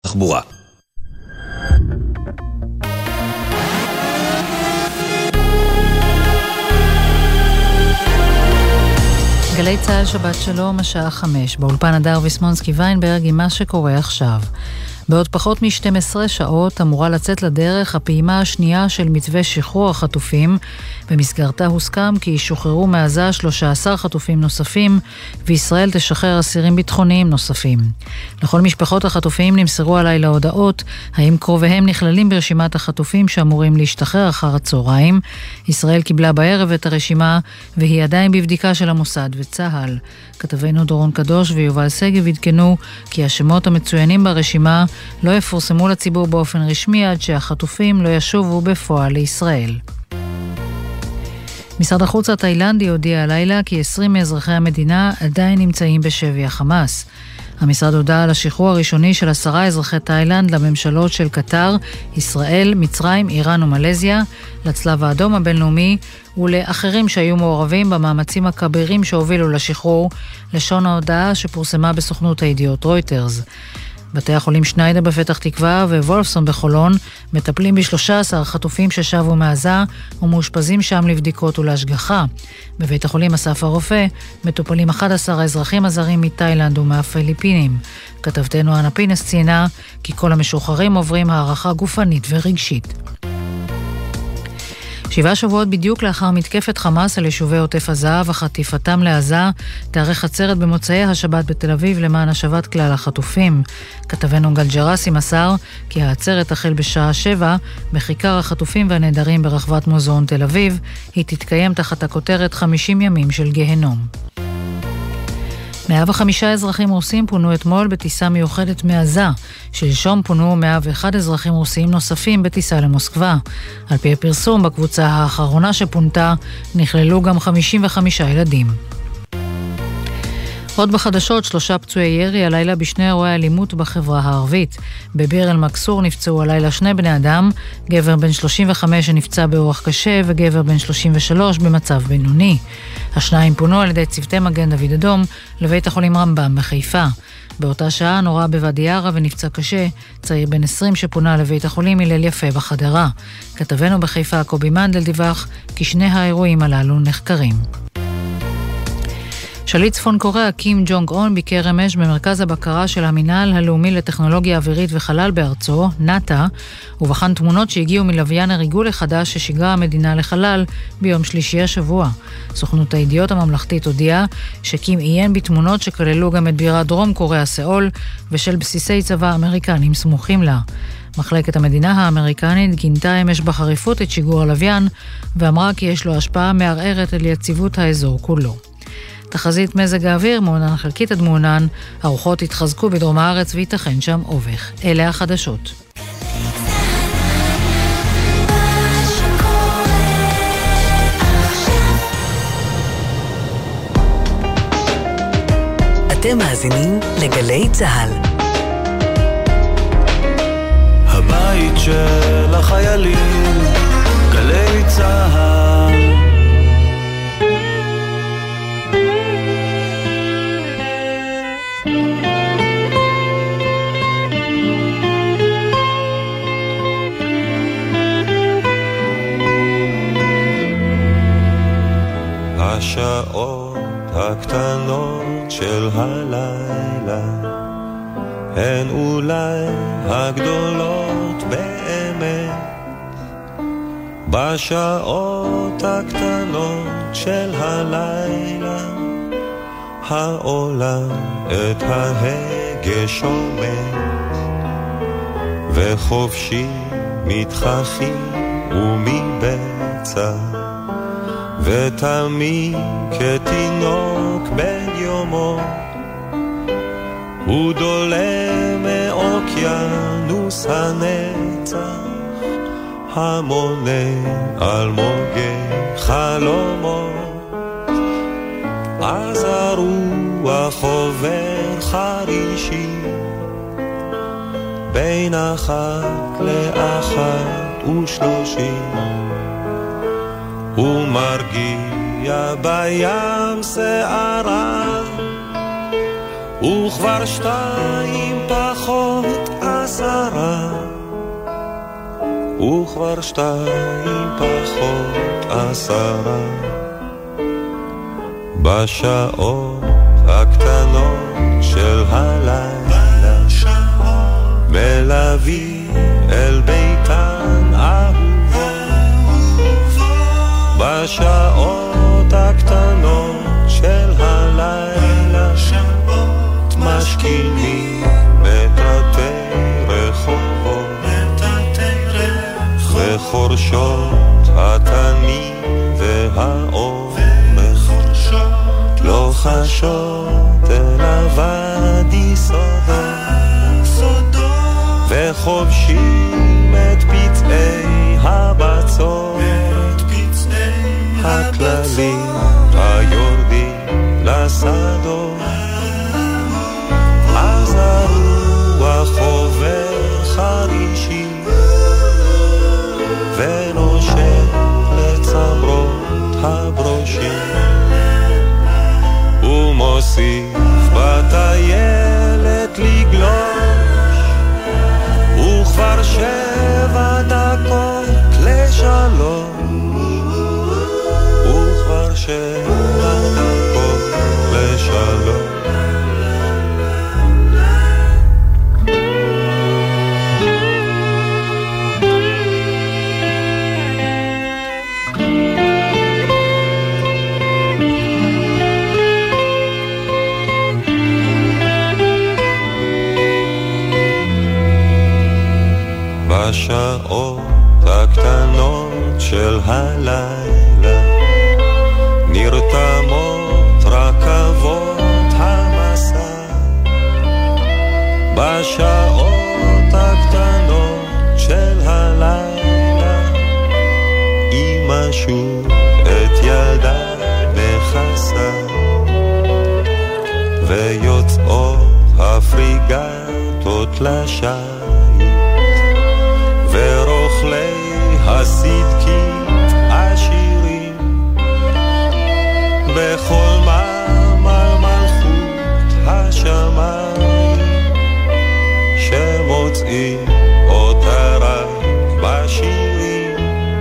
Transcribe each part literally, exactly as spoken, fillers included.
תחבורה. גלי צהל שבת שלום, השעה חמש. באולפן הדר ויסמונסקי ויינברג עם מה שקורה עכשיו. בעוד פחות מ-שתים עשרה שעות אמורה לצאת לדרך הפעימה השנייה של מתווה שחרור החטופים. במסגרתה הוסכם כי ישוחררו מעזה שלושה עשר חטופים נוספים, וישראל תשחרר אסירים ביטחוניים נוספים. לכל משפחות החטופים נמסרו הלילה הודעות, האם קרוביהם נכללים ברשימת החטופים שאמורים להשתחרר אחר הצהריים. ישראל קיבלה בערב את הרשימה, והיא עדיין בבדיקה של המוסד וצהל. כתבינו דורון קדוש ויובל סגב עדכנו כי השמות המצוינים ברשימה לא יפורסמו לציבור באופן רשמי עד שהחטופים לא ישובו בפועל לישראל. משרד החוץ התאילנדי הודיע הלילה כי עשרים מאזרחי המדינה עדיין נמצאים בשבי החמאס. המשרד הודע על השחרור הראשוני של עשרה אזרחי תאילנד לממשלות של קטר, ישראל, מצרים, איראן ומלזיה, לצלב האדום הבינלאומי ולאחרים שהיו מעורבים במאמצים הכבירים שהובילו לשחרור, לשון ההודעה שפורסמה בסוכנות הידיעות רויטרס. בתי החולים שניידר בפתח תקווה ווולפסון בחולון מטפלים ב-שלושה עשר חטופים ששבו מעזה ומאושפזים שם לבדיקות ולהשגחה. בבית החולים אסף הרופא מטופלים אחד עשר האזרחים הזרים מתאילנד ומהפיליפינים. כתבתנו אנה פינס ציינה כי כל המשוחררים עוברים הערכה גופנית ורגשית. שבעה שבועות בדיוק לאחר מתקפת חמאס על יישובי עוטף עזה וחטיפתם לעזה, תארך עצרת במוצאי השבת בתל אביב למען השבת כלל החטופים. כתבנו גל ג'רסי מסר כי העצרת תחל בשעה שבע בכיכר החטופים והנעדרים ברחבת מוזיאון תל אביב. היא תתקיים תחת הכותרת חמישים ימים של גהנום. מאה וחמישה אזרחים רוסים פונו אתמול בטיסה מיוחדת מעזה. שלשום פונו מאה ואחד אזרחים רוסים נוספים בטיסה למוסקבה. על פי הפרסום, בקבוצה האחרונה שפונתה נכללו גם חמישים וחמישה ילדים. עוד בחדשות, שלושה פצועי ירי הלילה בשני אירועי אלימות בחברה הערבית. בביר אל מכסור נפצעו הלילה שני בני אדם, גבר בן שלושים וחמש שנפצע באורח קשה וגבר בן שלושים ושלוש במצב בינוני. השניים פונו על ידי צוותי מגן דוד אדום לבית החולים רמב"ם בחיפה. באותה שעה נורה בוואדי ערה ונפצע קשה צעיר בן עשרים שפונה לבית החולים הלל יפה בחדרה. כתבנו בחיפה קובי מנדל דיווח כי שני האירועים הללו נחקרים. שליט צפון קוריאה קים ג'ונג און ביקר אמש במרכז הבקרה של המינהל הלאומי לטכנולוגיה אווירית וחלל בארצו, נאט"א, ובחן תמונות שהגיעו מלוויין הריגול החדש ששיגרה המדינה לחלל ביום שלישי השבוע. סוכנות הידיעות הממלכתית הודיעה שקים עיין בתמונות שכללו גם את בירת דרום קוריאה סאול ושל בסיסי צבא אמריקנים סמוכים לה. מחלקת המדינה האמריקנית גינתה אמש בחריפות את שיגור הלוויין ואמרה כי יש לו השפעה מערערת על יציבות האזור כולו. תחזית מזג האוויר מעונן חלקית עד מעונן, הרוחות התחזקו בדרום הארץ וייתכן שם אובך. אלה החדשות. אתם מאזינים לגלי צהל. הבית של החיילים, גלי צהל. השעות הקטנות של הלילה הן אולי הגדולות באמת. בשעות הקטנות של הלילה העולם את ההגה שומט וחופשי מתחכי ומבצע ותמיד כתינוק בן יומו הוא דולה מאוקיינוס הנצח המונה על מוגי חלומות. אז הרוח עובר חרישי בין אחת לאחת ושלושים הוא מרגיע בים שערה וכבר שתיים פחות עשרה וכבר שתיים פחות עשרה בשעות הקטנות של הלילה מלווים אל ביתן אהובו בשעות הקטנות של הלילה משכימים מטאטי רחובות וחורשות התנים והאור לא חשות אל הוואדי סודות וחובשים את פצעי הבצור הכללים היורדים לשדות אז הרוח עובר חרישי ונושם לצמרות הברושים ומוסיף בטיילת לגלוש וכבר שבע דקות לשלוש וכבר שבע דקות לשלוש בשעות הקטנות של הלילה נרתמות רכבות המסע בשעות הקטנות של הלילה אמא שוב את ילדה בחסה ויוצאות הפריגטות לשם ורוכלי הסדקית עשירים בכל מעמל מלכות השמיים שמוצאים אותה רק בשירים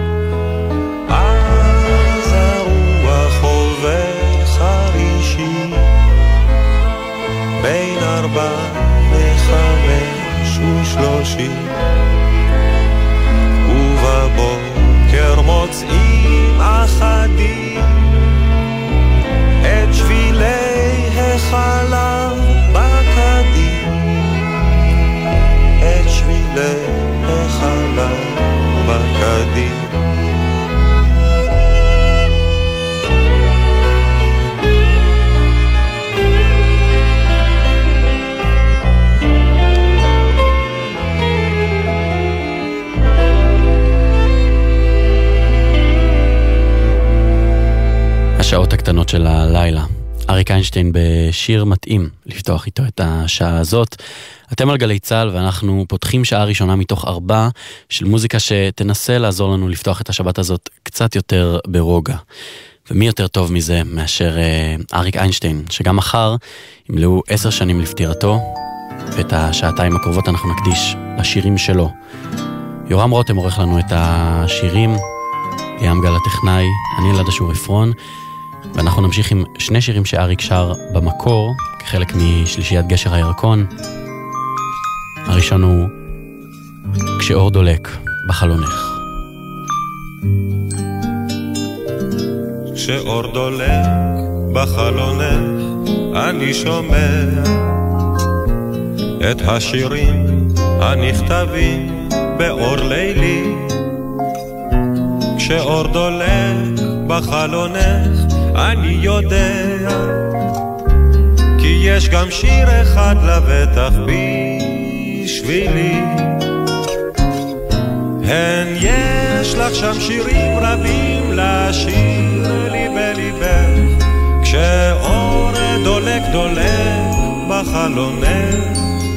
אז הרוח עובר חרישי בין ארבע וחמש ושלושים ובבוקר מוצאים אחדים את שבילי החלב בקדים את שבילי החלב בקדים השעות הקטנות של הלילה. אריק איינשטיין בשיר מתאים לפתוח איתו את השעה הזאת. אתם על גלי צהל ואנחנו פותחים שעה ראשונה מתוך ארבע של מוזיקה שתנסה לעזור לנו לפתוח את השבת הזאת קצת יותר ברוגע. ומי יותר טוב מזה מאשר אריק איינשטיין, שגם מחר ימלאו עשר שנים לפטירתו, ואת השעתיים הקרובות אנחנו נקדיש לשירים שלו. יורם רותם עורך לנו את השירים, ים גל הטכנאי, אני אלעד אשור עפרון, ואנחנו נמשיך עם שני שירים שאריק שר במקור, כחלק משלישיית גשר הירקון. הראשון הוא כשאור דולק בחלונך. כשאור דולק בחלונך אני שומע את השירים הנכתבים באור לילי. כשאור דולק בחלונך אני יודע כי יש גם שיר אחד לבטח בשבילי. הן יש לך שם שירים רבים לשיר לי בליבך כשאור דולק דולק בחלונך.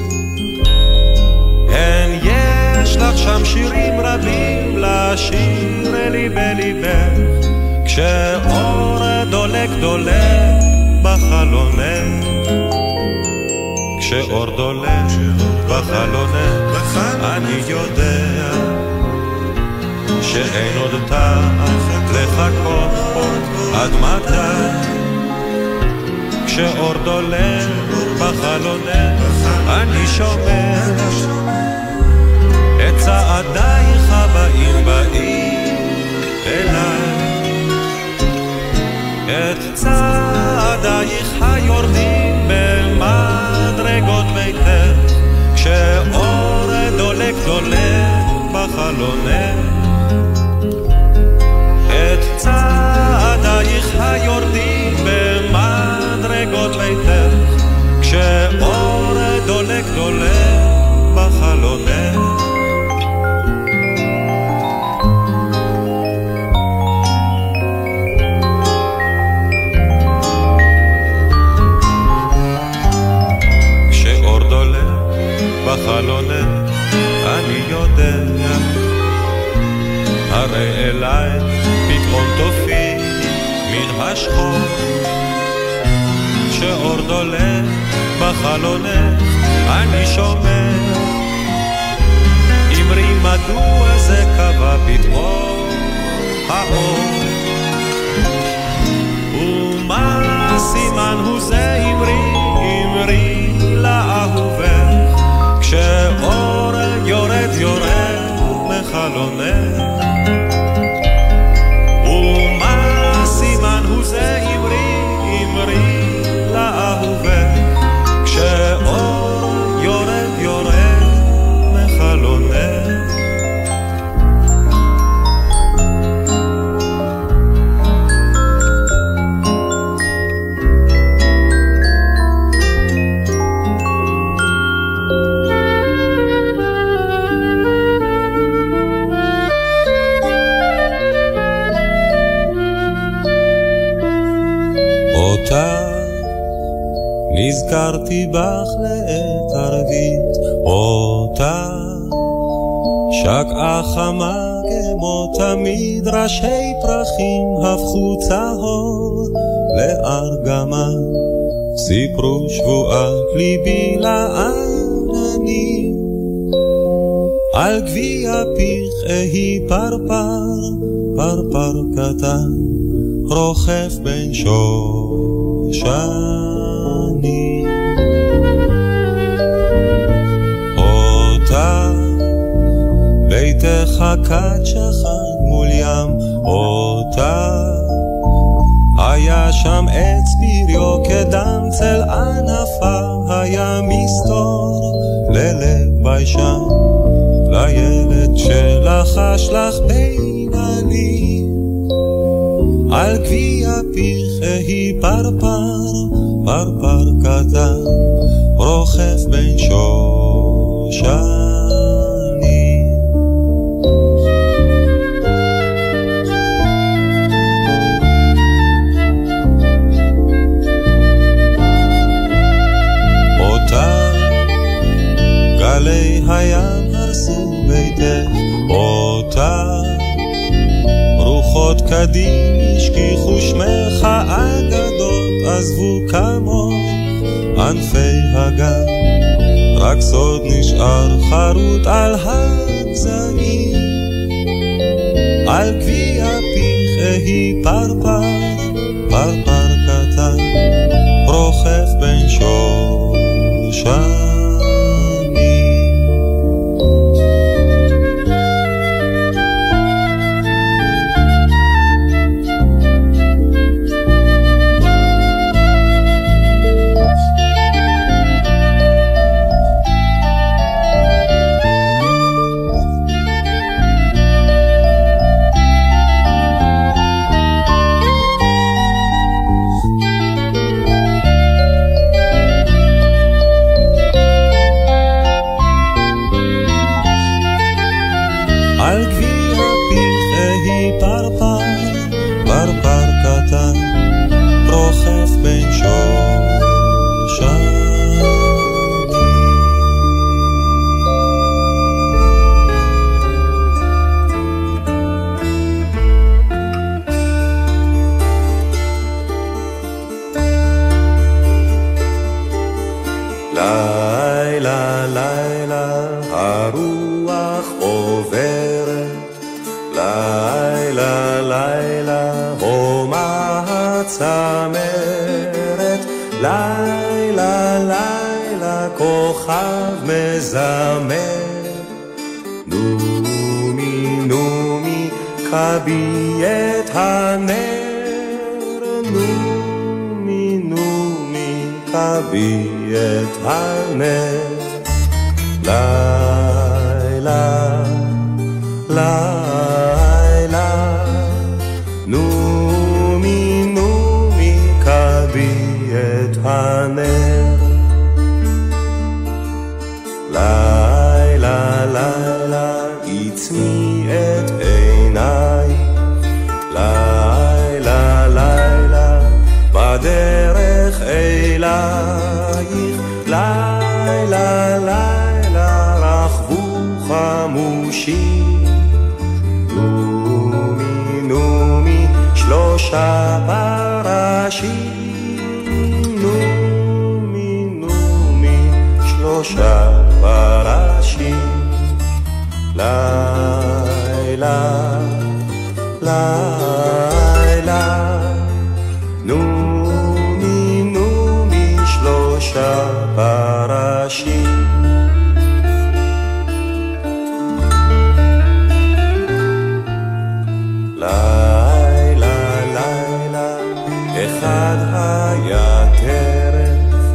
הן יש לך שם שירים רבים לשיר לי בליבך כשאור דולק דולק בחלונך. כשאור דולק בחלונך, אני יודע שאין עוד טעם לחכות עד מתי. כשאור דולק בחלונך, אני שומע את צעדייך הבאים באים אליי, את צעדייך היורדים במדרגות ביתך, כשאור דולק דולק בחלונך, את צעדייך היורדים במדרגות ביתך, כשאור דולק דולק בחלונך. כשאור דולק בחלונך, אני יודע, הרי אליי פתאום תופיע מן השחור. כשאור דולק בחלונך, אני שומע, אמרי מדוע זה קבע פתאום האור, ומה סימן הוא זה אמרי, אמרי לאהובך, כשאור יורד יורד מחלונך, ומה סימן הוא זה אמרי, אמרי לאהובך, כשאור יורד יורד מחלונך. נזכרתי בך לעת ערבית, אותה שקעה חמה כמו תמיד, ראשי פרחים הפכו צהור לארגמן, סיפרו שבועת ליבי לעננים, על גביע פיך אהי פרפר, פרפר קטן רוחף בין שושן, אותה ביתך כת שכן מול ים, אותה היה שם עץ ביריו כדם, צל ענפה היה מסתור ללב ביישן, לילד שלחש לך בין עלים, על גביע פיך היא פרפר, פרפר קטן רוחף בין שושנים. אותה גלי הים הרסו ביתך, אותה רוחות קדים השכיחו שמך, אגדות עזבו כמוך ענפי הגן, רק סוד נשאר חרוט על הגזעים, על גביע פיך היא פרפר, פרפר קטן רוחף בין שושנים. על גביע פיך היא פרפר, פרפר קטן רוחף בין שושנים. לה הרוח עוברת, לילה לילה הומה הצמרת, לילה לילה כוכב מזמר, נומי נומי קבי את הנר, נומי נומי קבי את הנר, לילה לילה נומי נומי קבי את הנר, לילה לילה עצמי את עיניי, לילה לילה בדרך אלייך, לילה לילה רחבו חמושים, נומי נומי שלושה פרשים, נומי נומי שלושה פרשים, לילה לילה נומי נומי שלושה פרשים, לילה לילה אחד היה טרף,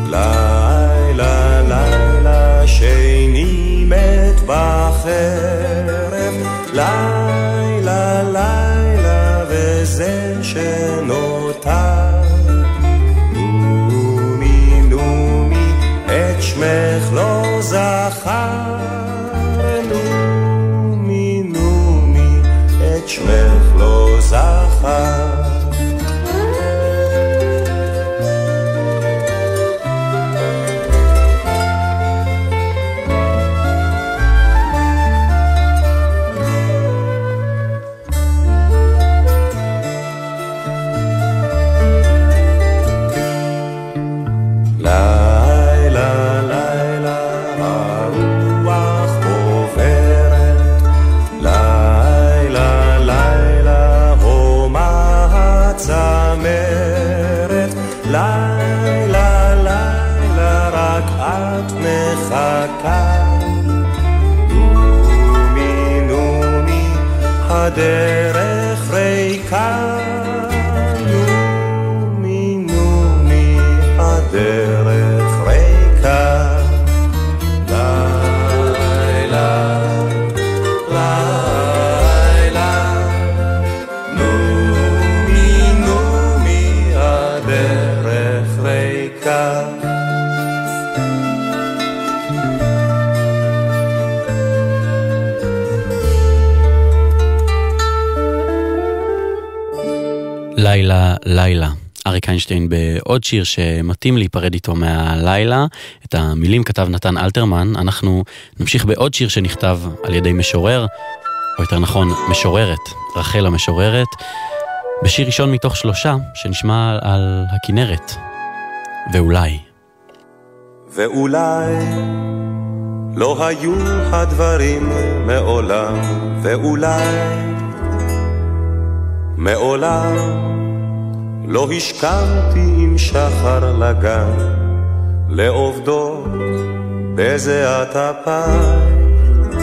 לילה לילה שני מת בחרב, לילה לילה וזה שנותר, נומי נומי את שמך לא זכר, נומי נומי את שמך לא זכר, לילה לילה הרוח עוברת, לילה לילה הומה הצמרת, לילה לילה רק את מחכה, נומי נומי הדרך ריקה, נומי נומי הדרך ריקה, לילה לילה נומי נומי הדרך ריקה, לילה לילה, אריק איינשטיין בעוד שיר שמתאים להיפרד איתו מהלילה. את המילים כתב נתן אלתרמן. אנחנו נמשיך בעוד שיר שנכתב על ידי משורר, או יותר נכון משוררת, רחל המשוררת, בשיר ראשון מתוך שלושה שנשמע על הכנרת. ואולי ואולי לא היו הדברים מעולם, ואולי מעולם לא השכמתי עם שחר לגן, לעובדות בזיעת אפיים,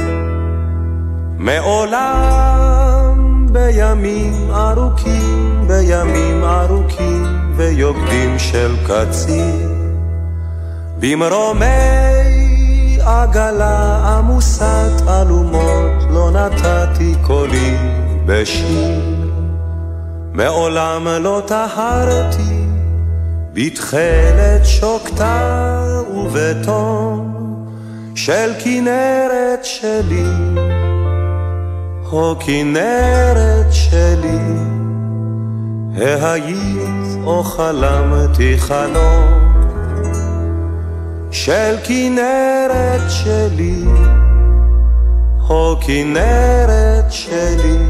מעולם בימים ארוכים, בימים ארוכים ויוקדים של קציר, במרומי עגלה עמוסת אלומות לא נתתי קולי בשיר, מעולם לא טהרתי בתכלת שוקתה ובתום של כנרת שלי, או כנרת שלי, היית או חלמתי חלום של כנרת שלי, או כנרת שלי,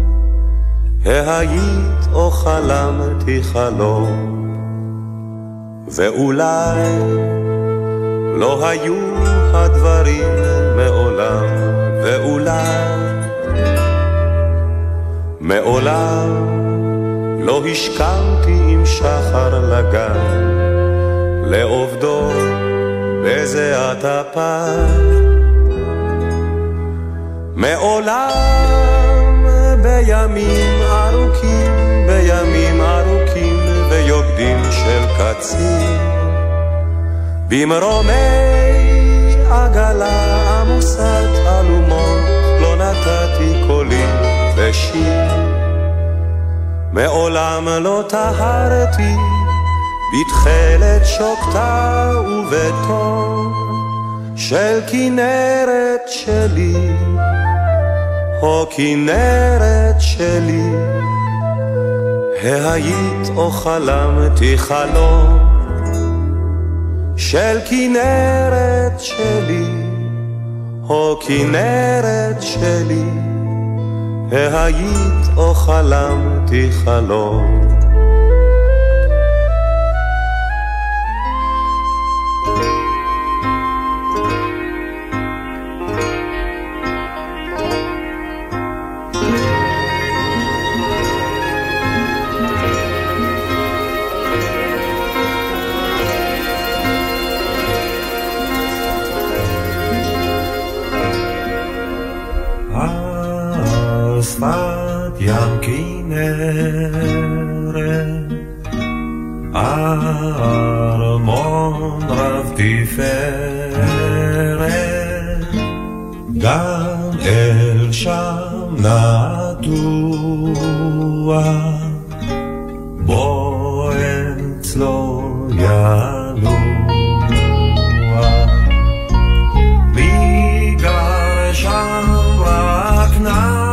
היית או חלמתי חלום. ואולי לא היו הדברים מעולם, ואולי מעולם לא השכמתי עם שחר לגן, לעובדו בזיעת הפר. מעולם בימים ארוכים, בימים ארוכים ויוקדים של קציר, במרומי עגלה עמוסת אלומות, לא נתתי קולי ושיר. מעולם לא טהרתי בתחילת שוקתה ובתור של כנרת שלי, או כנרת שלי, היית או חלמתי חלום של כנרת שלי, או כנרת שלי, היית או חלמתי חלום. שפת ים כנרת, ארמון רב תפארת, גם אל שם נטוע, בו אצלו ינוע, מגר שם רק נע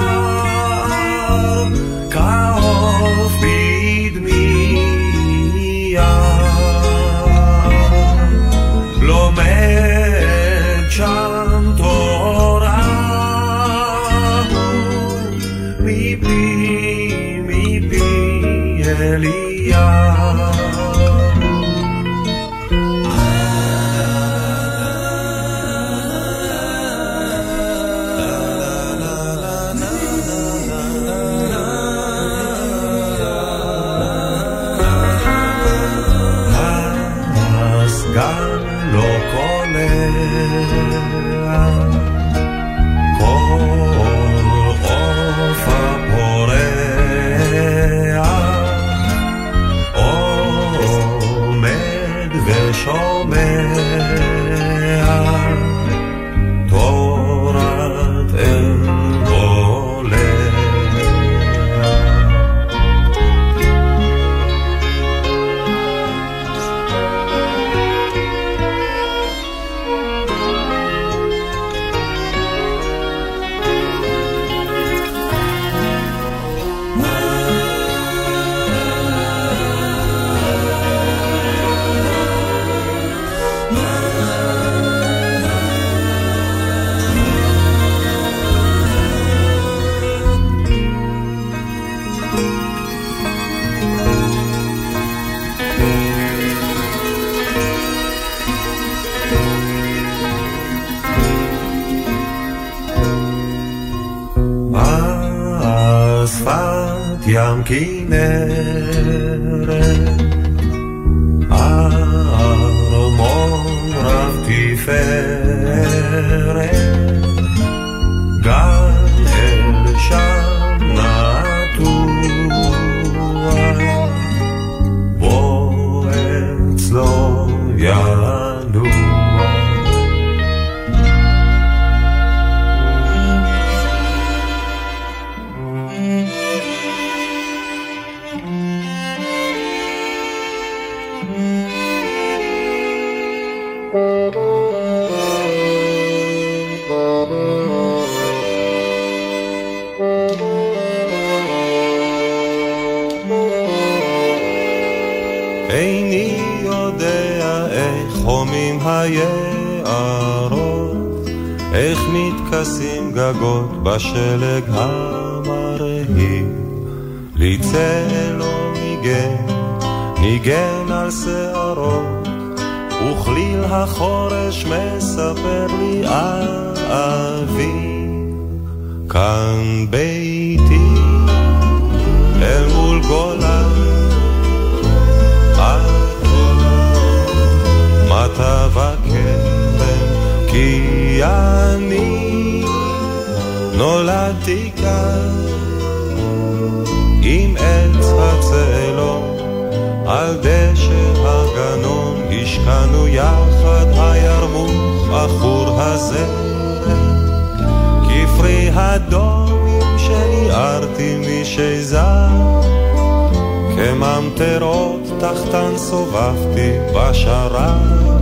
ים כנרת, ארמון רב תפארת, גם אל שם נטוע, בו אצלו ינוע. איני יודע איך חומים היערות, איך מתכסים גגות בשלג המרהיב. לי צל לא ניגן, ניגן על שערות, וכליל החורש מספר לי על אבי. כאן ביתי אל מול גולה, מטה וקרן, כי אני נולדתי כאן עם עץ הצאלון על דשא הגנון, השקענו יחד הירמוך עכור הזרת, כפרי הדומים שניערתי משזר, כממטרות תחתן סובבתי בשרת,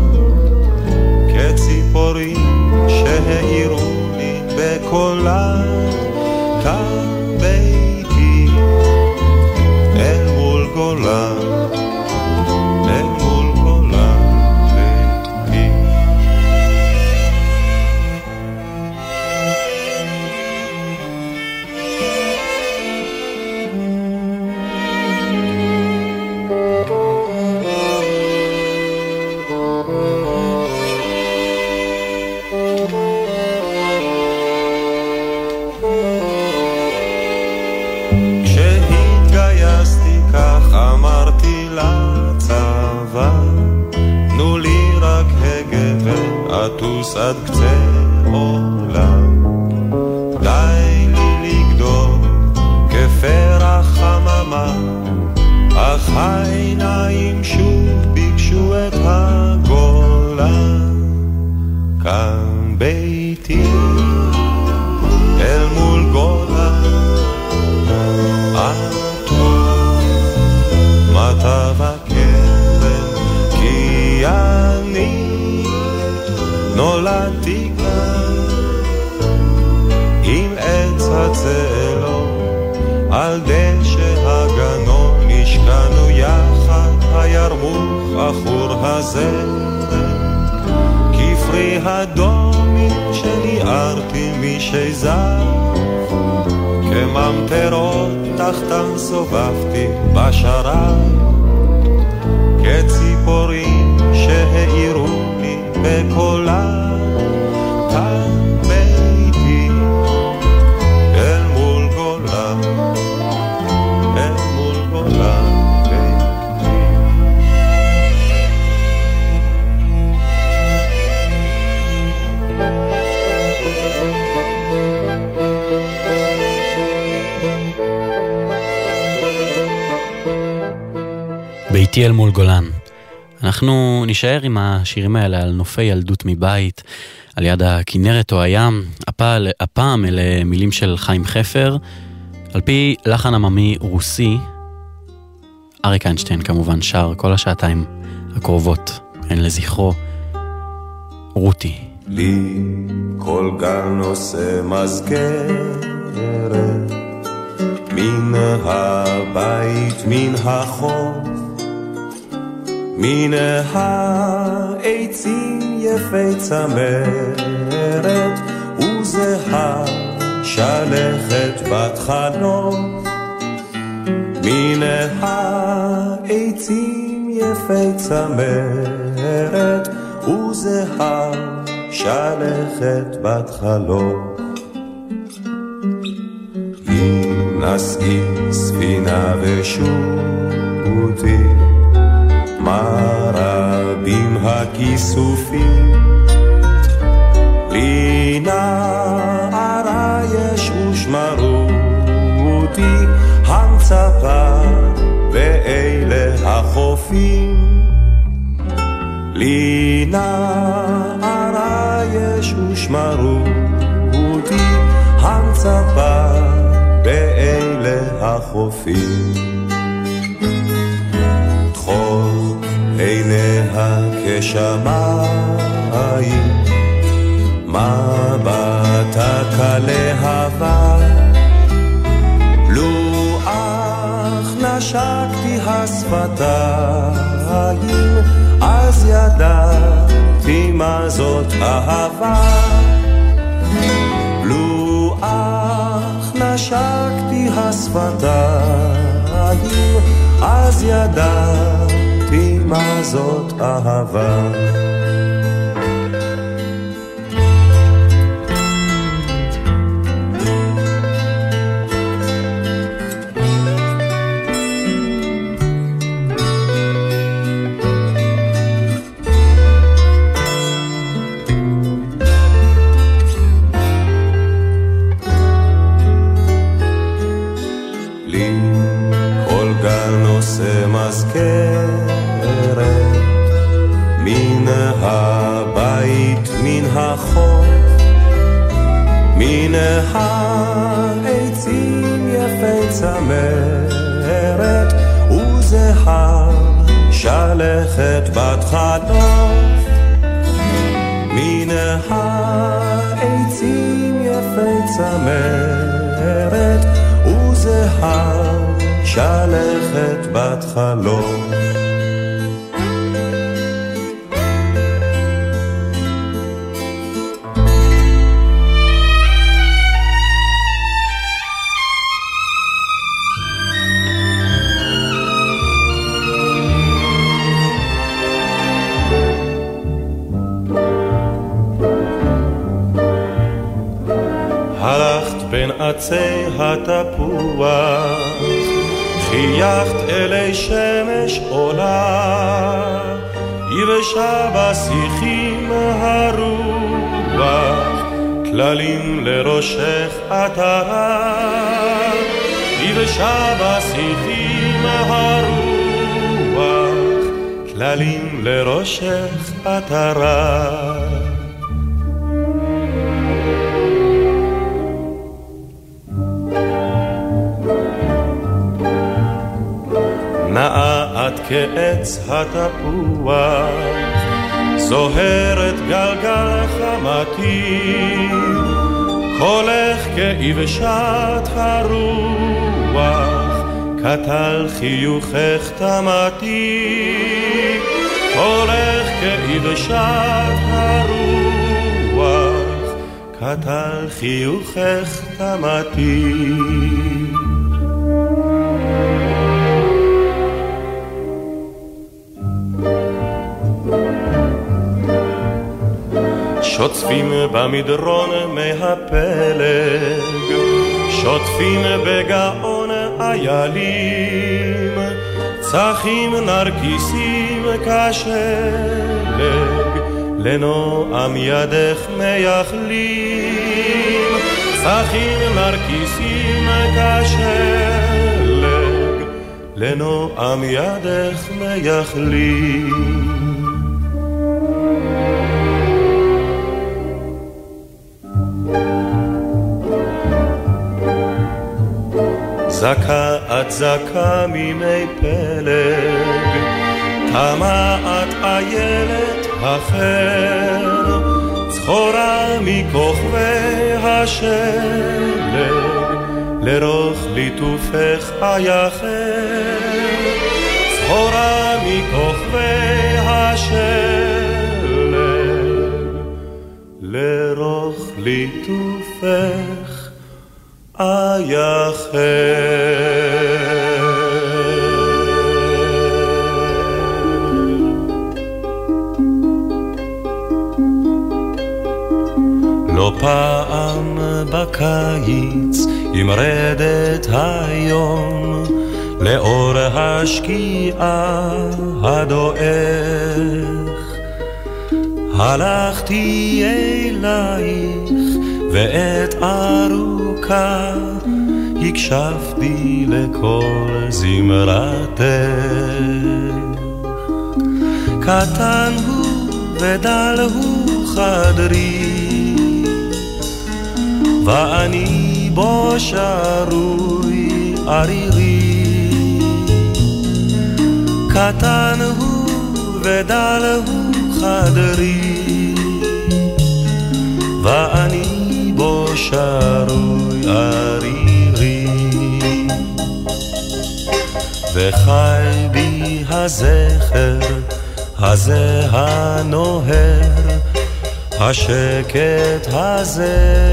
כציפורים שהעירו לי בקולה, כאן ביתי אל מול גולה, אל מול גולה ביתי. אטוס עד קצה עולם, די לי לגדול כפרח חממה, אך העיניים שוב ביקשו את הגולה. כאן ביתי אל מול גולה, אטוס מטה וקרן, כי אני נולדתי כאן עם עץ הצאלון על דשא הגנון, השקענו יחד הירמוך עכור הזרת, כפרי הדומים שניערתי משזר, כממטרות תחתן סובבתי בשרת, כציפורים שהעירו בקולה, כאן ביתי אל מול גולה, אל מול גולה ביתי. ביתי אל מול גולן. אנחנו נשאר עם השירים האלה על נופי ילדות מבית, על יד הכנרת או הים. הפעם אלה מילים של חיים חפר, על פי לחן עממי רוסי. אריק איינשטיין כמובן שר כל השעתיים הקרובות, הן לזכרו. רותי. לי כל גן עושה מזכרת, מן הבית, מן החוף, מן העצים יפי צמרת, וזהה שלכת בת חלום. מן העצים יפי צמרת, וזהה שלכת בת חלום. אם נסעי ספינה ושוטי, מה רבים הכיסופים, לי נערה יש ושמרו אותי, המצפה ואלה החופים. לי נערה יש ושמרו אותי, המצפה ואלה החופים. דחוק עיניה כשמיים, מבטה כלהבה, לו אך נשקתי השפתיים, אז ידעתי מה זאת אהבה. לו אך נשקתי השפתיים, אז ידעתי אותי מה זאת אהבה. מן העצים יפי צמרת וזהב שלכת בת חלוף. מן העצים יפי צמרת וזהב שלכת בת חלוף. בין עצי התפוח חייכת אלי שמש עולה יבשה בשיחים הרוח כללים לראשך עטרה יבשה בשיחים הרוח כללים לראשך עטרה. נאה את כעץ התפוח זוהרת גלגל חמתי קולך כאיבשת הרוח קטל חיוכך תמתי קולך כאיבשת הרוח קטל חיוכך תמתי. שוטפים במדרון מהפלג שוטפים בגאון איילים צחים נרקיסים כשלג לנועם ידך מייחלים צחים נרקיסים כשלג לנועם ידך מייחלים. זכה את זכה מימי פלג תמה את איילת אחר צחורה מכוכבי השלג לרוך ליטופך היחר צחורה מכוכבי השלג לרוך ליטופך היחר. לא פעם בקיץ ימרדת היום לאור השקיעה הדועך הלכתי אלייך ואת ארוכה הקשבתי לכל זמרתך קטן הוא ודל הוא חדרי ואני בו שרוי ערירי קטן הוא ודל הוא חדרי ואני בו שרוי ערירי וחי בי הזכר הזה הנוהר השקט הזה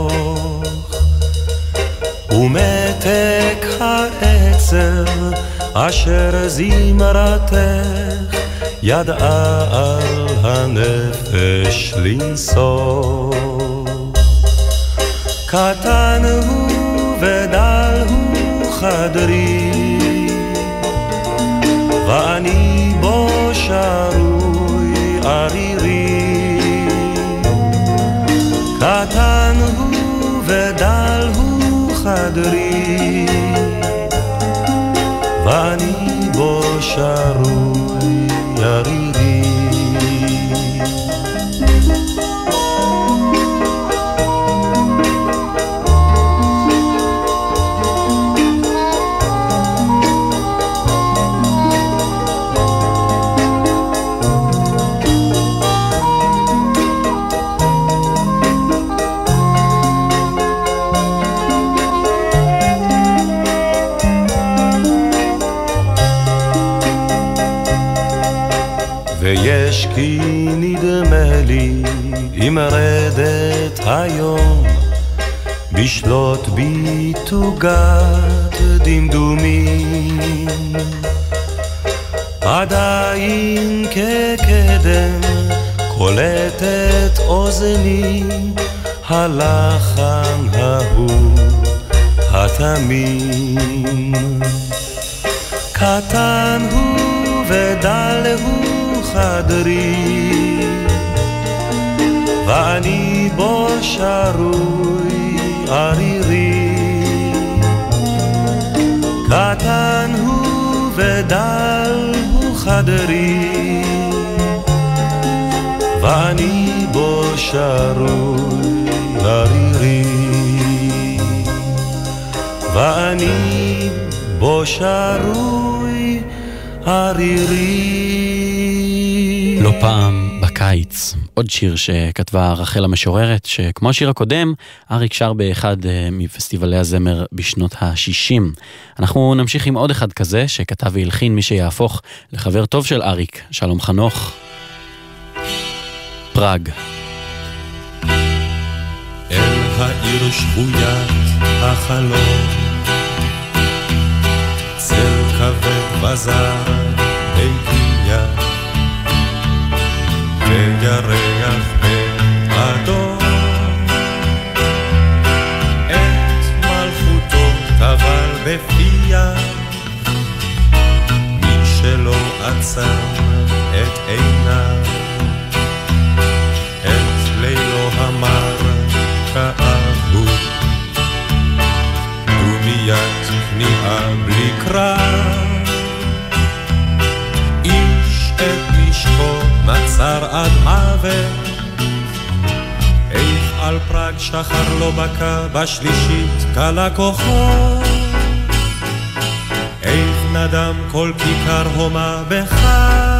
והרוך ומתק העצב אשר זמרתך ידעה על הנפש לנסור. קטן הוא ודל הוא חדרי, ואני בו שרוי ערירי. קטן הוא ודל הוא חדרי, ואני בו שרוי ערירי. ויש כי נדמה לי אם רדת היום בשלות בי תוגת דמדומים, עדיין כקדם קולטת אוזני הלחן ההוא התמים. קטן הוא ודל הוא חדרי, ואני בו שרוי ערירי. קטן הוא ודל הוא חדרי, ואני בו שרוי ערירי. ואני בו שרוי ערירי. לא פעם בקיץ, עוד שיר שכתבה רחל המשוררת, שכמו השיר הקודם, אריק שר באחד מפסטיבלי הזמר בשנות ה-שישים. אנחנו נמשיך עם עוד אחד כזה, שכתב והלחין מי שיהפוך לחבר טוב של אריק, שלום חנוך. פראג. אל העיר שבוית החלום, צל כבד וזר הגיע, וירח באדום את מלכותו טבל בפיה. מי שלא עצם את עיניו את לילו המר כאבו, דומיית כניעה בלי קרב, איש את משכו נצר עד מוות. איך על פראג שחר לא בקע בשלישית קלה כוחו, איך נדם כל כיכר הומה בחג.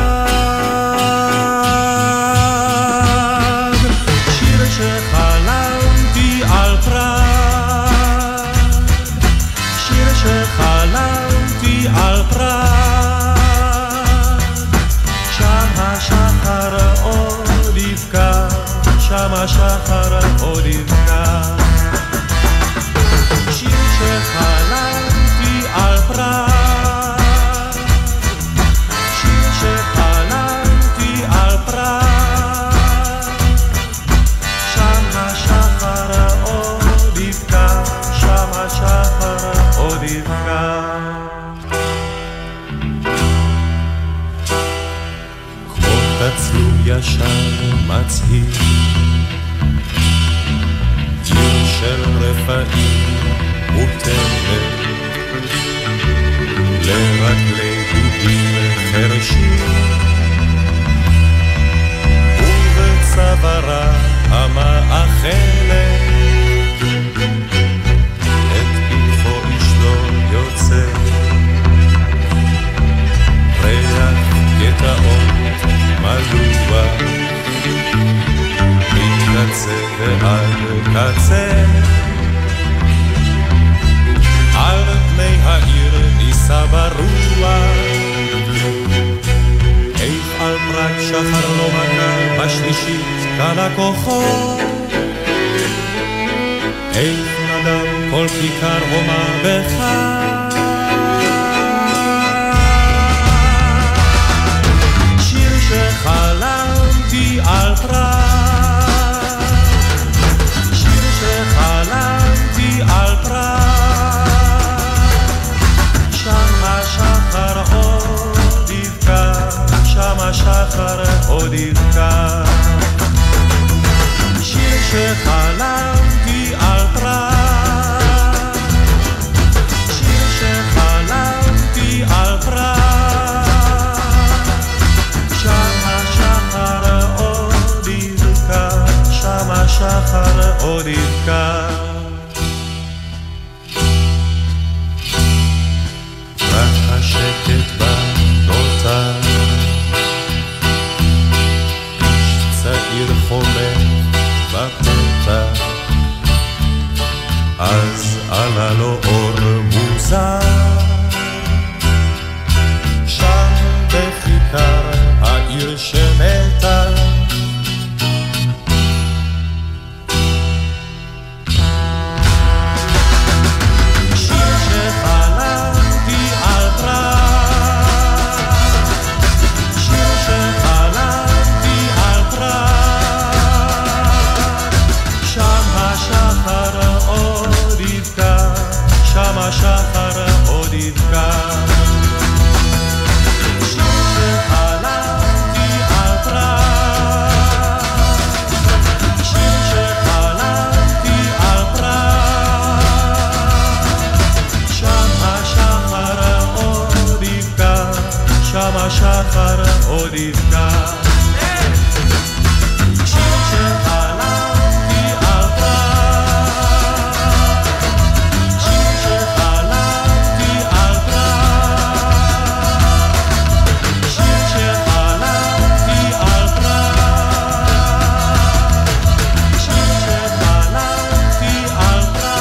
שיר שחלמתי על פראג, שיר שחלמתי על פראג, שם השחר עוד יבקע, שם השחר עוד יבקע. שיר שחלמתי על פראג, שיר שחלמתי על פראג, שם השחר עוד יבקע, שם השחר עוד יבקע. תצלום ישר מצהיר, עיר של רפאים מותרת, לרגלי דובים חרשים, ובצווארה המאכלת את איפה איש לא יוצא, ריח גטאות מלובה מקצה ועד קצה. על פני העיר ניסה ברוח, איך על פראג שחר לא מכה בשלישית קלה כוחו, איך נדם כל כיכר הומה בחג. שחלמתי על פראג, שיר שחלמתי על פראג, שם השחר עוד יבקע, שם השחר עוד יבקע. רק השקט בנותר, איש צעיר חומר בפתח, אז עלה לו אור מוזר, שם בכיכר העיר שמתה, שיר שחלמתי על פראג, שיר שחלמתי על פראג, שם השחר עוד יבקע, שם השחר עוד יבקע. שיר שחלמתי על פראג, שיר שחלמתי על פראג, שם השחר עוד יבקע, שם השחר עוד יבקע. שיר שחלמתי על פראג, שיר שחלמתי על פראג, שיר שחלמתי על פראג, שיר שחלמתי על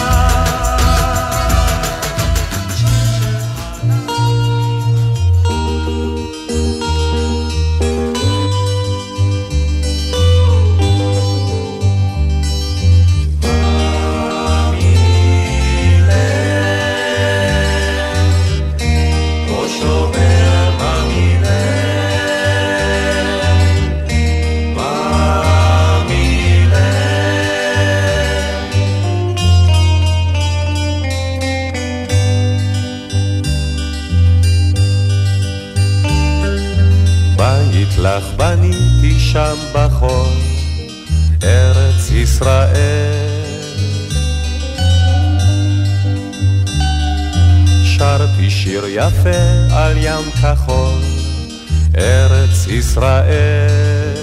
בית לך בניתי שם בחול, ארץ ישראל, שרתי שיר יפה על ים כחול, ארץ ישראל.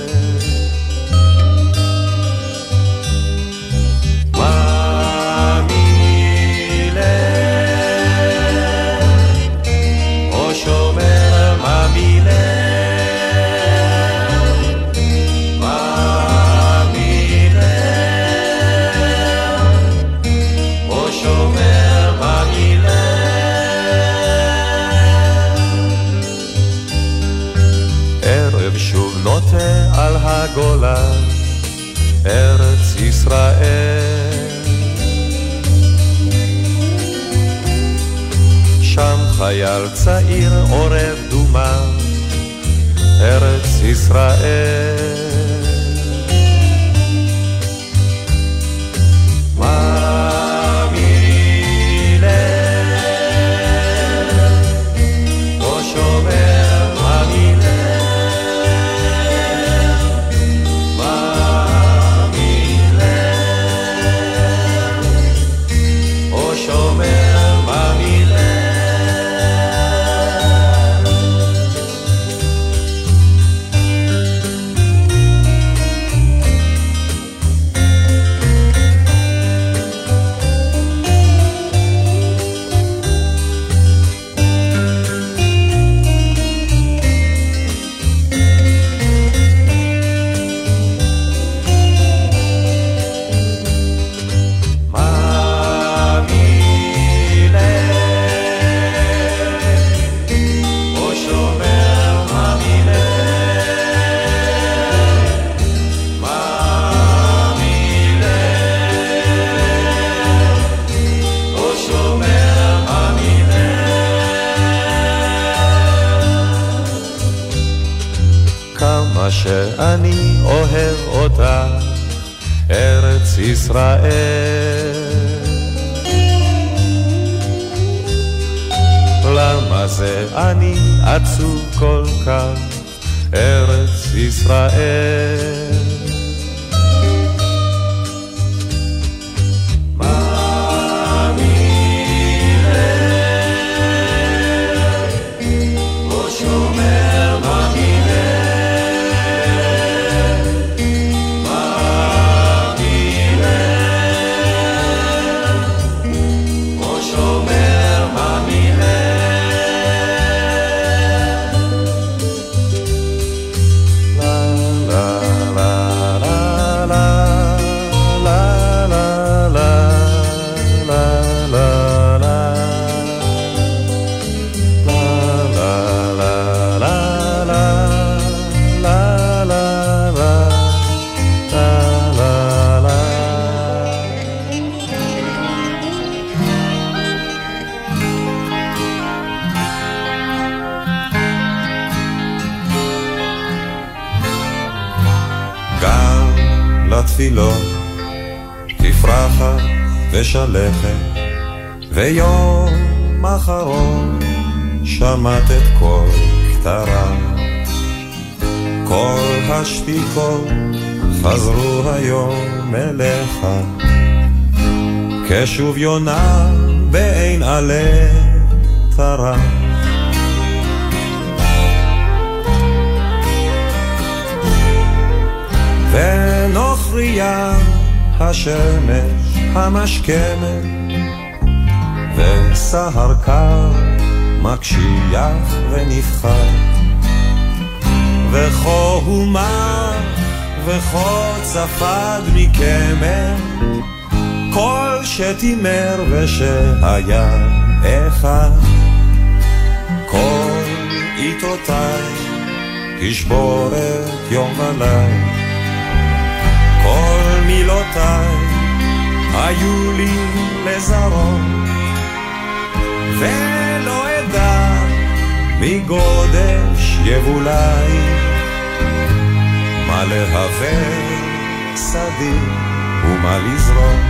על הגולה, ארץ ישראל, שם חייל צעיר עורב דומה, ארץ ישראל. שאני אוהב אותה, ארץ ישראל. למה זה אני עצוב כל כך, ארץ ישראל. לתפילות, תפרחה ושלכת, ויום אחרון שמעת את כל כתרה. כל השתיקות חזרו היום אליך, כשוב יונה בעין עלי תרה. ונוכריה השמש המשכמת, וסהר קר מקשיח ונפחד, וכה הומה וכה צפד מקמר, כל שתימר ושהיה אחד. כל עיתותיי תשבור את יום וליל, כל מילותיי היו לי לזרום, ולא אדע מגודש יבולי מה להווה סדי ומה לזרום.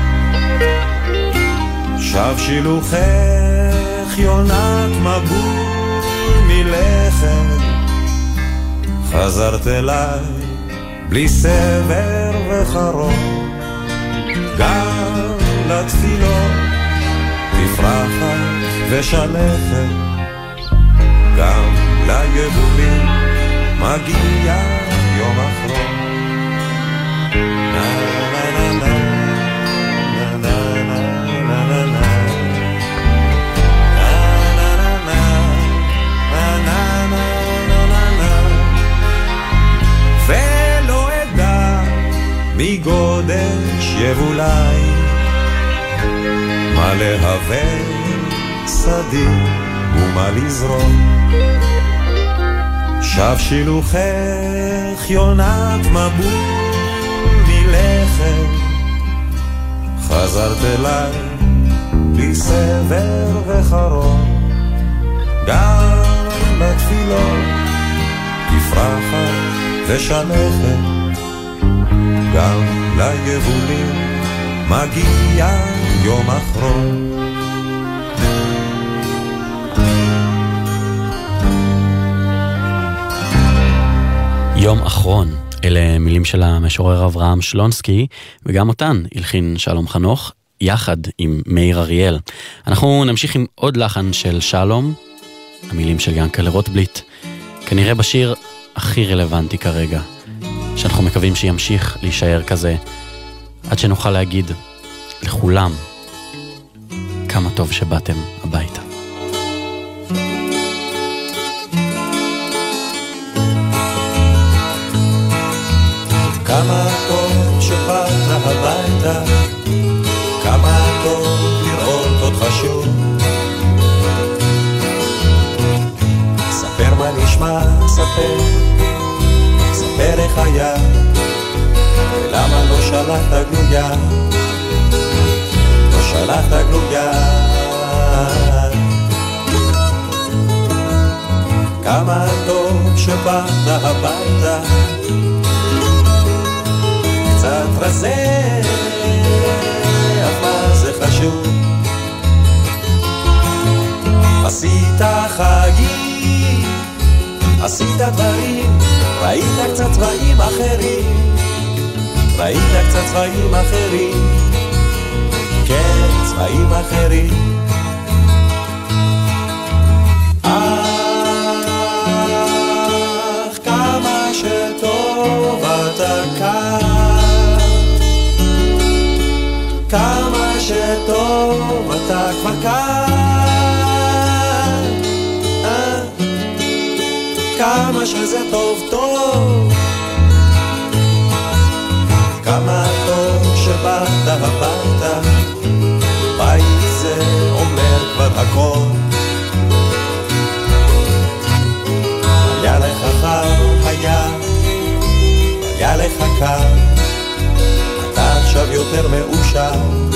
שב שילוחך יונת מבול מלכת, חזרת אליי בלי סבר וחרום. גם לתפילות תפרחת ושלכת, גם ליבולים מגיע יום אחרון. נה נה נה נה נה נה נה נה ולא אדע מגודש יבולי מה להווה סדי ומה לזרום. שב שילוחך יונת מבול מלכת, חזרת אליי בלי סבר וחרום. גם לתפילות תפרחת ושלכת, גם ליבולים מגיע יום אחרון. יום אחרון, אלה מילים של המשורר אברהם שלונסקי, וגם אותן הלחין שלום חנוך יחד עם מאיר אריאל. אנחנו נמשיך עם עוד לחן של שלום, המילים של ינקלה רוטבליט, כנראה בשיר הכי רלוונטי כרגע, שאנחנו מקווים שימשיך להישאר כזה, עד שנוכל להגיד לכולם כמה טוב שבאתם הביתה. כמה טוב שבאת הביתה, כמה טוב לראות אותך שוב. ספר מה נשמע, ספר, ספר איך היה, ולמה לא שלחת גלויה, לא שלחת גלויה. כמה טוב שבאת הביתה, קצת רזה, אך מה זה חשוב. עשית חגים, עשית דברים, ראית קצת צבעים אחרים, ראית קצת צבעים אחרים, כן, צבעים אחרים. אך כמה שטוב אתה כאן, כמה שטוב אתה כבר כאן, אה? כמה שזה טוב טוב, כמה טוב שבאת הביתה, בית זה אומר כבר הכל. היה לך חם, היה, היה לך קר, אתה עכשיו יותר מאושר,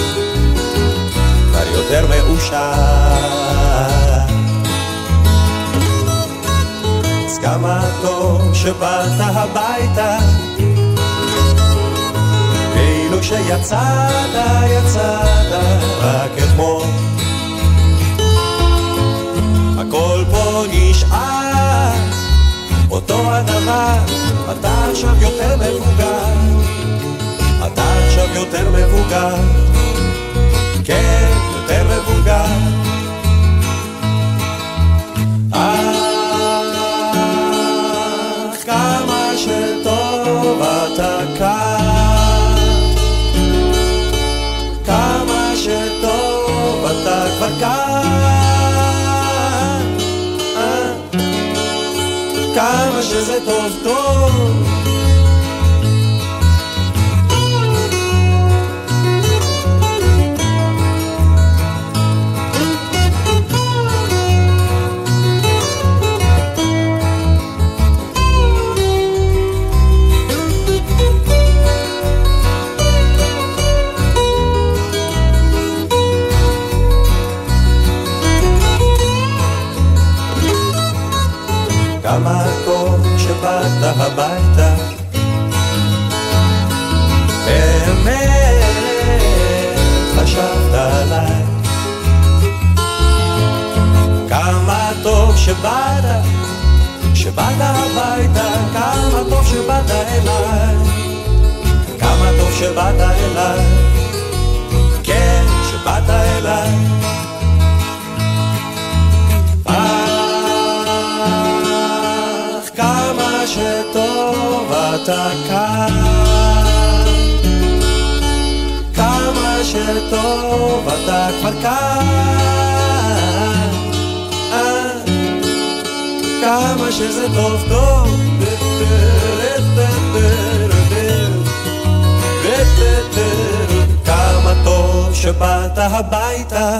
כבר יותר מאושר. אז כמה טוב שבאת הביתה, שיצאת, יצאת רק אתמול. הכל פה נשאר אותו הדבר, אתה עכשיו יותר מבוגר, אתה עכשיו יותר מבוגר, כן, יותר מבוגר. אך כמה שטוב אתה כאן, כמה שטוב אתה כבר כאן, כמה שזה טוב טוב. כמה טוב שבאת הביתה, באמת חשבת עליי. כמה טוב שבאת, שבאת הביתה, כמה טוב שבאת אליי, כמה טוב שבאת אליי, כן, שבאת אליי. כמה שטוב אתה כאן, כמה שטוב אתה כבר כאן, כמה שזה טוב טוב. כמה טוב שבאת הביתה,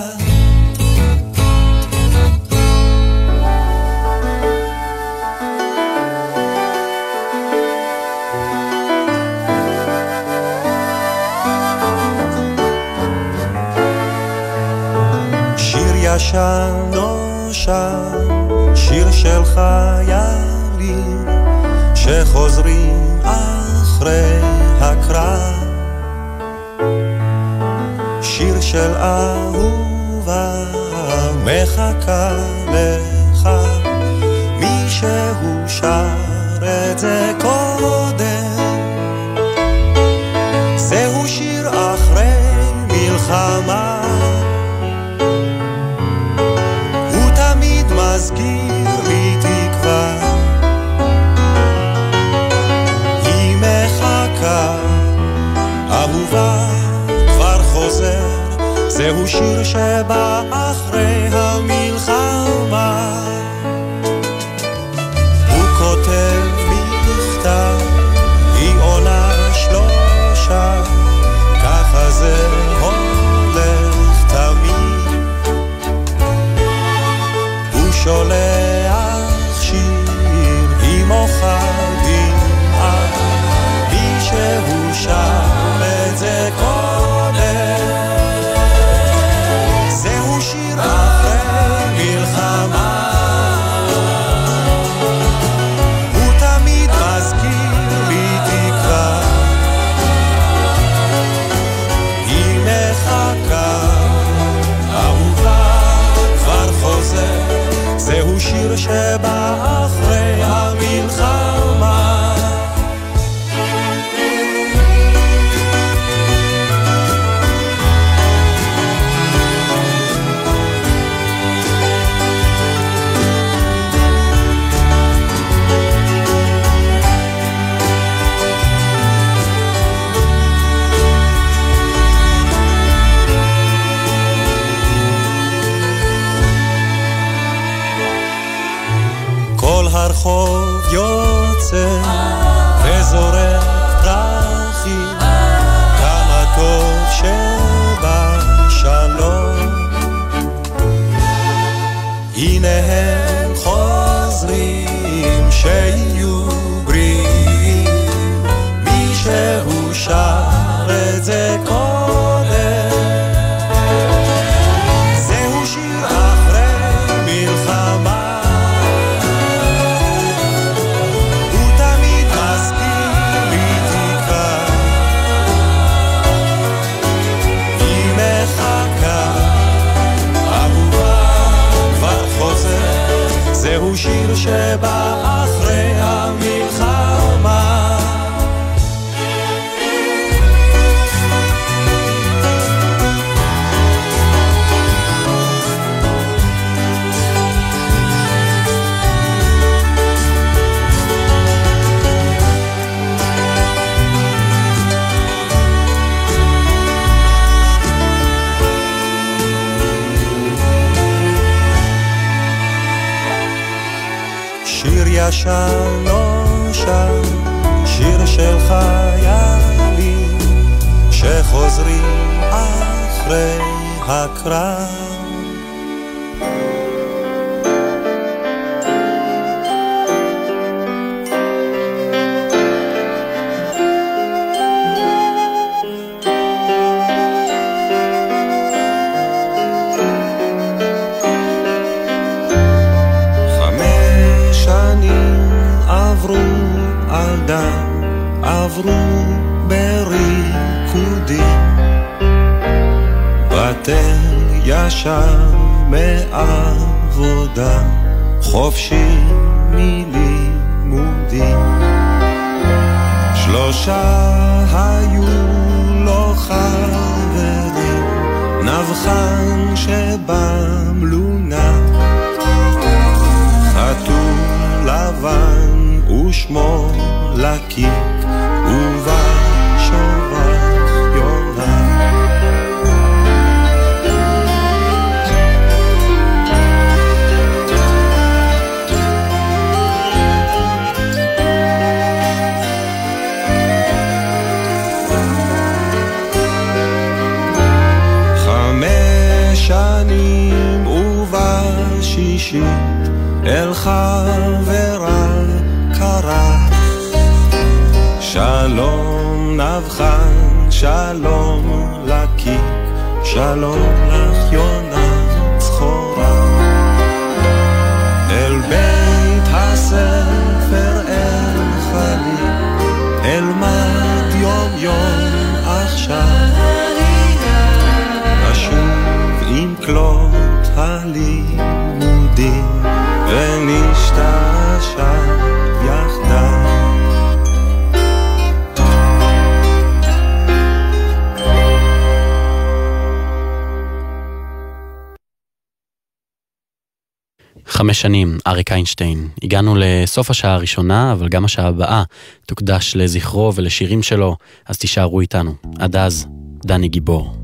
ישן נושן, שיר של חיילים שחוזרים אחרי הקרב, שיר של אהובה מחכה לך, מישהו שר את זה קודם, זהו שיר אחרי מלחמה, מזכיר לי תקווה, היא מחכה, אהובה כבר חוזר, זהו שיר שבא אחרי המלחמה. הוא כותב מכתב, היא עונה שלושה, ככה זה הולך תמיד. שולח שיר עם אוחדים, מישהו שר את זה קודם, זהו שיר אחרי מלחמה, הוא תמיד מזכיר לי תקווה, היא מחכה, אהובה כבר חוזר, זהו שיר שבא אחרי המלחמה. הרחוב יוצא וזורק פרחים, כמה טוב שבא שלום, הנה הם חוזרים שיהיו בריאים, מישהו שר את זה קודם, זהו שיר אחרי מלחמה, שבא אחרי המלחמה. שיר ישן נושן, שיר של חיילים שחוזרים אחרי הקרב. עברו בריקודים, בתל ישר מעבודה, חופשי מלימודים. שלושה היו לו חברים, נבחן שבמלונה, חתול לבן ושמו לקיק, ובשובך יונה. חמש שנים ובשישית אל חברה קרא, שלום נבחן, שלום לקיק, שלום לך יונה צחורה. אל בית הספר אל חלי, אלמד יום יום עכשיו, אשוב עם כלות הלימודים ונשתעשע יחדיו. חמש שנים, אריק איינשטיין. הגענו לסוף השעה הראשונה, אבל גם השעה הבאה תוקדש לזכרו ולשירים שלו, אז תישארו איתנו. עד אז, דני גיבור.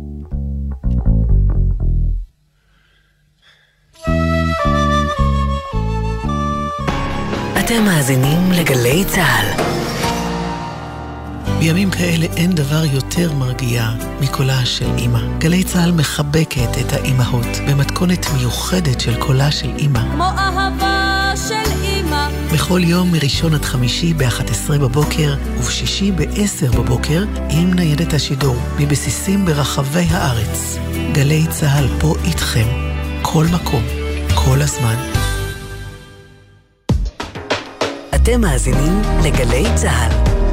אתם מאזינים לגלי צהל. בימים כאלה אין דבר יותר מרגיע מקולה של אמא. גלי צהל מחבקת את האימהות במתכונת מיוחדת של קולה של אמא. כמו אהבה של אמא. בכל יום מראשון עד חמישי ב-אחת עשרה בבוקר ובשישי ב-עשר בבוקר עם ניידת השידור מבסיסים ברחבי הארץ. גלי צהל פה איתכם, כל מקום, כל הזמן. אתם מאזינים לגלי צהל.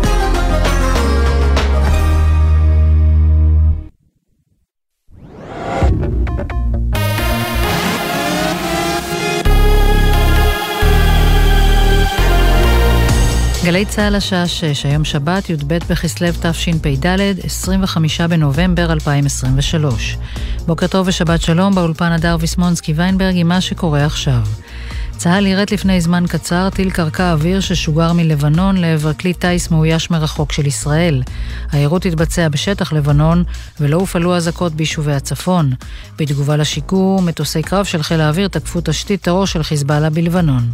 גלי צהל השעה שש, היום שבת, י"ב בכסלו תשפ"ד, עשרים וחמישה בנובמבר אלפיים עשרים ושלוש. בוקר טוב ושבת שלום, באולפן הדר ויסמונסקי ויינברג עם מה שקורה עכשיו. צהל ירד לפני זמן קצר טיל קרקע אוויר ששוגר מלבנון לעבר כלי טייס מאויש מרחוק של ישראל. הירות התבצע בשטח לבנון ולא הופעלו אזעקות ביישובי הצפון. בתגובה לשיקור, מטוסי קרב של חיל האוויר תקפו תשתית טרור של חיזבאללה בלבנון.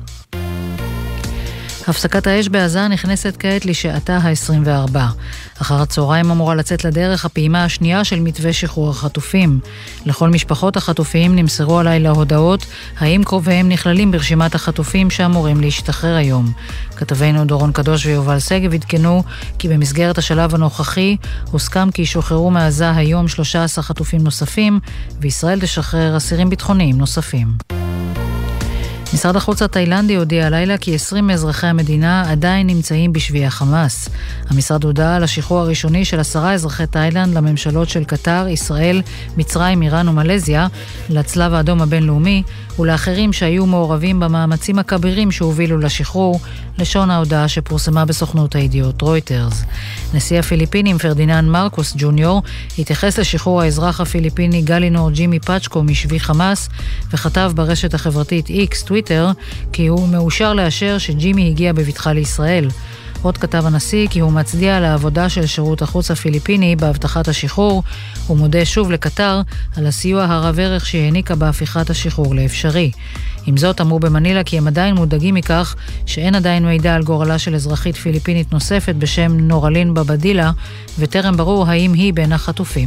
הפסקת האש בעזה נכנסת כעת לשעתה ה-עשרים וארבע. אחר הצהריים אמורה לצאת לדרך הפעימה השנייה של מתווה שחרור החטופים. לכל משפחות החטופים נמסרו הלילה הודעות האם קרוביהם נכללים ברשימת החטופים שאמורים להשתחרר היום. כתבינו דורון קדוש ויובל סגב עדכנו כי במסגרת השלב הנוכחי הוסכם כי ישוחררו מעזה היום שלושה עשר חטופים נוספים וישראל תשחרר אסירים ביטחוניים נוספים. משרד החוץ התאילנדי הודיע הלילה כי עשרים מאזרחי המדינה עדיין נמצאים בשבי החמאס. המשרד הודע על השחרור הראשוני של עשרה אזרחי תאילנד לממשלות של קטר, ישראל, מצרים, איראן ומלזיה, לצלב האדום הבינלאומי, ולאחרים שהיו מעורבים במאמצים הכבירים שהובילו לשחרור, לשון ההודעה שפורסמה בסוכנות הידיעות רויטרס. נשיא הפיליפינים פרדיננד מרקוס ג'וניור התייחס לשחרור האזרח הפיליפיני גלינור ג'ימי פאצ'קו משבי חמאס, וכתב ברשת החברתית איקס טוויטר כי הוא מאושר לאשר שג'ימי הגיע בבטחה לישראל. עוד כתב הנשיא כי הוא מצדיע על העבודה של שירות החוץ הפיליפיני בהבטחת השחרור, ומודה שוב לקטר על הסיוע הרב ערך שהעניקה בהפיכת השחרור לאפשרי. עם זאת אמרו במנילה כי הם עדיין מודאגים מכך שאין עדיין מידע על גורלה של אזרחית פיליפינית נוספת בשם נורלין בבדילה, וטרם ברור האם היא בין החטופים.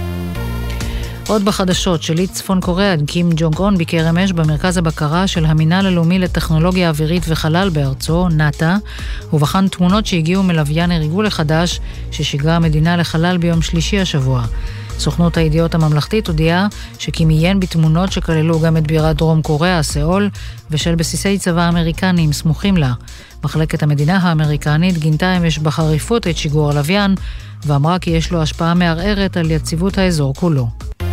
עוד בחדשות, שליט צפון קוריאה קים ג'ונג און ביקר אמש במרכז הבקרה של המינהל הלאומי לטכנולוגיה אווירית וחלל בארצו, נאט"א, ובחן תמונות שהגיעו מלוויין הריגול החדש ששיגרה המדינה לחלל ביום שלישי השבוע. סוכנות הידיעות הממלכתית הודיעה שקים עיין בתמונות שכללו גם את בירת דרום קוריאה, סאול, ושל בסיסי צבא אמריקניים סמוכים לה. מחלקת המדינה האמריקנית גינתה אמש בחריפות את שיגור הלוויין, ואמרה כי יש לו השפעה מערערת על יציבות האזור כולו.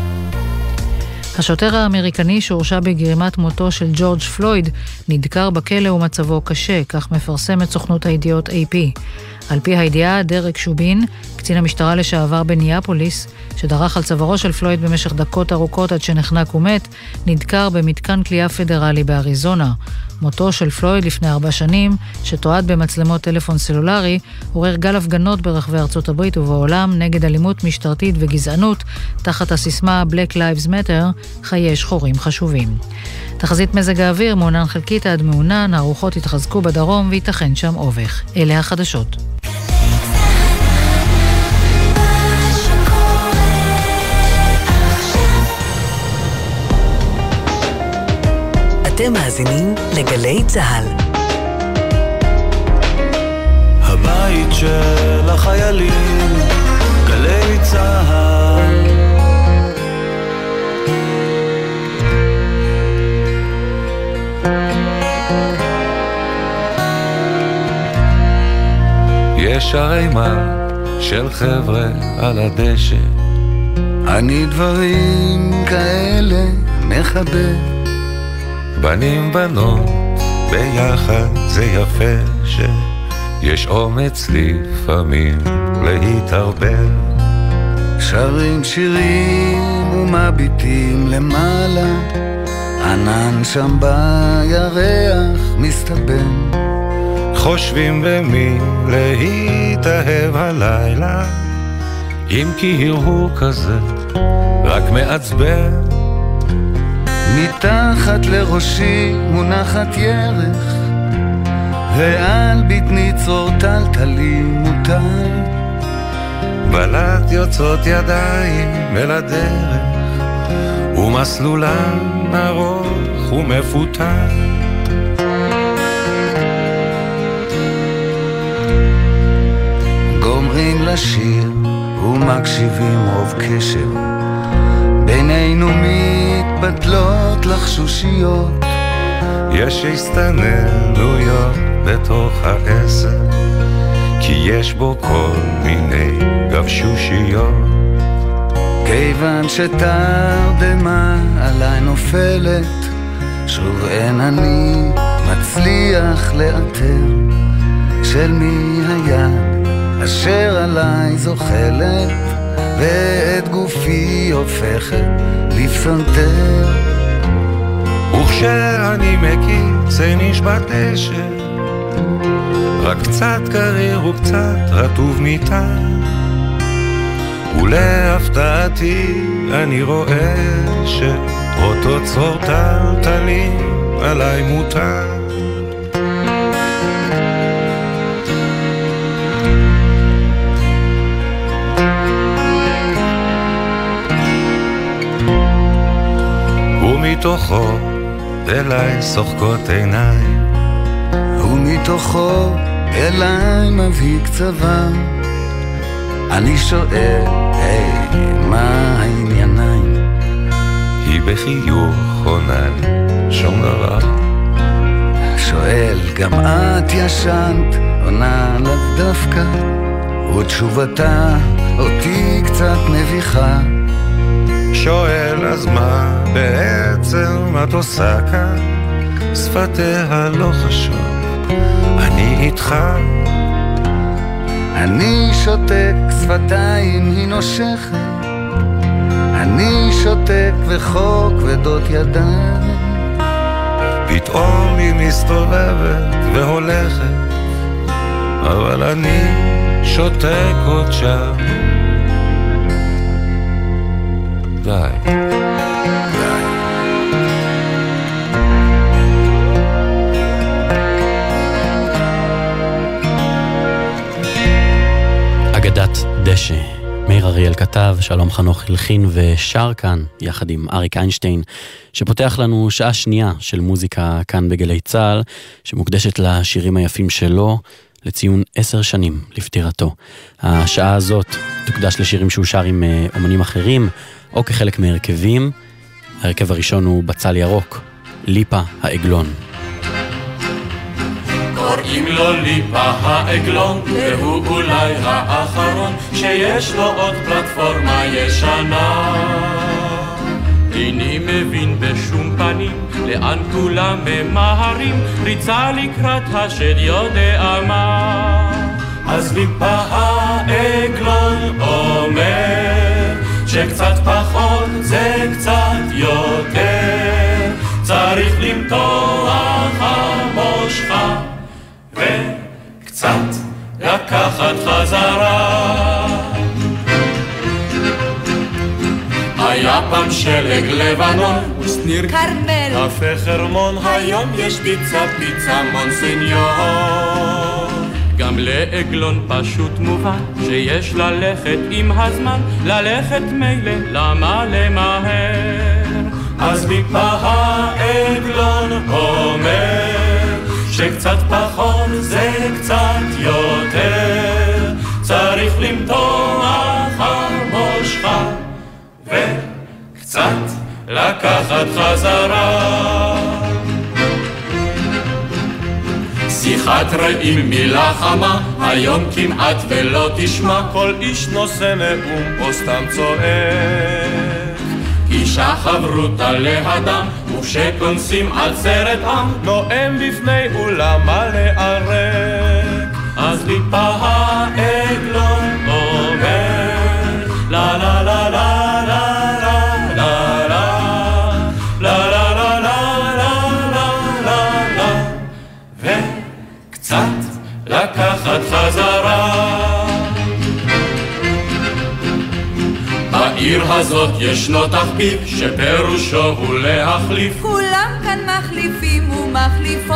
השוטר האמריקני שהורשע בגרימת מותו של ג'ורג' פלויד נדקר בכלא ומצבו קשה, כך מפרסמת סוכנות הידיעות איי פי. על פי הידיעה, דרק שובין, קצין המשטרה לשעבר בניאפוליס, שדרך על צווארו של פלויד במשך דקות ארוכות עד שנחנק ומת, נדקר במתקן כליאה פדרלי באריזונה. מותו של פלויד לפני ארבע שנים, שתועד במצלמות טלפון סלולרי, עורר גל הפגנות ברחבי ארצות הברית ובעולם נגד אלימות משטרתית וגזענות, תחת הסיסמה Black Lives Matter, חיי שחורים חשובים. תחזית מזג האוויר, מעונן חלקית עד מעונן, הרוחות יתחזקו בדרום ויתכן שם אובך. אלה החדשות. אתם מאזינים לגלי צהל. הבית של החיילים, גלי צהל. יש ערימה של חבר'ה על הדשא, אני דברים כאלה מחבר. בנים בנות ביחד זה יפה שיש אומץ לפעמים להתערבל. שרים שירים ומביטים למעלה, ענן שם בירח מסתבן. חושבים במי להתאהב הלילה, אם כי הוא כזה רק מעצבן. מתחת לראשי מונחת ירח, ועל בטני צור טלטלי מוטל. בלט יוצאות ידיים אל הדרך, ומסלולן ארוך ומפותל. גומרים לשיר ומקשיבים רוב קשב, בינינו מתבדלות לחשושיות. יש הסתננויות בתוך העשר, כי יש בו כל מיני גבשושיות. כיוון שתרדמה עליי נופלת, שוב אין אני מצליח לאתר של מי היד אשר עליי זוחלת, ואת גופי הופכת לפסנתר. וכשאני מקיץ זה נשבע דשא, רק קצת קריר וקצת רטוב מיטה, ולהפתעתי אני רואה שאותו צור טלטלים עליי מוטל. ומתוכו אליי שוחקות עיניים, ומתוכו אליי מבהיק צבא. אני שואל, היי, מה הענייניים? היא בחיוך עונה לי, שום דבר. גם את ישנת, עונה לך דווקא, ותשובתה אותי קצת מביכה. שואל אז מה בעצם את עושה כאן? שפתיה לא חשוב, אני איתך. אני שותק, שפתיים היא נושכת, אני שותק וחוק ודות ידיים. פתאום היא מסתובבת והולכת, אבל אני שותק עוד שם. די, די. אגדת דשא, מאיר אריאל כתב, שלום חנוך הלחין ושר כאן יחד עם אריק איינשטיין, שפותח לנו שעה שנייה של מוזיקה כאן בגלי צהל, שמוקדשת לשירים היפים שלו, לציון עשר שנים לפטירתו. השעה הזאת תוקדש לשירים שהוא שר עם אומנים אחרים, או כחלק מהרכבים. ההרכב הראשון הוא בצל ירוק, ליפה העגלון. קוראים לו ליפה העגלון, והוא אולי האחרון שיש לו עוד פלטפורמה ישנה. איני מבין בשום פנים לאן כולם ממהרים, ריצה לקראת השד יודע מה. אז ליפה העגלון אומר שקצת פחות זה קצת יותר, צריך למתוח המושכה וקצת לקחת חזרה. היה פעם שלג לבנון וסניר קרמל קפה חרמון, היום יש פיצה פיצה מונסניור. גם לעגלון פשוט מובן שיש ללכת עם הזמן, ללכת מילא למה למהר. אז ליפה העגלון אומר שקצת פחות זה קצת יותר, צריך למתוח המושכה וקצת לקחת חזרה. שיחת רעים מילה חמה, היום כמעט ולא תשמע, כל איש נושא נאום או סתם צועק. אישה חברותה להדם, וכשכונסים על סרט עם, נואם בפני אולם מלא ערק. אז ליפה העגלון אומר לה לה לה לה לה לה לה לה לה לה לה וקצת לקחת חזרה. בעיר הזאת ישנו תחביב שפירושו הוא להחליף, כולם כאן מחליפים ומחליפות,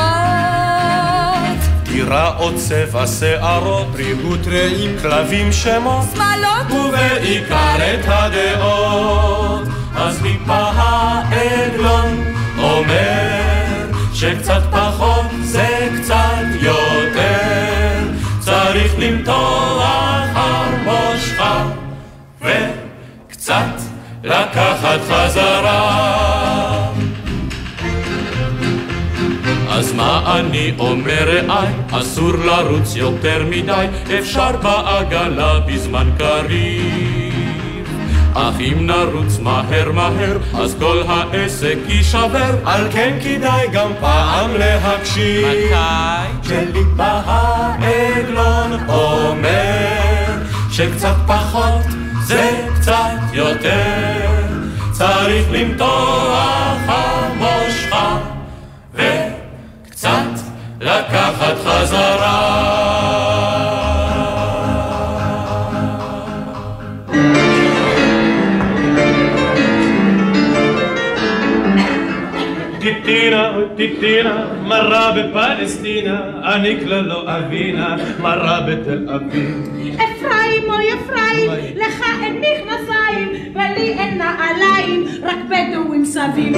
דירה או צבע שערות, בריאות רעים, כלבים שמות, שמאלות ובעיקר את הדעות. אז ליפה העגלון אומר שקצת פחות זה קצת יותר, צריך למתוח המושכה וקצת לקחת חזרה. אז מה אני אומר רעי, אסור לרוץ יותר מדי, אפשר בעגלה בזמן קריב, אך אם נרוץ מהר מהר אז כל העסק יישבר, על כן כדאי גם פעם להקשיב. מתי? שליפה העגלון אומר שקצת פחות זה קצת יותר, צריך למתוח המושכה וקצת לקחת חזרה. טיטינה, טיטינה, מרה בפלסטינה, אני כלל לא אבינה, מרה בתל אביב. אפרים אוי אפרים, לך אין מכנסיים ולי אין נעליים, רק בדואים סביב.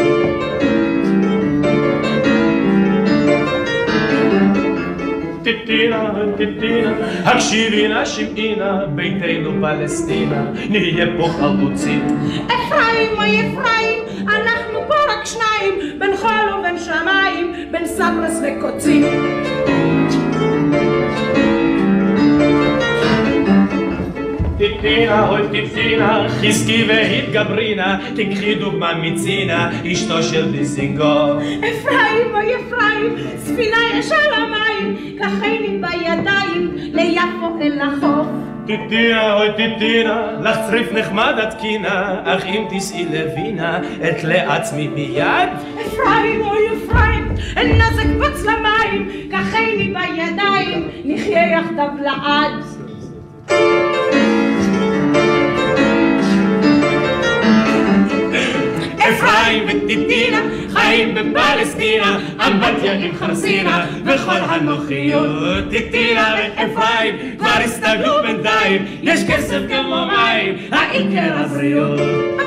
טיטינה, טיטינה, הקשיבינה שמעינה, ביתנו פלסטינה, נהיה פה חלוצים. אפרים אוי אפרים, אנחנו פה רק שניים, בין חול ובין שמיים, בין סברס וקוצים. תתינה, אוי תתינה, חזקי והתגברינה, תקחי דוגמה מצינה, אשתו של דיסינגוף. אפרים, אוי אפרים, ספינה יש על המים, קחני בידיים, ליפו אל החוף. תתינה, אוי תתינה, לך צריף נחמד התקינה, אך אם תסעי לבינה, את לעצמי ביד. אפרים, אוי אפרים, נזק בוץ למים, קחני בידיים, נחיה יחדיו לעד. אפרים ותתינה, חיים בפלסטינה, אמבטיה עם חרסינה, וכל הנוחיות. תתינה ואפרים כבר הסתגלו בינתיים, יש כסף כמו מים, העיקר הבריאות.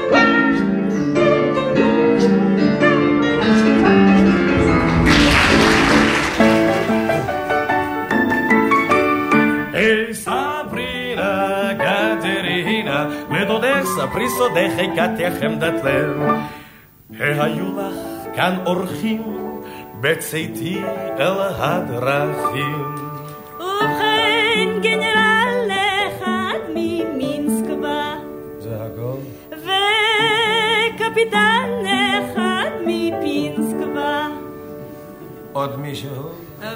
היי סברינה, קטרינה, לדודך ספרי סודך, הגעתי חמדת לב. היו לך כאן אורחים בצאתי אל הדרכים. ובכן גנרל אחד ממינסק בא, זה הכל? וקפיטן אחד מפינסק בא, עוד מישהו?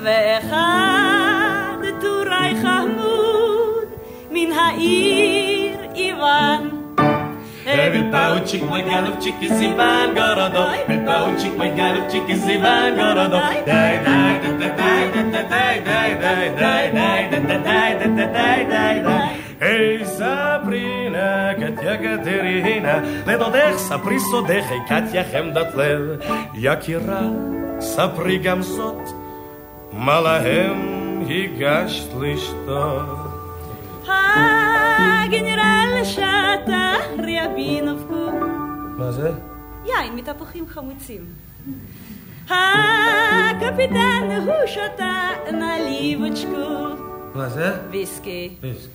ואחד טוראי חמוד מן העיר איוון. Every pouchik my galupchik is Ivan Gorodo. Every pouchik my galupchik is Ivan Gorodo. Die die die die die die die die die die die die. Hey Sabrina, Katya Katerina, לדודך ספרי סודך, קטיה חמדת לב. יקירה, ספרי גם זאת, מה להם הגשת לשתות? הגנרל שתה ריאבינובקו. מה זה? יין מתפוחים חמוצים. הקפיטן הוא שתה נליבוצ'קו. מה זה? ויסקי. ויסקי.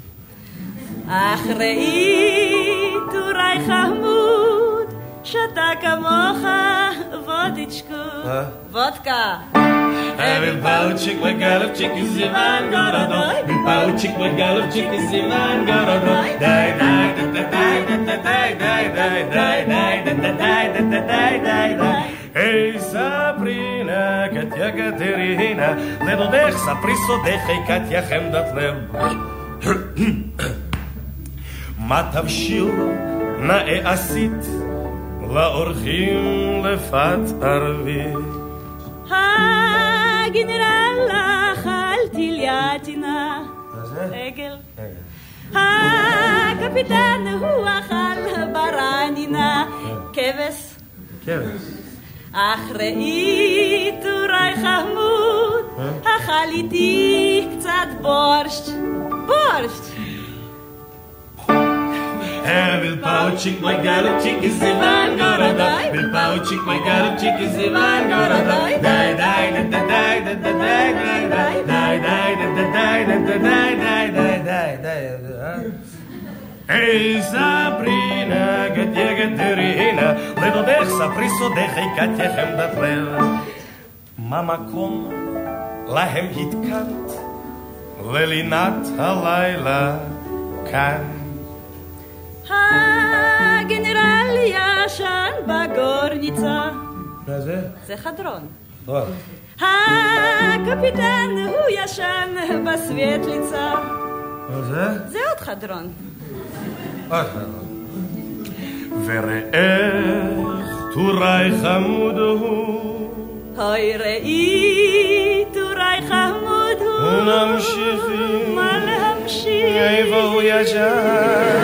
אחראי טוראי חמוד, שתה כמוך וודצ'קו. מה? וודקה. Every pouchik my galupchik is Ivan Gorodo. Every pouchik my galupchik is Ivan Gorodo. Die die die die die die die die die die die die. Hey Sabrina, Katya Katerina, לדודך ספרי סודך, קטיה חמדת לב. מה תבשיר נאה עשית לאורחים לפת ערבית? הגנרל אכל טילייטינה. מה זה? עגל. הקפיטן הוא אכל ברנינה. כבש. כבש. אחראי טוראי חמוד, אכל איתי קצת בורשט. בורשט. Every pouchik my galupchik is Ivan Gorodo. Every pouchik my galupchik is Ivan Gorodo. Die die die die die die die die die die die die. Hey Sabrina, Katya Katerina, לדודך ספרי סודך, קטיה חמדת לב. מה מקום להם התקנת ללינת הלילה כאן? הגנרל ישן בגורניצה. מה זה? זה חדרון. טוב. הקפיטן הוא ישן בסוויטליצה. מה זה? זה עוד חדרון. עוד חדרון. וראה טוראי חמוד הוא. אוי ראי טוראי חמוד הוא. נמשיכי. מה להמשיך? איפה הוא ישן?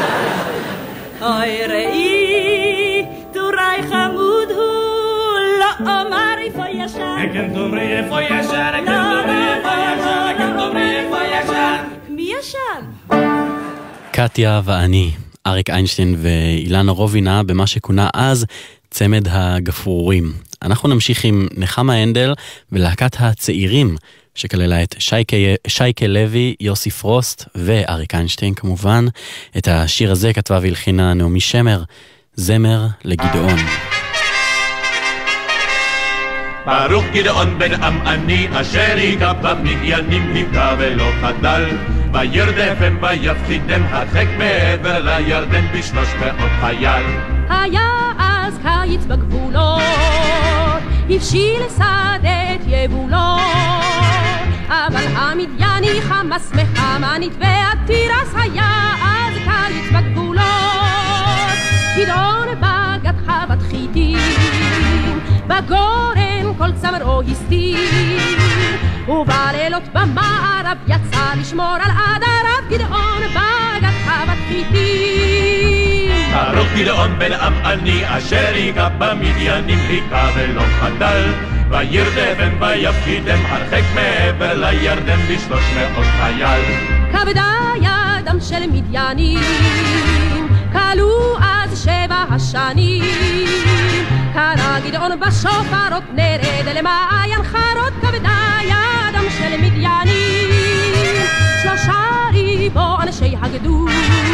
אוי ראי טוראי חמוד הוא. לא אומר איפה ישן. כן תאמרי איפה ישן. כן תאמרי איפה ישן. כן תאמרי איפה ישן. מי ישן? קטיה ואני, אריק איינשטיין ואילנה רובינה, במה שכונה אז צמד הגפרורים. אנחנו נמשיך עם נחמה הנדל ולהקת הצעירים, שכללה את שייקה, שייקה לוי, יוסי פרוסט ואריק איינשטיין כמובן. את השיר הזה כתבה והלחינה נעמי שמר, זמר לגדעון. ברוך גדעון בן אמעני אשר היכה במדיינים היכה ולא חדל וירדפם ויפחידם הרחק מעבר לירדן בשלוש מאות חייל. היה אז קיץ בגבולות הבשיל שדת יבולות אבל המדייני חמאס מחמנית והתירס היה אז קיץ בגבולות גדעון בגד חוות חיטים בגורן כל צמרו הסתיר ובלילות במערב יצא לשמור על עדריו גדעון בגד חוות חיטים. ברוך גדעון בן אמעני אשר היכה במדיינים היכה ולא חדל וירדפם ויפחידם הרחק מעבר לירדן בשלוש מאות חייל. כבדה ידם של מדיינים כלו אז שבע השנים קרא גדעון בשופרות נרד למעיין חרות כבדה ידם של מדיינים שלושה ריבו אנשי הגדוד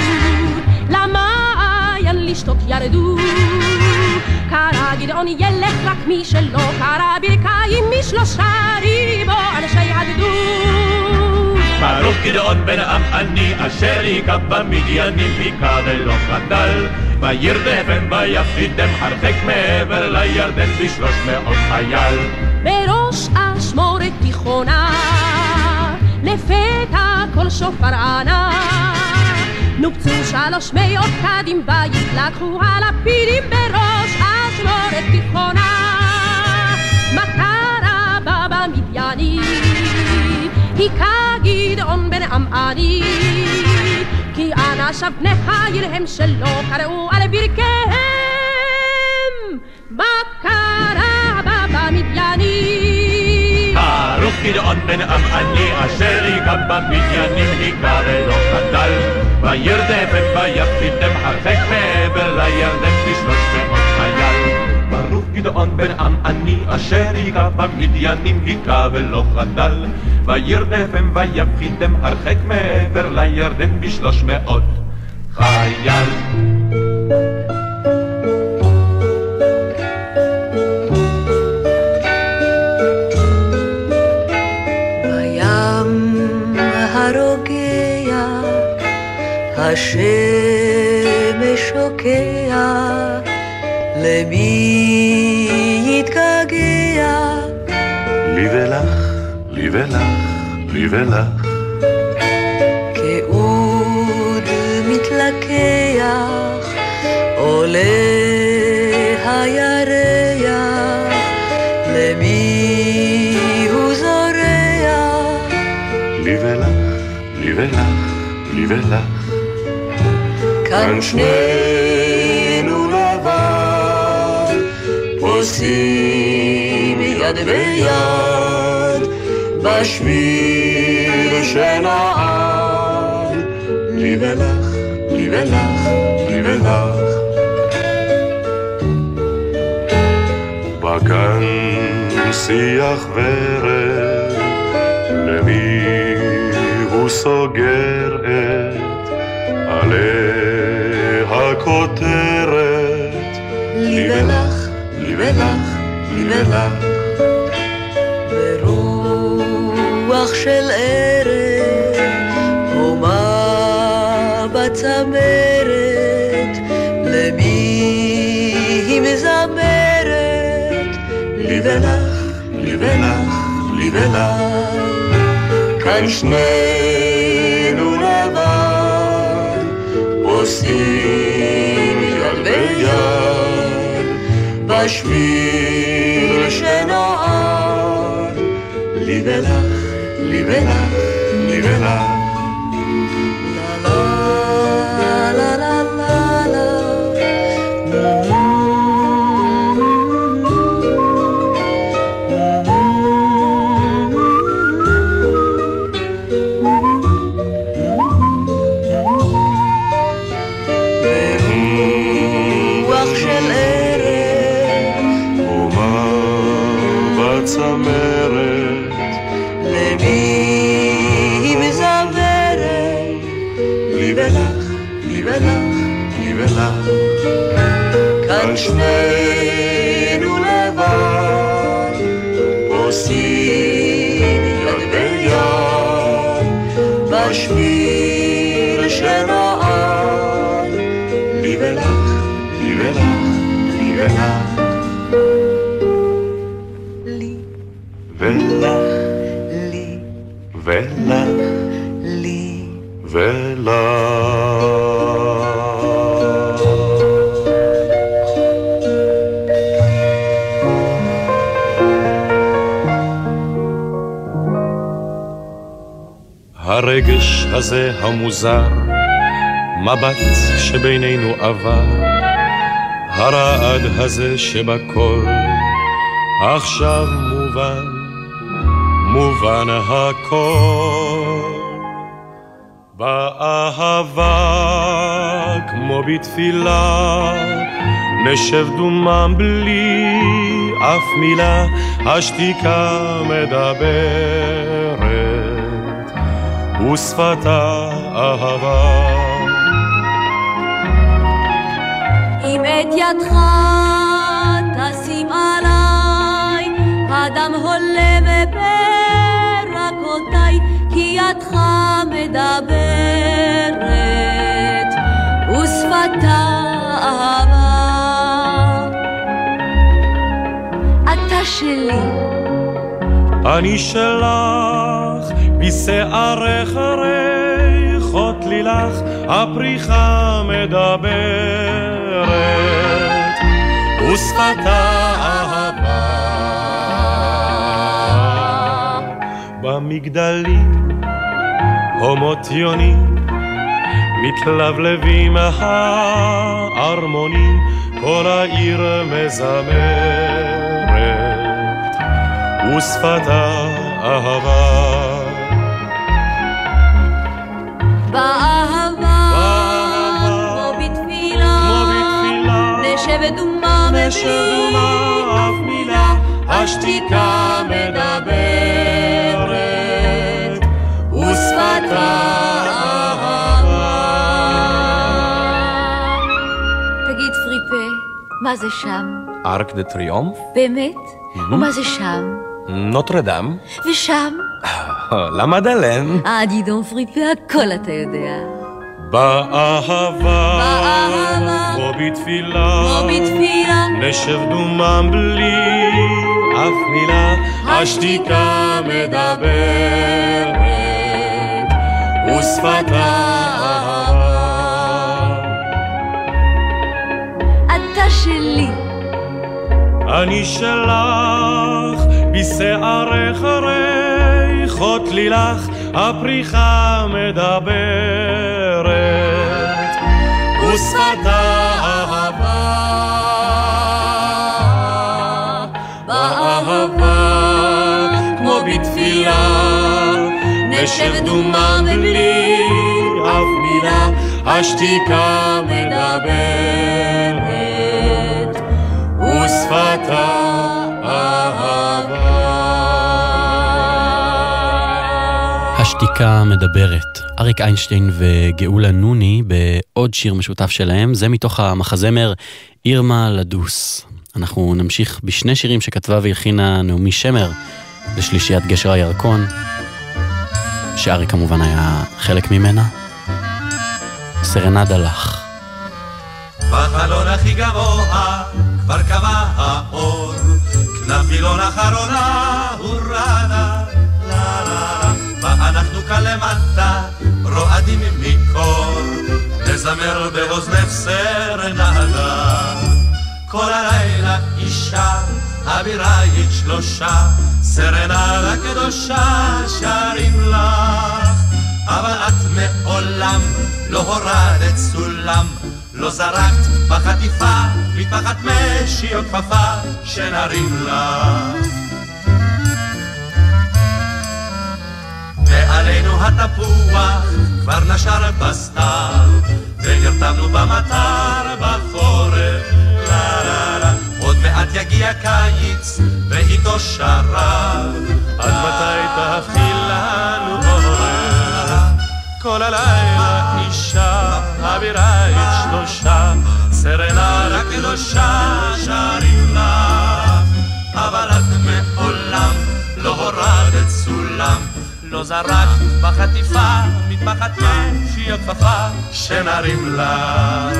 למעיין לשתות ירדו קרא גדעון ילך רק מי שלא קרא ברכיים משלושה ריבו אנשי הגדוד. ברוך גדעון בן אמעני אשר היכה במדיינים היכה ולא חדל וירדפם ויפחידם הרחק מעבר לירדן בשלוש מאות חייל. בראש אשמורת תיכונה לפתע כל שופר ענה נופצו שלוש מאות קדים ויתלקחו הלפידים בראש אשמורת תיכונה. מה קרה בה במדיינים היכה גדעון בן אמעני כי אנשיו בני חיל הם שלא קראו על ברכיהם. מה קרה בה במדיינים? ברוך גדעון בן אמעני אשר היכה במדיינים היכה ולא חדל וירדפם ויפחידם הרחק מעבר לירדן בשלוש מאות חייל. ברוך גדעון בן אמעני אשר היכה במדיינים היכה ולא חדל וירדפם ויפחידם הרחק מעבר לירדן בשלוש מאות חייל. בים הרוגע השמש שוקע למי יתגעגע לי ולך לי ולך, לי ולך כאוד מתלקח עולה הירח למי הוא זורח לי ולך, לי ולך, לי ולך כאן שנינו לבד פוסעים יד ביד בשביל שנעד לי ולך, לי ולך, לי ולך בגן שיח ורד למי הוא סוגר את עלי הכותרת לי ולך, לי ולך, לי ולך רוח של ערב הומה בצמרת למי היא מזמרת לי ולך, לי ולך, לי ולך כאן שנינו לבד עושים יד ביד בשביל שנועד לי ולך, לי ולך, לי ולך לה לה לה לה לה ברוח של ערב הומה בצמרת למי מזמרת לי ולך, לי ולך, לי ולך כאן שנינו לבד השביל שנועד לי ולך, לי ולך, לי ולך, לי ולך, לי ולך, לי ולך. הרגש הזה המוזר, מבט שבינינו עבר, הרעד הזה שבכל, עכשיו מובן, מובן הכל. באהבה כמו בתפילה, נשב דומם בלי אף מילה, השתיקה מדברת ושפתה אהבה. אם את ידך תשים עליי, הדם הולם ברכותיי, כי ידך מדברת ושפתה אהבה. אתה שלי, אני שלך, בשערך ריחות לילך, הפריחה מדברת ושפתה אהבה. במגדלים הומוטיונים מתלבלבים הארמונים, כל העיר מזמרת ושפתה אהבה. באהבה כמו בתפילה, נשב דומה מבלי אף מילה, השתיקה מדברת ושפתה אהבה. תגיד פריפה, מה זה שם? ארק דה טריומף? באמת? ומה זה שם? נוטרדם? ושם? למה דלן? אה, דידון פריפה, הכל אתה יודע. באהבה, כמו בתפילה, נשב דומם בלי אף מילה, השתיקה מדברת ושפתה אהבה. אתה שלי, אני שלך, בשערך ריחות לילך, הפריחה מדברת ושפתה אהבה. באהבה כמו בתפילה, נשב דומה בלי אף מילה, השתיקה מדברת ושפתה אהבה. השתיקה מדברת. אריק איינשטיין וגאולה נוני בעוד שיר משותף שלהם, זה מתוך המחזמר אירמה לדוס. אנחנו נמשיך בשני שירים שכתבה והלחינה נעמי שמר לשלישיית גשר הירקון, שאריק כמובן היה חלק ממנה. סרנדה לך. בחלון הכי גבוה כבר קבע האור, כנף וילון אחרונה הורדה, לה לה לה, ואנחנו כאן למטה רועדים מקור, נזמר באוזנך סרנדה. כל הלילה אישה אביראית שלושה, סרנדה קדושה שרים לך, אבל את מעולם לא הורדת סולם, לא זרקת בחטיפה מטפחת משי או כפפה שנרים לך. ועלינו התפוח כבר נשר בסתיו, ונרתמנו במטר בחורף, לה לה לה, עוד מעט יגיע קיץ ואיתו שרב, עד מתי תבחי לנו עורף. כל הלילה אישה אביראית שלושה, סרנדה קדושה שרים לך, אבל את מעולם לא הורדת סולם, לא לא זרק בחטיפה מטפחת משי הכפפה שנרים לה.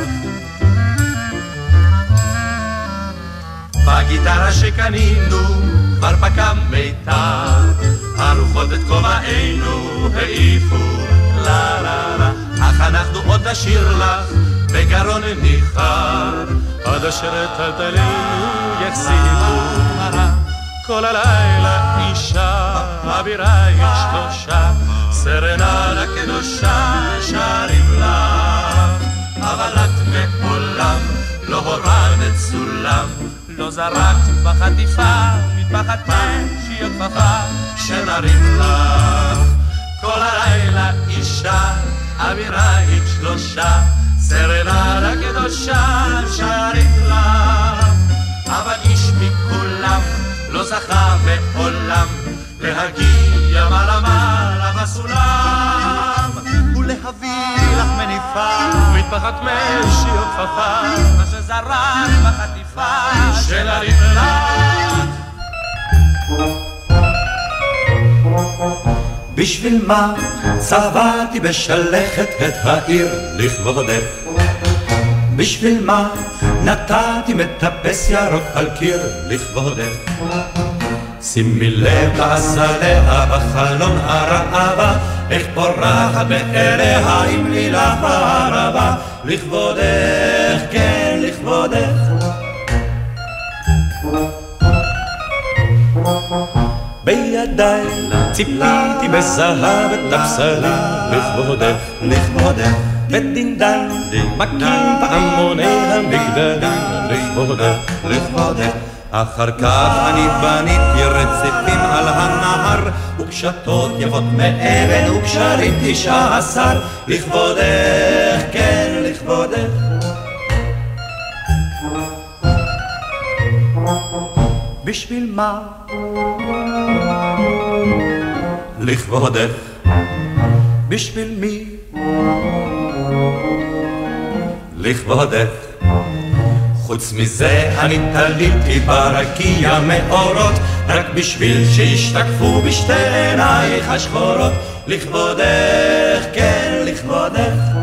בגיטרה שקנינו כבר פקע מיתר, הרוחות את כובענו העיפו לה לה לה, אך אנחנו עוד נשאיר לך בגרון ניחר, עד אשר את טלטלינו יחזיקו. כל הלילה אישה אבירה היא שלושה, סרנדה קדושה שרים לה, אבל את מעולם לא הורדת סולם, לא זרקת בחטיפה מטפחת משי הכפפה שנרים לך. כל הלילה אישה אבירה היא שלושה, סרנדה קדושה שרים לה, אבל איש מכולם לא זכה מעולם להגיע מעלה מעלה בסולם, ולהביא לך מניפה מטפחת משי הכפפה, מה שזרק בחטיפה שנרים לך. בשביל מה צבעתי בשלכת את העיר לכבודך? בשביל מה נתתי מטפס ירוק על קיר לכבודך? שימי לב לעשליה בחלון הרעבה, איך פורחת בעריה עם לילה בערבה, לכבודך, כן לכבודך. בידיי ציפיתי בזהב את הפסלים לכבודך, לכבודך. ודינדן מכים פעמוני המגדלים לכבודך, לכבודך. אחר כך אני בניתי רצפים על הנהר, וקשתות יפות מאבן וקשרים תשע עשר לכבודך, כן לכבודך. בשביל מה? לכבודך. בשביל מי? לכבודך. חוץ מזה אני תליתי ברקיע מאורות, רק בשביל שישתקפו בשתי עינייך השחורות לכבודך, כן לכבודך.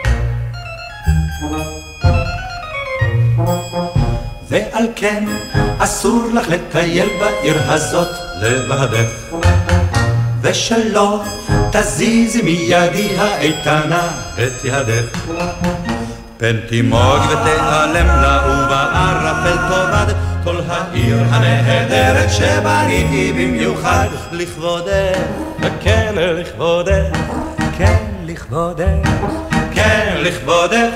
ועל כן אסור לך לטייל בעיר הזאת לבדך, ושלא תזיזי מידי האיתנה את ידך. פן תימוג ותיעלם לה ובערפל תאבד כל העיר הנהדרת שבניתי במיוחד לכבודך, כן לכבודך, כן לכבודך, כן לכבודך.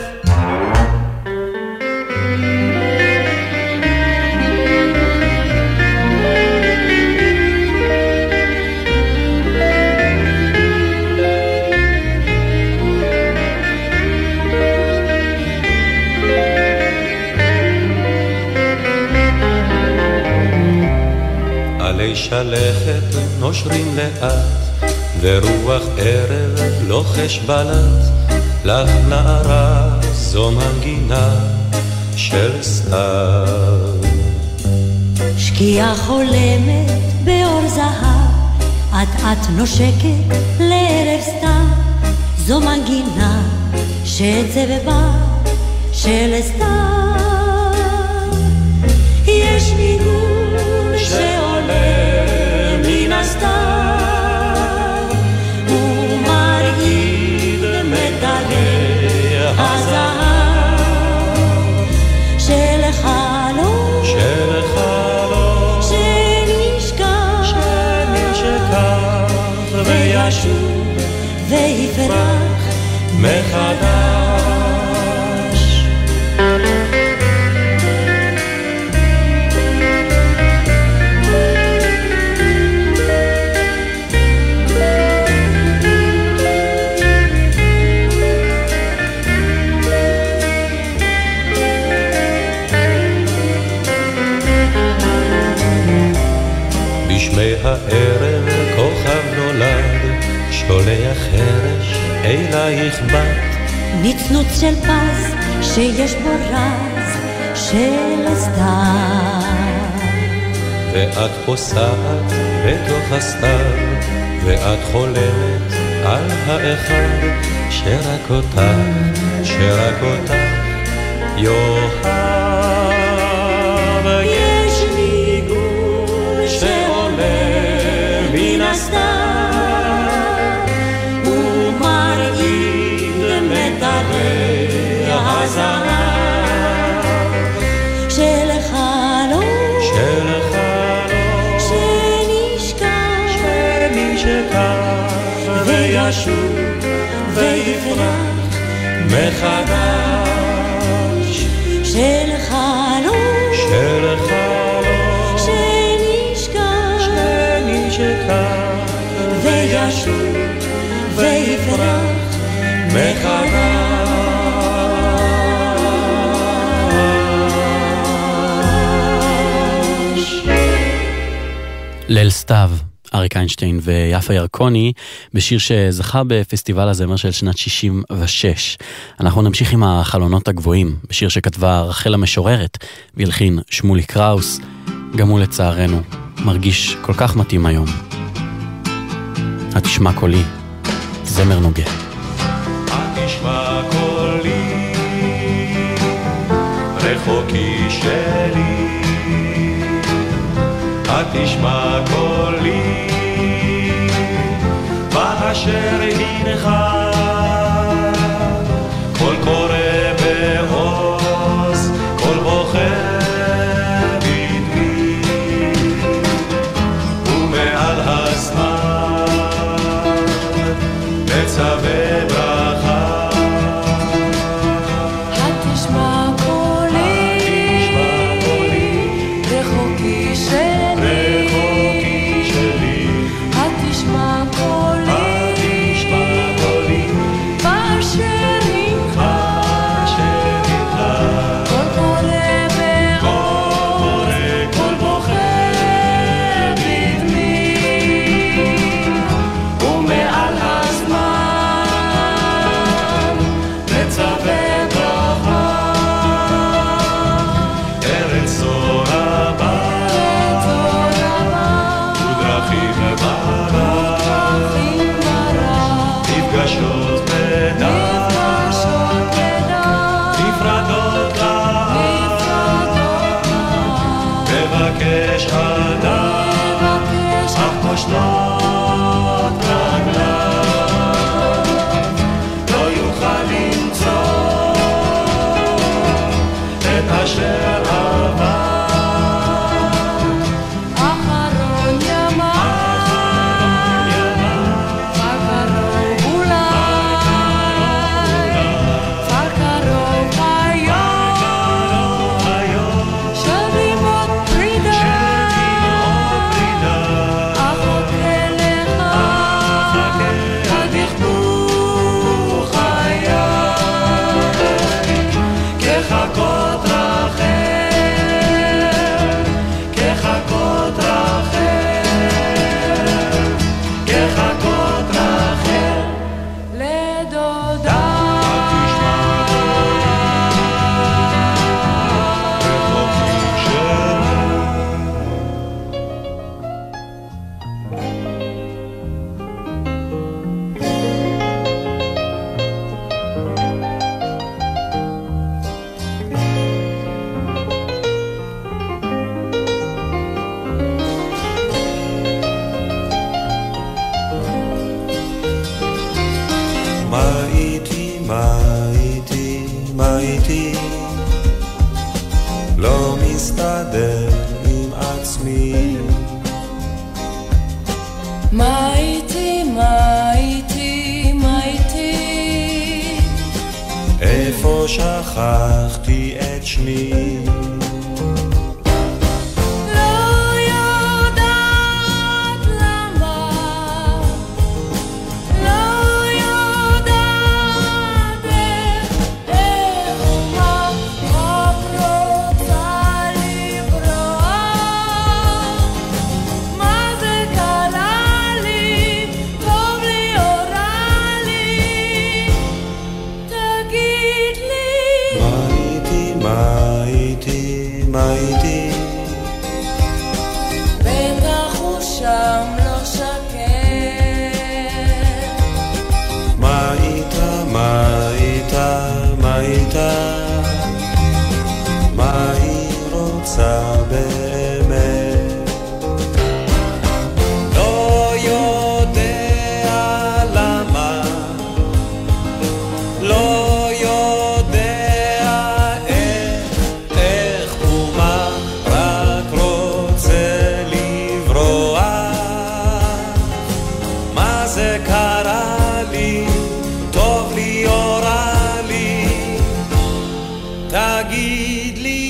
עלי שלכת נושרים לאט, ורוח ערב לוחש בלט, לך נערה זו מנגינה של סתיו. שקיעה חולמת באור זהב, את את נושקת לערב סתיו, זו מנגינה של צבבה של סתיו. יש ניגון שעולה מן הסתיו ומרעיד מטלי הזהב של חלום, של חלום שנשכח, שנשכח וישוב ויפרח מחדש. בשמי הערב כוכב נולד, שולח חרש אלייך בת, נצנוץ של פז שיש בו רז של הסתיו. ואת פוסעת בתוך הסתיו ואת חולמת על האחד שרק אותך, שרק אותך יאהב. יש ניגון שעולה מן הסתיו ומרעיד מטרי הזהב של חלום, של חלום שנשכח, שנשכח וישוב ויפרח מחדש. של חלום, של חלום שנשכח, שנשכח וישוב ויפרח מחדש. ליל סתיו, אריק איינשטיין ויפה ירקוני, בשיר שזכה בפסטיבל הזמר של שנת שישים ושש. אנחנו נמשיך עם החלונות הגבוהים, בשיר שכתבה רחל המשוררת והלחין שמולי קראוס. גם הוא לצערנו מרגיש כל כך מתאים היום. התשמע קולי, זמר נוגה. התשמע קולי, רחוקי שלי, התשמע קולי, באשר הנך, קול קורא בעוז, קול בוחר בדמי, ומעל הזמן מצווה ברכה. התשמע קולי, רחוקי שלי, התשמע קולי, באשר הנך, קול קורא בעוז, קול בוחר בדמי, ומעל הזמן מצווה ברכה. ארץ אור הבא ודרכים ברא, נפגשות בדעת, נפרדות לאט, מבקש אדם אך פושטות רגליו, לא יוכל למצוא את אשר עבר. אחרון ימיי, כבר קרוב אולי, כבר קרוב היום, שבים עוד פרידה, אחכה לך עד יכבו חיי, כחכות רחל, כחכות רחל, כחכות רחל, לדודה. רחוקים שלה. מה איתי, מה איתי, מה איתי, לא מסתדר עם עצמי. מה איתי, מה איתי, מה איתי, איפה שכחתי את שמי. לא יודעת למה, לא יודעת איך, איך ומה, רק רוצה לברוח. מה זה קרה לי, טוב לי או רע לי, תגיד לי. מה איתי, מה איתי, מה איתי, בטח הוא שם לא שקט, עשה באמת. לא יודע למה, לא יודע איך, איך ומה, רק רוצה לברוח. מה זה קרה לי, טוב לי או רע לי, תגיד לי.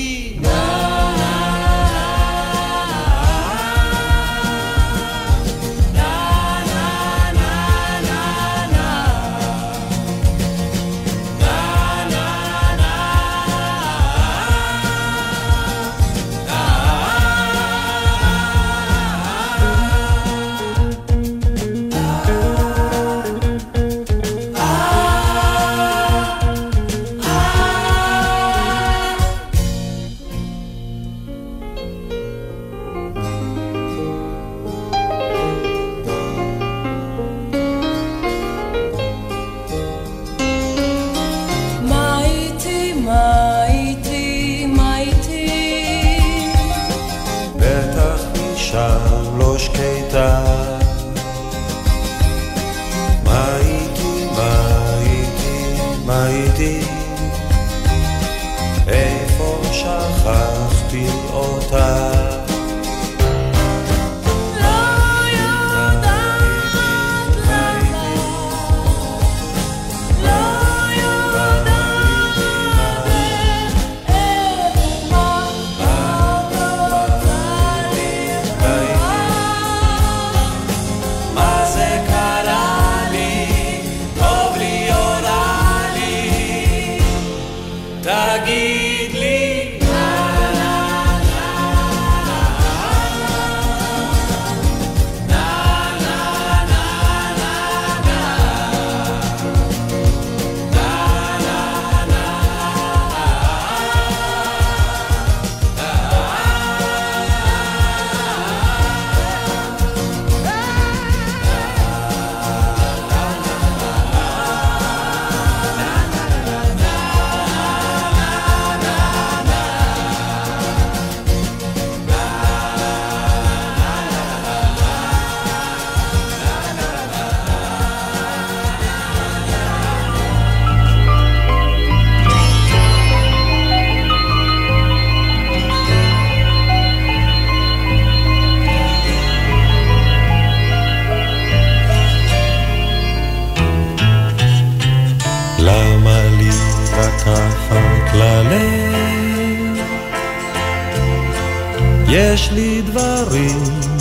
יש לי דברים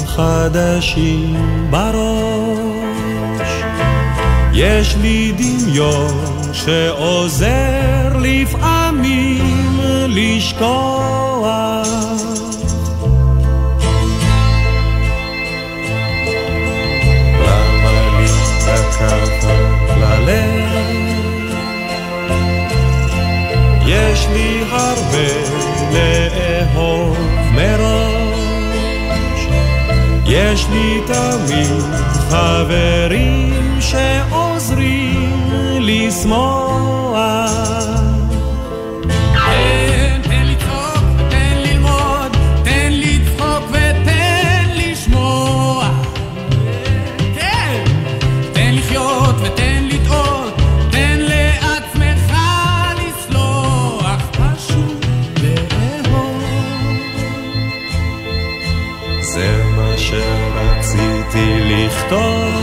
חדשים בראש, יש לי דמיון שעוזר לפעמים לשכוח. למה לי לקחת ללב? יש לי הרבה לאהוב מראש, יש לי תמיד חברים שעוזרים לשמוח. תן, תן לצחוק, תן ללמוד, תן לצחוק ותן לשמוע. תן, תן לחיות ותן לטעות, תן לעצמך לסלוח, פשוט לאהוב. זה מה שרציתי לכתוב,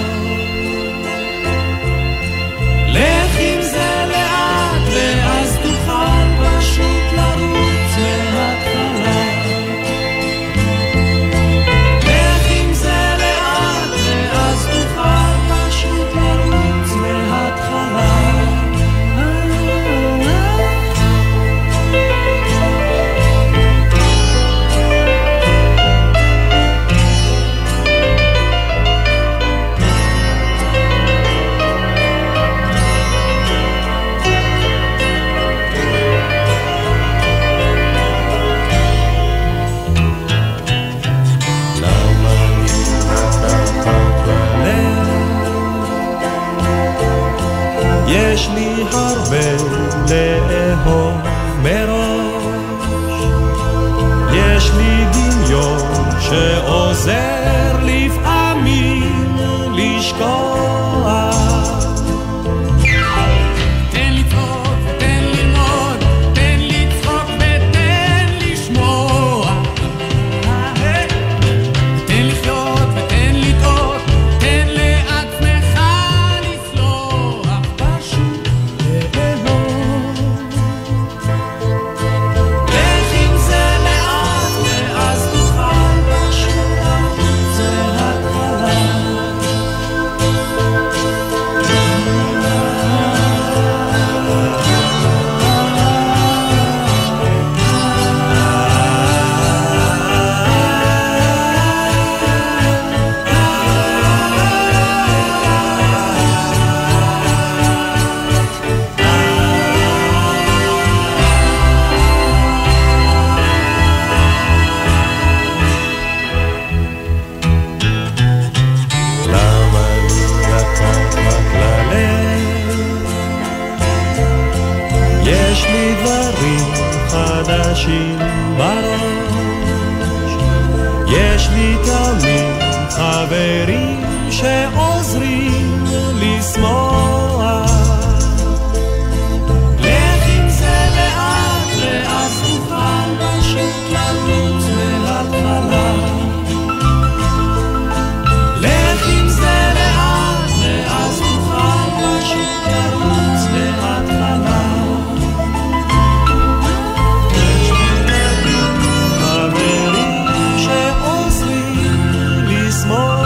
לך עם זה לאט ואז תוכל פשוט לרוץ מההתחלה. לך עם זה לאט ואז תוכל פשוט לרוץ מההתחלה. שעוזר לפעמים לשכוח. תן לצחוק ותן ללמוד, תן לצחוק ותן לשמוע, תן לחיות ותן לטעות, תן לעצמך לסלוח, פשוט ליהנות. לך עם זה לאט ואז תוכל פשוט לרוץ, זה התחלה. למה לי לקחת ללב? יש לי דברים חדשים בראש, יש לי תמיד חברים שעוזרים לשמוח. לך עם זה לאט ואז תוכל פשוט לרוץ מההתחלה. לך עם זה לאט ואז תוכל פשוט לרוץ מההתחלה. חברים שעוזרים לשמוח.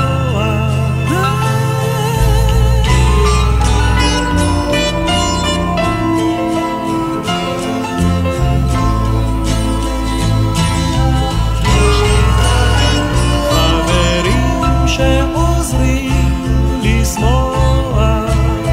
חברים שעוזרים לשמוח.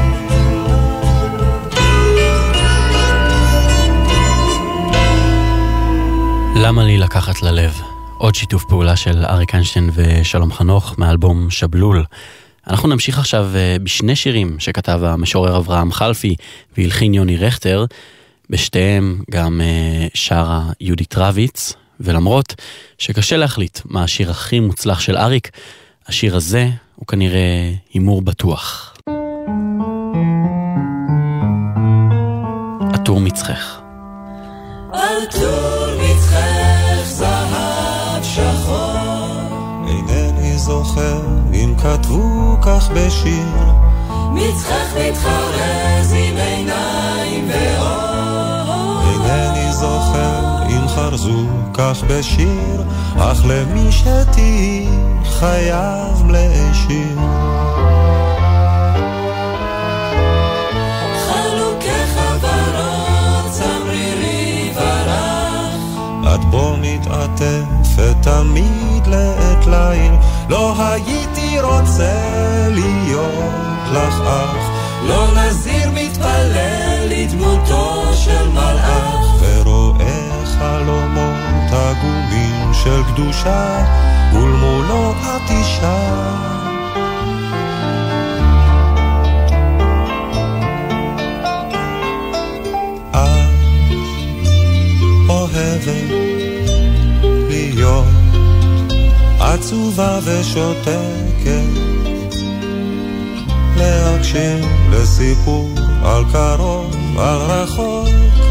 למה לי לקחת ללב? עוד שיתוף פעולה של אריק איינשטיין ושלום חנוך מאלבום שבלול. אנחנו נמשיך עכשיו בשני שירים שכתב המשורר אברהם חלפי והלחין יוני רכטר. בשתיהם גם שרה יהודית רביץ, ולמרות שקשה להחליט מה השיר הכי מוצלח של אריק, השיר הזה הוא כנראה הימור בטוח. עטור מצחך. עטור מצחך זהב שחור, אינני זוכר אם כתבו כך בשיר. מצחך מתחרז עם עיניים ואור, אינני זוכר אם חרזו כך בשיר, אך למי שתהי חייב להשאיר. את בו מתעטפת תמיד לעת ליל, לא הייתי רוצה להיות לך אח, לא נזיר מתפלל לדמותו של מלאך, ורואה חלומות עגומים של קדושה, ולמולו את אישה. אוהבת להיות עצובה ושותקת, להקשיב לסיפור על קרוב, על רחוק,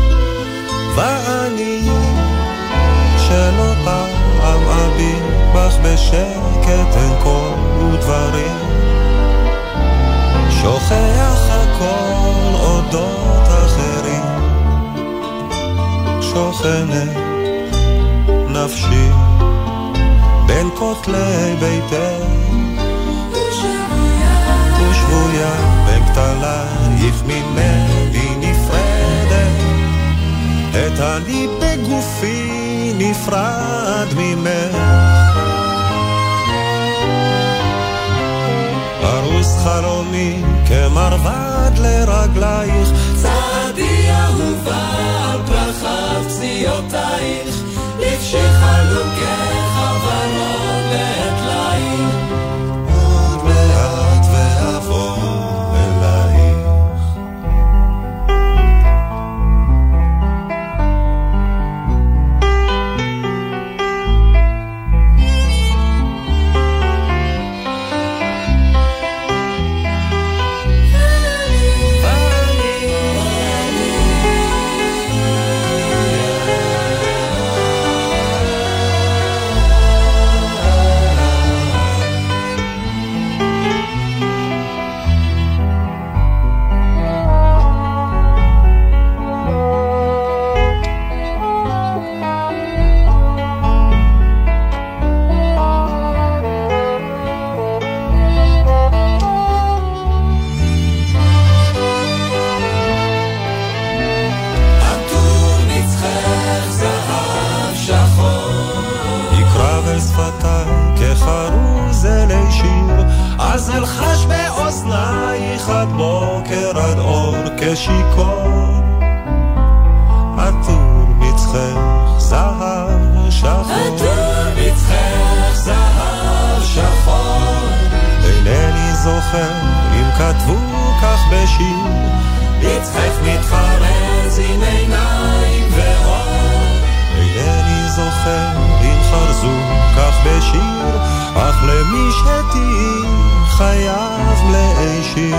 ואני שלא פעם אביט בך בשקט אין כל ודברים, שוכח הכל אודות אחרים, שוכנת נפשי בין כותלי ביתך, ושבויה בין כתלייך ממני נפרדת, את אני בגופי נפרד ממך, ארוס חלומי כמרבד לרגלייך, צעדי אהובה על פרחת פציעותייך, לפשי חלוקך ורוד לעת ליל, עוד מעט ואבוא אלייך. יקרא בשפתיי כחרוז אלי שיר, אז אלחש באוזנייך עד בוקר עד אור כשיקור. עטור מצחך זהב שחור, עטור מצחך זהב שחור, אינני זוכר אם כתבו כך בשיר, מצחך מתחרז עם עיניים ואור, אינני זוכר אם חרזו כך בשיר, אך למי שתהי חייב להישיר.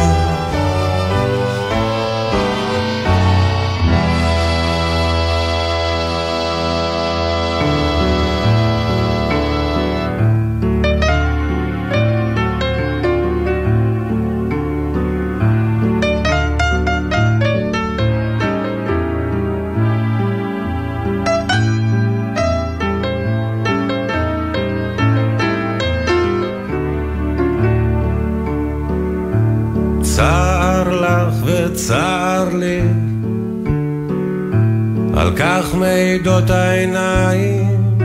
צר לי על כך מעידות העיניים,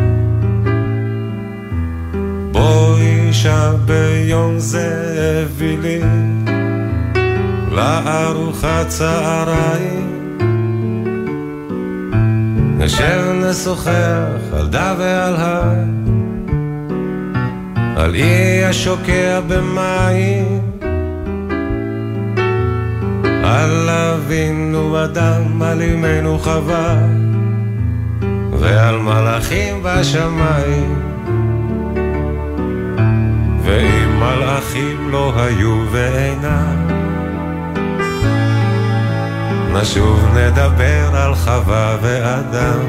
בואי שביום זה הביא לי לארוחת צהריים, נשב נשוחח על דה ועל הר, על אי השוקע במים, על אבינו אדם, על אמנו חווה, ועל מלאכים בשמיים. ואם מלאכים לא היו ואינם, נשוב נדבר על חווה ואדם.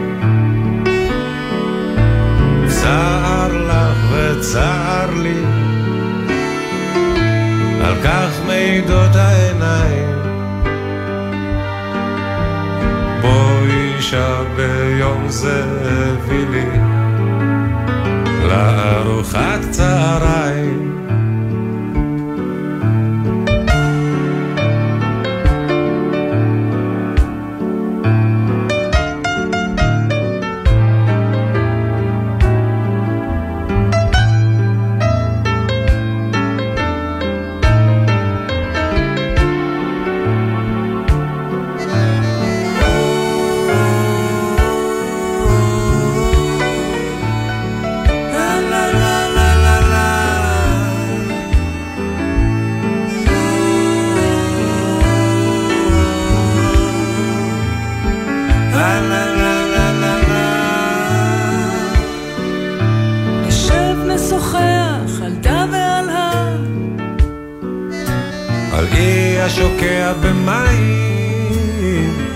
צער לך וצער לי, על כך מעידות העיניים, בואי שביום זה הביא לי לארוחת צהריים. שוקע במים,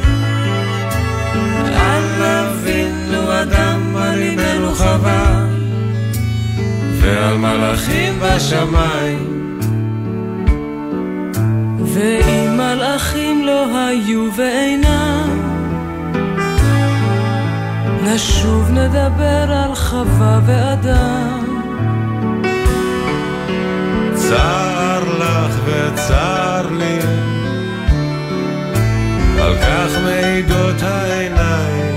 על אבינו אדם, על אמנו חווה, ועל מלאכים בשמיים. ואם מלאכים לא היו ואינם, נשוב נדבר על חווה ואדם. צער לך וצער לי, על כך מעידות העיניים,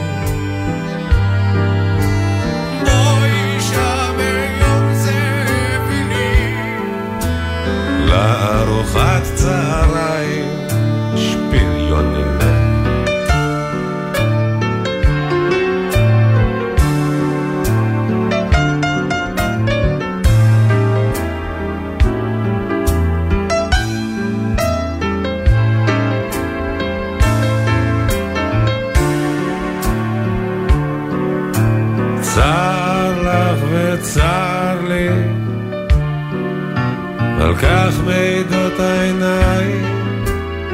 בואי שביום זה הביא לי לארוחת צהריים שפיליונים. צער לי, על כך מעידות העיניים,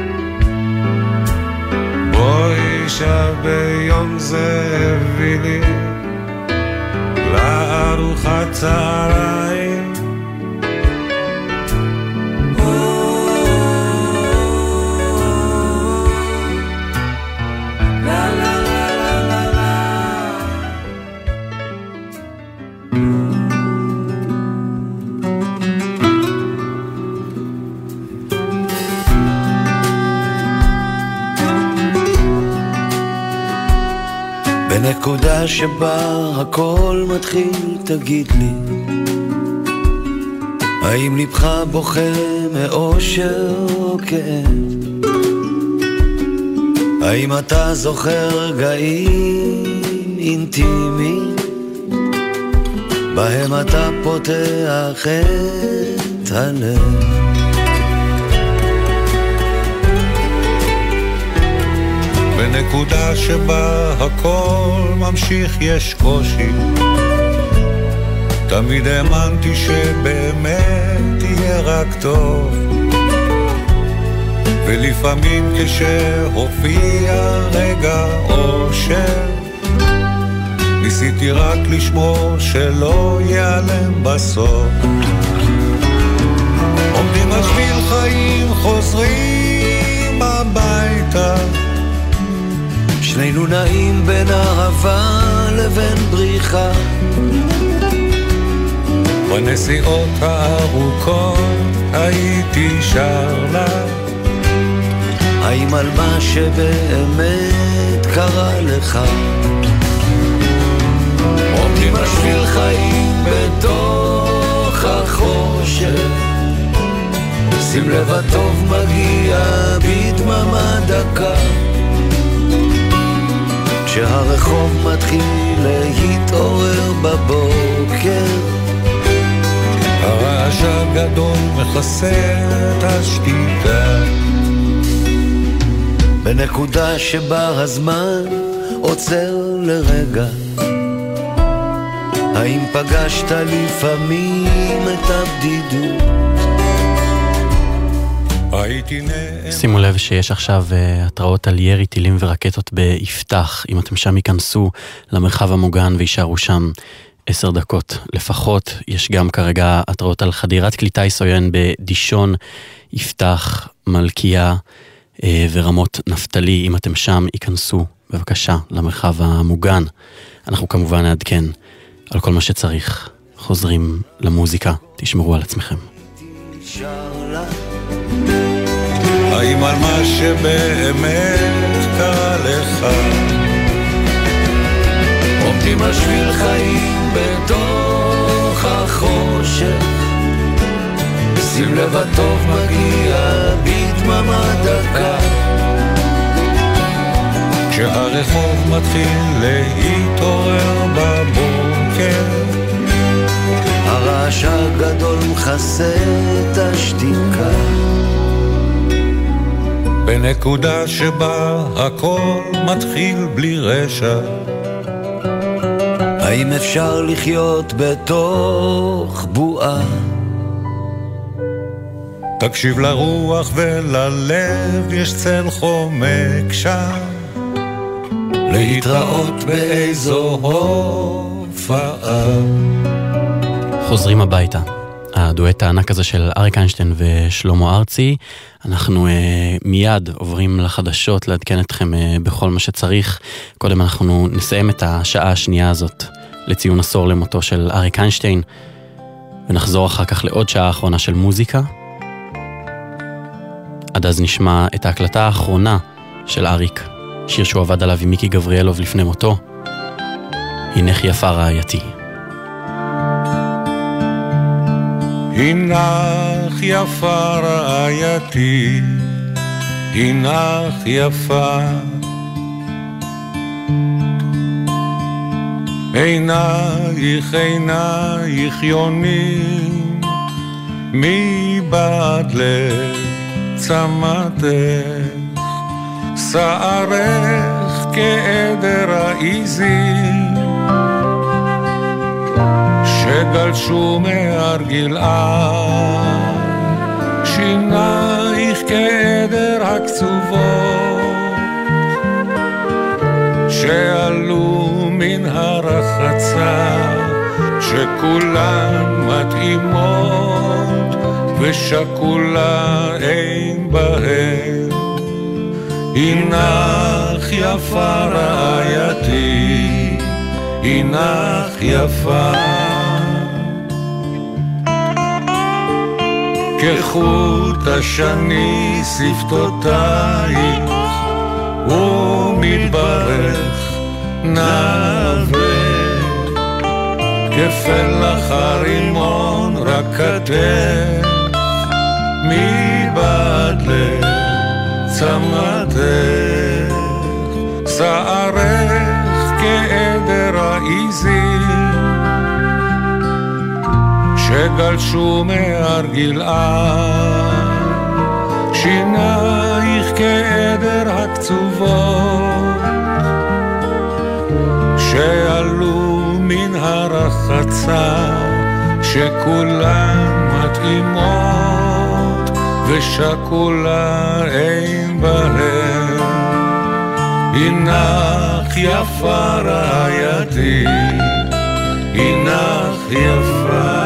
בואי שביום זה הביא לי לארוחת צהריים. בנקודה שבה הכל מתחיל תגיד לי, האם לבך בוכה מאושר או כאב? האם אתה זוכר רגעים אינטימיים בהם אתה פותח את הלב? בנקודה שבה הכל ממשיך יש קושי, תמיד האמנתי שבאמת יהיה רק טוב, ולפעמים כשהופיע רגע אושר ניסיתי רק לשמור שלא ייעלם בסוף. עומדים על שביל חיים חוזרים הביתה, שנינו נעים בין אהבה לבין בריחה, בנסיעות הארוכות הייתי שר לה, האם על מה שבאמת קרה לך? עומדים על שביל חיים בתוך החושך, שים לב הטוב מגיע בדממה דקה, כשהרחוב מתחיל להתעורר בבוקר, הרעש הגדול מכסה את השתיקה. בנקודה שבה הזמן עוצר לרגע, האם פגשת לפעמים את הבדידות? שימו לב שיש עכשיו uh, התראות על ירי טילים ורקטות ביפתח. אם אתם שם ייכנסו למרחב המוגן וישארו שם עשר דקות לפחות. יש גם כרגע התראות על חדירת כלי טיס עוין בדישון, יפתח, מלכיה uh, ורמות נפתלי. אם אתם שם ייכנסו בבקשה למרחב המוגן. אנחנו כמובן נעדכן על כל מה שצריך. חוזרים למוזיקה, תשמרו על עצמכם. האם על מה שבאמת קרה לך? עומדים על שביל חיים בתוך החושך, שים לב הטוב מגיע בדממה דקה, כשהרחוב מתחיל להתעורר בבוקר, הרעש הגדול מכסה את השתיקה. בנקודה שבה הכל מתחיל בלי רשע, האם אפשר לחיות בתוך בועה? תקשיב לרוח וללב, יש צל חומק שם, להתראות באיזו הופעה. חוזרים הביתה, הדואט הענק הזה של אריק איינשטיין ושלמה ארצי. אנחנו uh, מיד עוברים לחדשות, לעדכן אתכם uh, בכל מה שצריך. קודם אנחנו נסיים את השעה השנייה הזאת לציון עשור למותו של אריק איינשטיין, ונחזור אחר כך לעוד שעה האחרונה של מוזיקה. עד אז נשמע את ההקלטה האחרונה של אריק, שיר שהוא עבד עליו עם מיקי גבריאלוב לפני מותו, הנך יפה רעייתי. הנך יפה רעייתי, הנך יפה, עינייך עינייך יונים מבעד לצמתך, שערך כעדר העיזים שגלשו מהר גלעד, שינייך כעדר הקצובות שעלו מן הרחצה, שכולן מתאימות ושכולה אין בהן. הנך יפה רעייתי, הנך יפה, כחוט השני שפתותייך ומתברך נווה, כפלח הרימון רק כתף, מבעד לצמתך, שערך כעדר העיזים, שגלשו מהר גלעד, שינייך כעדר הקצובות, שעלו מן הרחצה, שכולן מתאימות, ושכולה אין בהן. הינך יפה רעייתי, הינך יפה.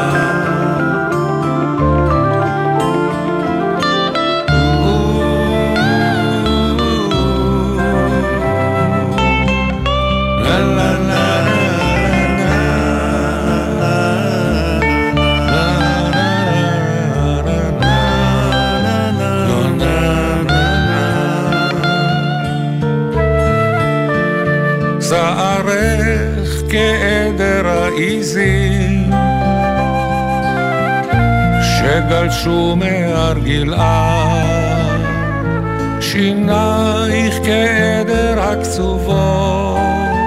שערך כעדר העיזים, שגלשו מהר גלעד, שינייך כעדר הקצובות,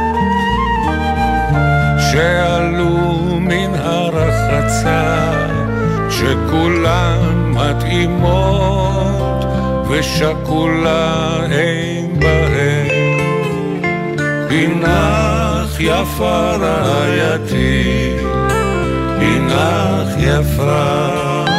שעלו מן הרחצה, שכולן מתאימות, ושכולה אין בהן. הינך יפה רעייתי, הינך יפה.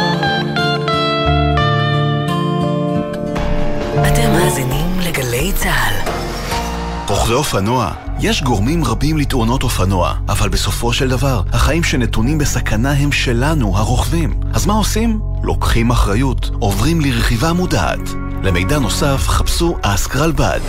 אתם מאזינים לגלי צהל. רוכבי אופנוע. יש גורמים רבים לתאונות אופנוע, אבל בסופו של דבר, החיים שנתונים בסכנה הם שלנו, הרוכבים. אז מה עושים? לוקחים אחריות, עוברים לרכיבה מודעת. למידע נוסף, חפשו אסקרלבד.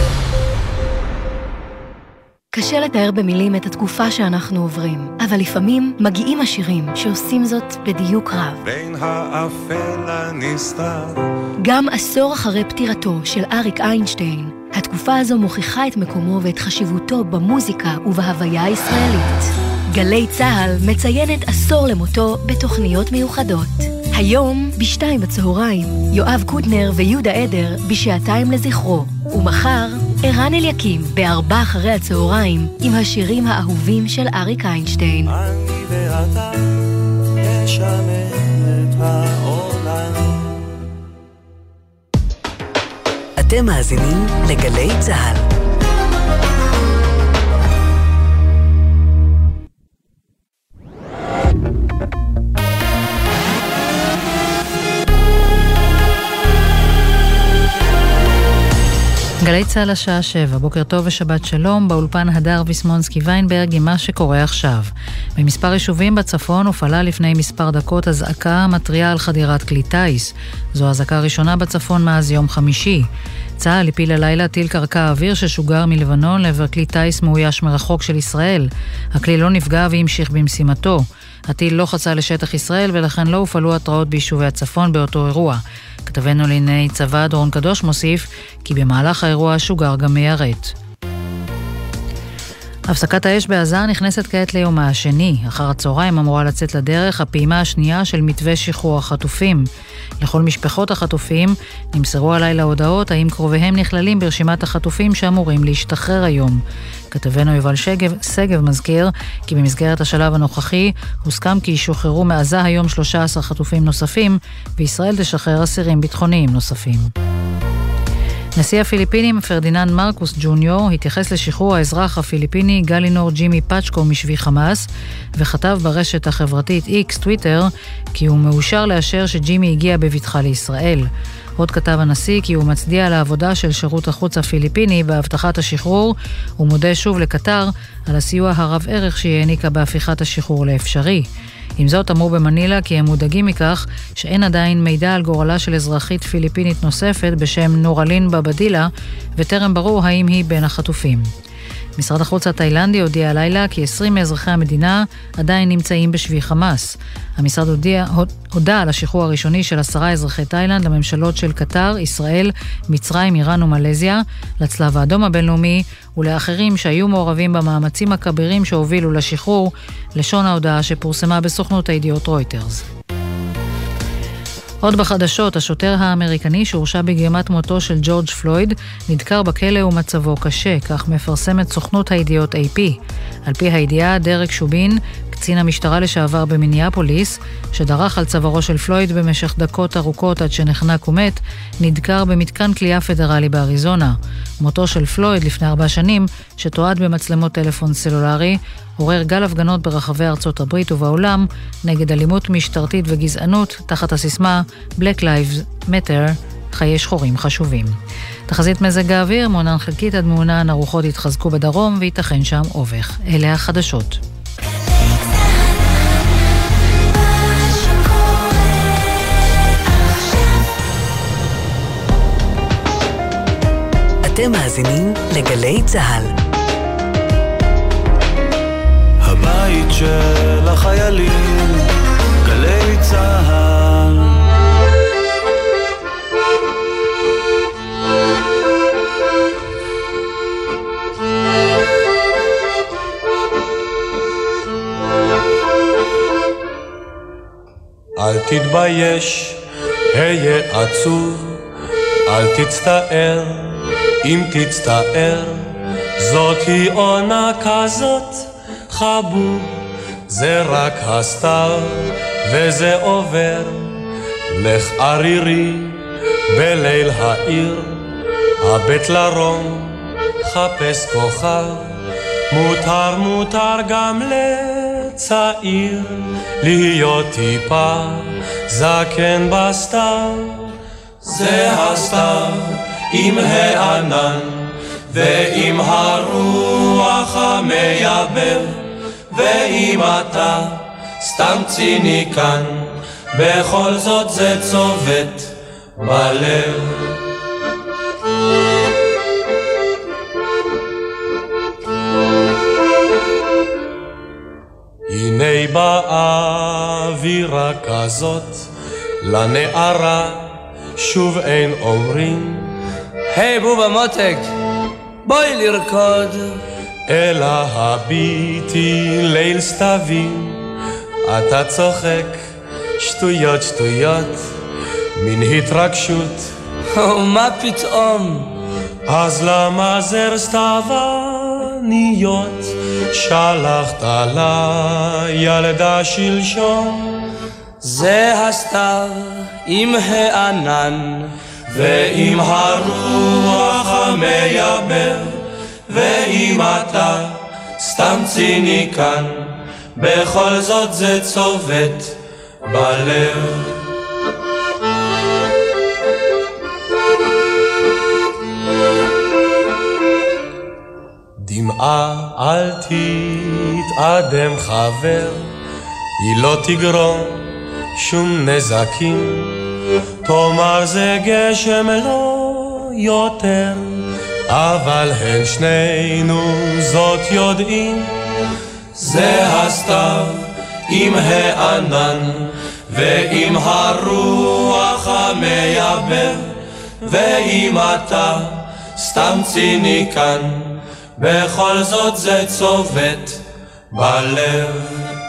קשה לתאר במילים את התקופה שאנחנו עוברים, אבל לפעמים מגיעים השירים שעושים זאת בדיוק רב. בין האפל הנסתר. גם עשור אחרי פטירתו של אריק איינשטיין, התקופה הזו מוכיחה את מקומו ואת חשיבותו במוזיקה ובהוויה הישראלית. גלי צהל מציינת עשור למותו בתוכניות מיוחדות. היום, בשתיים בצהריים, יואב קוטנר ויהודה עדר בשעתיים לזכרו, ומחר, ערן אליקים בארבע אחרי הצהריים עם השירים האהובים של אריק איינשטיין. אני ואתה נשנה את העולם. אתם מאזינים לגלי צהל. גלי צהל השעה שבע, בוקר טוב ושבת שלום, באולפן הדר ויסמונסקי ויינברג עם מה שקורה עכשיו. במספר יישובים בצפון הופעלה לפני מספר דקות הזעקה המתריעה על חדירת כלי טייס. זו הזעקה הראשונה בצפון מאז יום חמישי. צה"ל הפיל הלילה טיל קרקע אוויר ששוגר מלבנון לעבר כלי טייס מאויש מרחוק של ישראל. הכלי לא נפגע והמשיך במשימתו. הטיל לא חצה לשטח ישראל ולכן לא הופעלו התראות ביישובי הצפון באותו אירוע. כתבנו לעיני צבא דורון קדוש מוסיף כי במהלך האירוע שוגר גם מיירט. הפסקת האש בעזה נכנסת כעת ליומה השני. אחר הצהריים אמורה לצאת לדרך הפעימה השנייה של מתווה שחרור החטופים. לכל משפחות החטופים נמסרו הלילה הודעות האם קרוביהם נכללים ברשימת החטופים שאמורים להשתחרר היום. כתבנו יובל שגב, סגב מזכיר כי במסגרת השלב הנוכחי הוסכם כי ישוחררו מעזה היום שלושה עשר חטופים נוספים וישראל תשחרר אסירים ביטחוניים נוספים. נשיא הפיליפינים פרדיננד מרקוס ג'וניור התייחס לשחרור האזרח הפיליפיני גלינור ג'ימי פאצ'קו משבי חמאס וכתב ברשת החברתית איקס טוויטר כי הוא מאושר לאשר שג'ימי הגיע בבטחה לישראל. עוד כתב הנשיא כי הוא מצדיע על העבודה של שירות החוץ הפיליפיני בהבטחת השחרור ומודה שוב לקטר על הסיוע הרב ערך שהיא העניקה בהפיכת השחרור לאפשרי. עם זאת אמרו במנילה כי הם מודאגים מכך שאין עדיין מידע על גורלה של אזרחית פיליפינית נוספת בשם נורלין בבדילה וטרם ברור האם היא בין החטופים. משרד החוץ התאילנדי הודיע הלילה כי עשרים מאזרחי המדינה עדיין נמצאים בשבי חמאס. המשרד הודיע, הודע על השחרור הראשוני של עשרה אזרחי תאילנד לממשלות של קטר, ישראל, מצרים, איראן ומלזיה, לצלב האדום הבינלאומי ולאחרים שהיו מעורבים במאמצים הכבירים שהובילו לשחרור, לשון ההודעה שפורסמה בסוכנות הידיעות רויטרס. עוד בחדשות, השוטר האמריקני שהורשע בגרימת מותו של ג'ורג' פלויד נדקר בכלא ומצבו קשה, כך מפרסמת סוכנות הידיעות איי פי. על פי הידיעה, דרק שובין, קצין המשטרה לשעבר במיניאפוליס, שדרך על צווארו של פלויד במשך דקות ארוכות עד שנחנק ומת, נדקר במתקן כליאה פדרלי באריזונה. מותו של פלויד לפני ארבע שנים, שתועד במצלמות טלפון סלולרי, עורר גל הפגנות ברחבי ארצות הברית ובעולם נגד אלימות משטרתית וגזענות תחת הסיסמה Black Lives Matter, חיי שחורים חשובים. תחזית מזג האוויר, מעונן חלקית עד מעונן, הרוחות יתחזקו בדרום וייתכן שם אובך. אלה החדשות. אתם מאזינים לגלי צהל. הבית של החיילים, גלי צהל. אל תתבייש, היה עצוב, אל תצטער, אם תצטער, זאת היא עונה כזאת, חבו, זה רק הסתיו, וזה עובר, לך ערירי, בליל העיר, הבית לרום, חפש כוכב, מותר מותר גם לצעיר, להיות טיפה, זקן בסתיו, זה הסתיו, עם הענן, ועם הרוח המייבב, ואם אתה סתם ציניקן, בכל זאת זה צובט בלב. הנה באווירה כזאת, לנערה שוב אין אומרים, היי hey, בובה מותק, בואי לרקוד. אלא הביטי ליל סתבים, אתה צוחק שטויות שטויות, מן התרגשות. ומה פתאום? אז למה זר סתיווניות שלחת לילדה שלשום? זה הסתיו עם הענן, ועם הרוח המייבב, ואם אתה סתם ציניקן, בכל זאת זה צובט בלב. דמעה אל תתאדם חבר, היא לא תגרום שום נזקים, תאמר זה גשם לא יותר, אבל הן שנינו זאת יודעים, זה הסתיו עם הענן, ועם הרוח המייבב, ואם אתה סתם ציניקן, בכל זאת זה צובט בלב.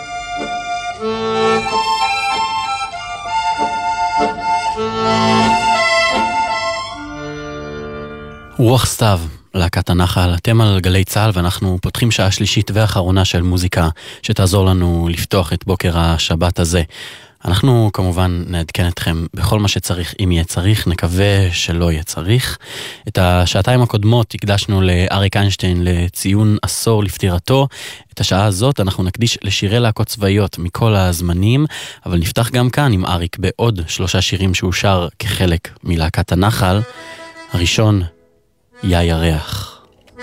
רוח סתיו, להקת הנחל, אתם על גלי צהל, ואנחנו פותחים שעה שלישית ואחרונה של מוזיקה שתעזור לנו לפתוח את בוקר השבת הזה. אנחנו כמובן נעדכן אתכם בכל מה שצריך, אם יהיה צריך, נקווה שלא יהיה צריך. את השעתיים הקודמות הקדשנו לאריק איינשטיין לציון עשור לפטירתו. את השעה הזאת אנחנו נקדיש לשירי להקות צבאיות מכל הזמנים, אבל נפתח גם כאן עם אריק בעוד שלושה שירים שהוא שר כחלק מלהקת הנחל. הראשון, יא ירח.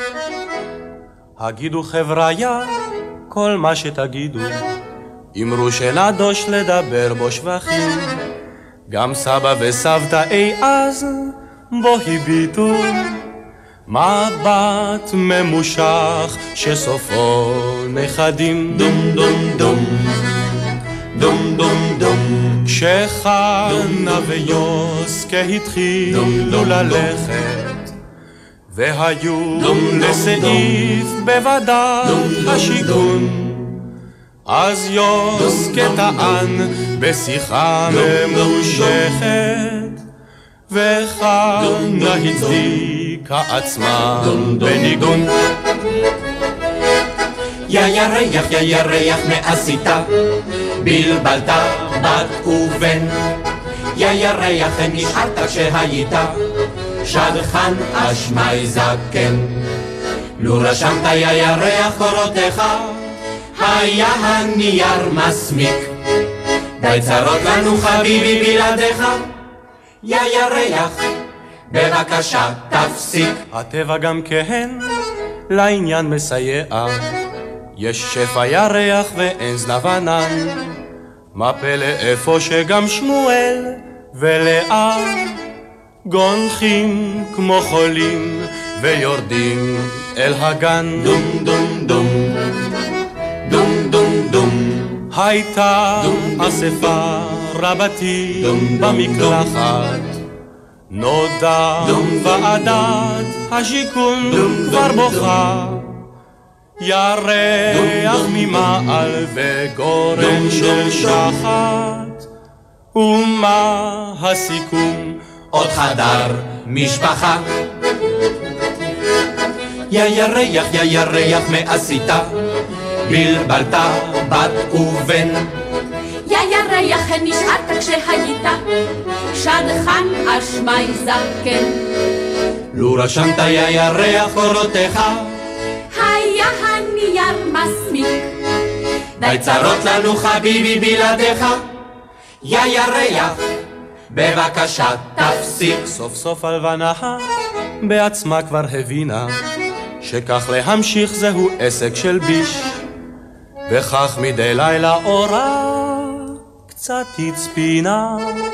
הגידו חבריה כל מה שתגידו, אמרו שנדוש לדבר בו שבחים, גם סבא וסבתא אי אז בו הביטו, מבט ממושך שסופו נכדים דום דום דום דום דום דום כשחנה ויוסקה התחילו ללכת והיו לסעיף בוודאי השיכון אז יוסקה טען בשיחה ממושכת וחנה הצדיקה עצמה בניגון יא ירח יא ירח מעשית בלבלת בת ובן יא ירח נשארת כשהיית שדכן אשמי זקן לו רשמת יא ירח קורותיך היה הנייר מסמיק די צרות לנו חביבי בלעדיך יא ירח בבקשה תפסיק הטבע גם כן לעניין מסייע יש שפע ירח ואין זנב ענן מה פלא איפה שגם שמואל ולאה גונחים כמו חולים ויורדים אל הגן דום דום דום דום דום דום הייתה אספה רבתי במקלחת נודע ועדת השיכון כבר בוכה ירח ממעל וגורן של שחת ומה הסיכום עוד חדר משפחה יא ירח יא ירח מעשית בלבלת בת ובן יא ירח נשארת כשהיית שדכן אשמי זקן לו רשמת יא ירח קורותיך היה הנייר מסמיק די צרות לנו חביבי בלעדיך יא ירח בבקשה תפסיק סוף סוף הלבנה בעצמה כבר הבינה שכך להמשיך זהו עסק של ביש וכך מדי לילה אורה קצת הצפינה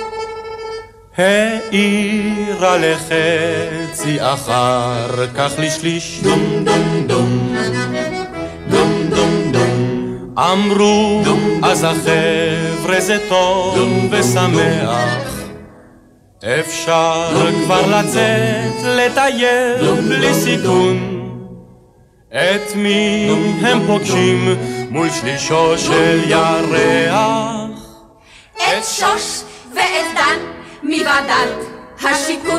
העירה לחצי אחר כך לשליש דום דום דום דום דום דום אמרו אז החבר'ה זה טוב ושמח אפשר כבר לצאת לטייל בלי סיכון את מי הם פוגשים מול שלישו של ירח את שוש ואת דן מוועדת השיכון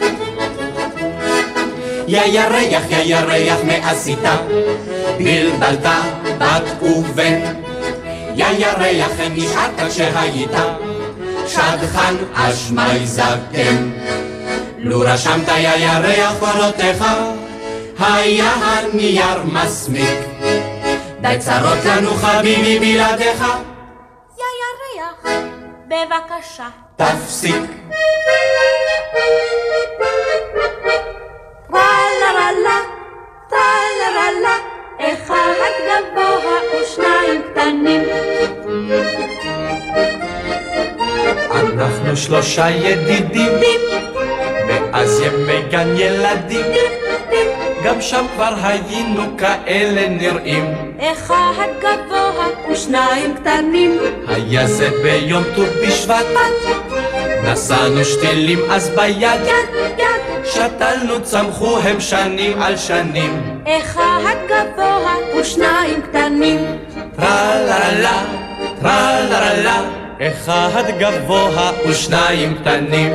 יא ירח יא ירח מעשית בלבלת בת ובן יא ירח נשארת כשהיית שדכן אשמי זקן לו רשמת יא ירח קורותיך היה הנייר מסמיק די צרות לנו חביבי בלעדיך יא ירח בבקשה תפסיק טרלרלה טרלרלה אחד גבוה ושניים קטנים אנחנו שלושה ידידים מאז ימי גן ילדים גם שם כבר היינו כאלה נראים אחד גבוה ושניים קטנים היה זה ביום ט"ו בשבט נסענו שתילים אז ביד יד יד שתלנו צמחו הם שנים על שנים אחד גבוה ושניים קטנים טרלרלה טרלרלה אחד גבוה ושניים קטנים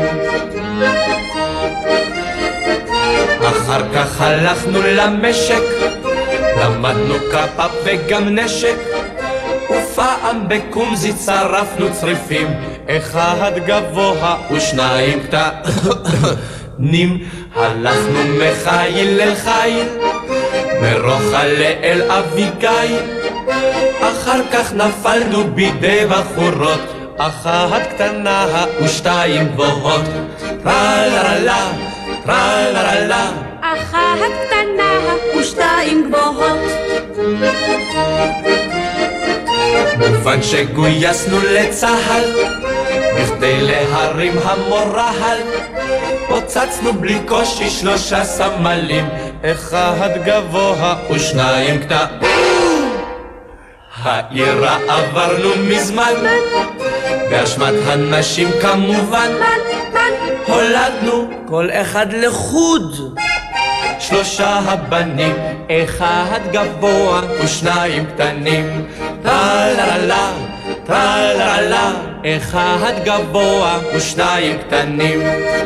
אחר כך הלכנו למשק למדנו קפה וגם נשק ופעם בקומזי צרפנו צריפים אחד גבוה ושניים קטנים הלכנו מחיל אל חיל מרוחלה אל אביגיל אחר כך נפלנו בידי בחורות אחת קטנה ושתיים גבוהות טרלרלה טרלרלה אחת קטנה ושתיים גבוהות מובן שגויסנו לצהל בכדי להרים המורל פוצצנו בלי קושי שלושה סמלים, אחד גבוה ושניים קטנים. העירה עברנו מזמן, באשמת הנשים כמובן, הולדנו כל אחד לחוד שלושה הבנים, אחד גבוה ושניים קטנים. טרללה, טרללה, אחד גבוה ושניים קטנים.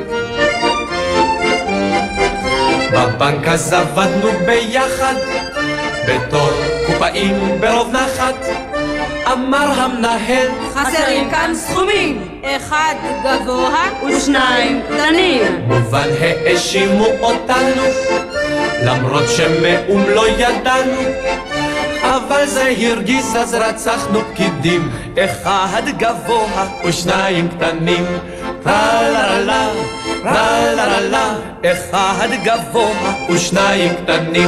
בבנק אז עבדנו ביחד, בתור קופאים ברוב נחת. אמר המנהל, חסרים כאן סכומים, אחד גבוה ושניים קטנים. מובן האשימו אותנו, למרות שמאום לא ידענו, אבל זה הרגיס אז רצחנו פקידים, אחד גבוה ושניים קטנים. טרללה, טרללה, אחד גבוה ושניים קטנים.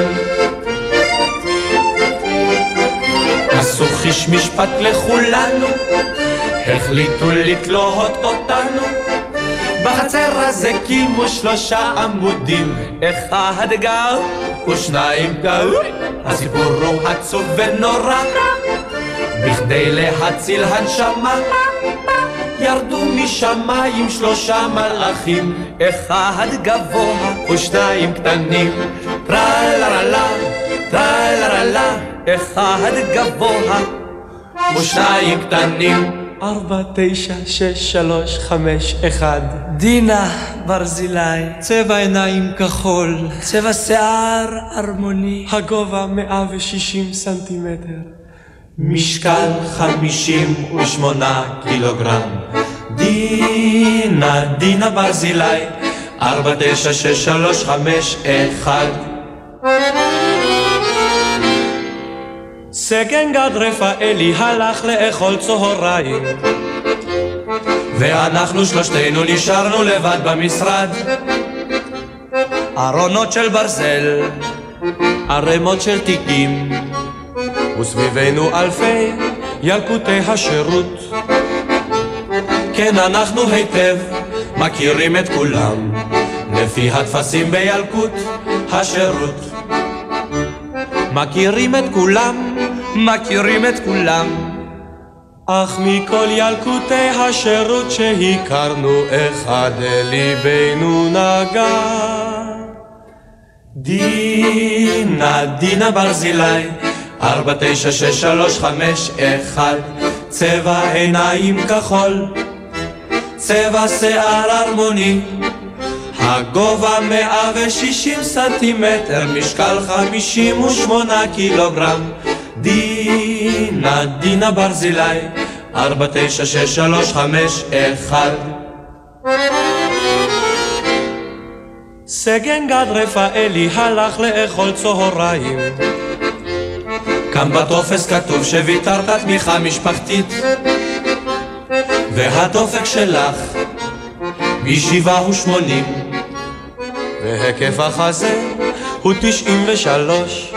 עשו חיש משפט לכולנו, החליטו לתלות אותנו. בחצר הזה קימו שלושה עמודים, אחד גב ושניים גב. הסיפור הוא עצוב ונורא, בכדי להציל הנשמה ירדו משמיים שלושה מלאכים, אחד גבוה ושניים קטנים. טרללה, טרללה, אחד גבוה ושניים קטנים. ארבע, תשע, שש, שלוש, חמש, אחד. דינה ברזילי, צבע עיניים כחול, צבע שיער ארמוני, הגובה מאה ושישים סנטימטר, משקל חמישים ושמונה קילוגרם. דינה, דינה ברזילי, ארבע, תשע, שש, שלוש, חמש, אחד. סגן גד רפאלי הלך לאכול צהריים, ואנחנו שלושתנו נשארנו לבד במשרד. ארונות של ברזל, ערימות של תיקים, וסביבנו אלפי ילקוטי השירות. כן, אנחנו היטב מכירים את כולם, לפי התפסים בילקוט השירות. מכירים את כולם, מכירים את כולם, אך מכל ילקוטי השירות שהכרנו אחד ליבנו נגע. דינה, דינה ברזילי, ארבע, תשע, שש, שלוש, חמש, אחד. צבע עיניים כחול, צבע שיער ארמוני, הגובה מאה ושישים סנטימטר, משקל חמישים ושמונה קילוגרם. דינה, דינה ברזילי, ארבע, תשע, שש, שלוש, חמש, אחד. סגן גד רפאלי הלך לאכול צהריים, כאן בטופס כתוב שוויתרת תמיכה משפחתית, והדופק שלך בשבעה ושמונים, והיקף החזה הוא תשעים ושלוש.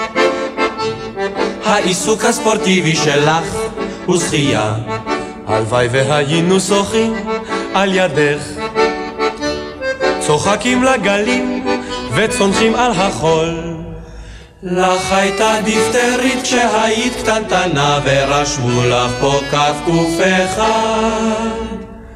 העיסוק הספורטיבי שלך הוא שחייה, הלוואי והיינו שוחים על ידך, צוחקים לגלים וצונחים על החול. לך הייתה דיפטרית כשהיית קטנטנה, ורשמו לך פה כף קוף אחד.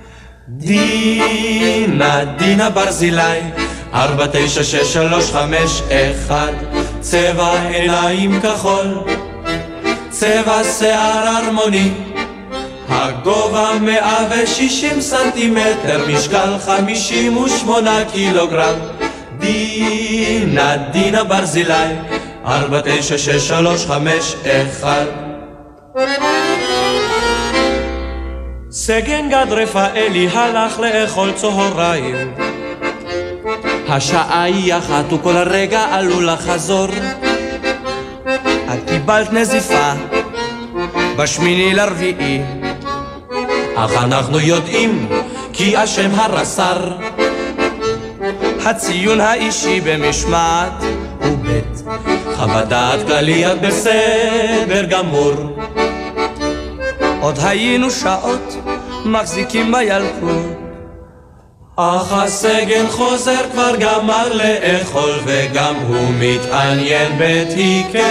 דינה, דינה ברזילי, ארבע, תשע, שש, שלוש, חמש, אחד. צבע עיניים כחול, צבע שיער ארמוני, הגובה מאה ושישים סנטימטר, משקל חמישים ושמונה קילוגרם. דינה, דינה ברזילי, ארבע, תשע, שש, שלוש, חמש, אחד. סגן גד רפאלי הלך לאכול צהריים, השעה היא אחת וכל הרגע עלול לחזור. את קיבלת נזיפה בשמיני לרביעי, אך אנחנו יודעים כי אשם הרס"ר. הציון האישי במשמעת הוא בית, חוות דעת כללית בסדר גמור. עוד היינו שעות מחזיקים בילקוט. אך הסגן חוזר כבר גמר לאכול וגם הוא מתעניין בתיקך.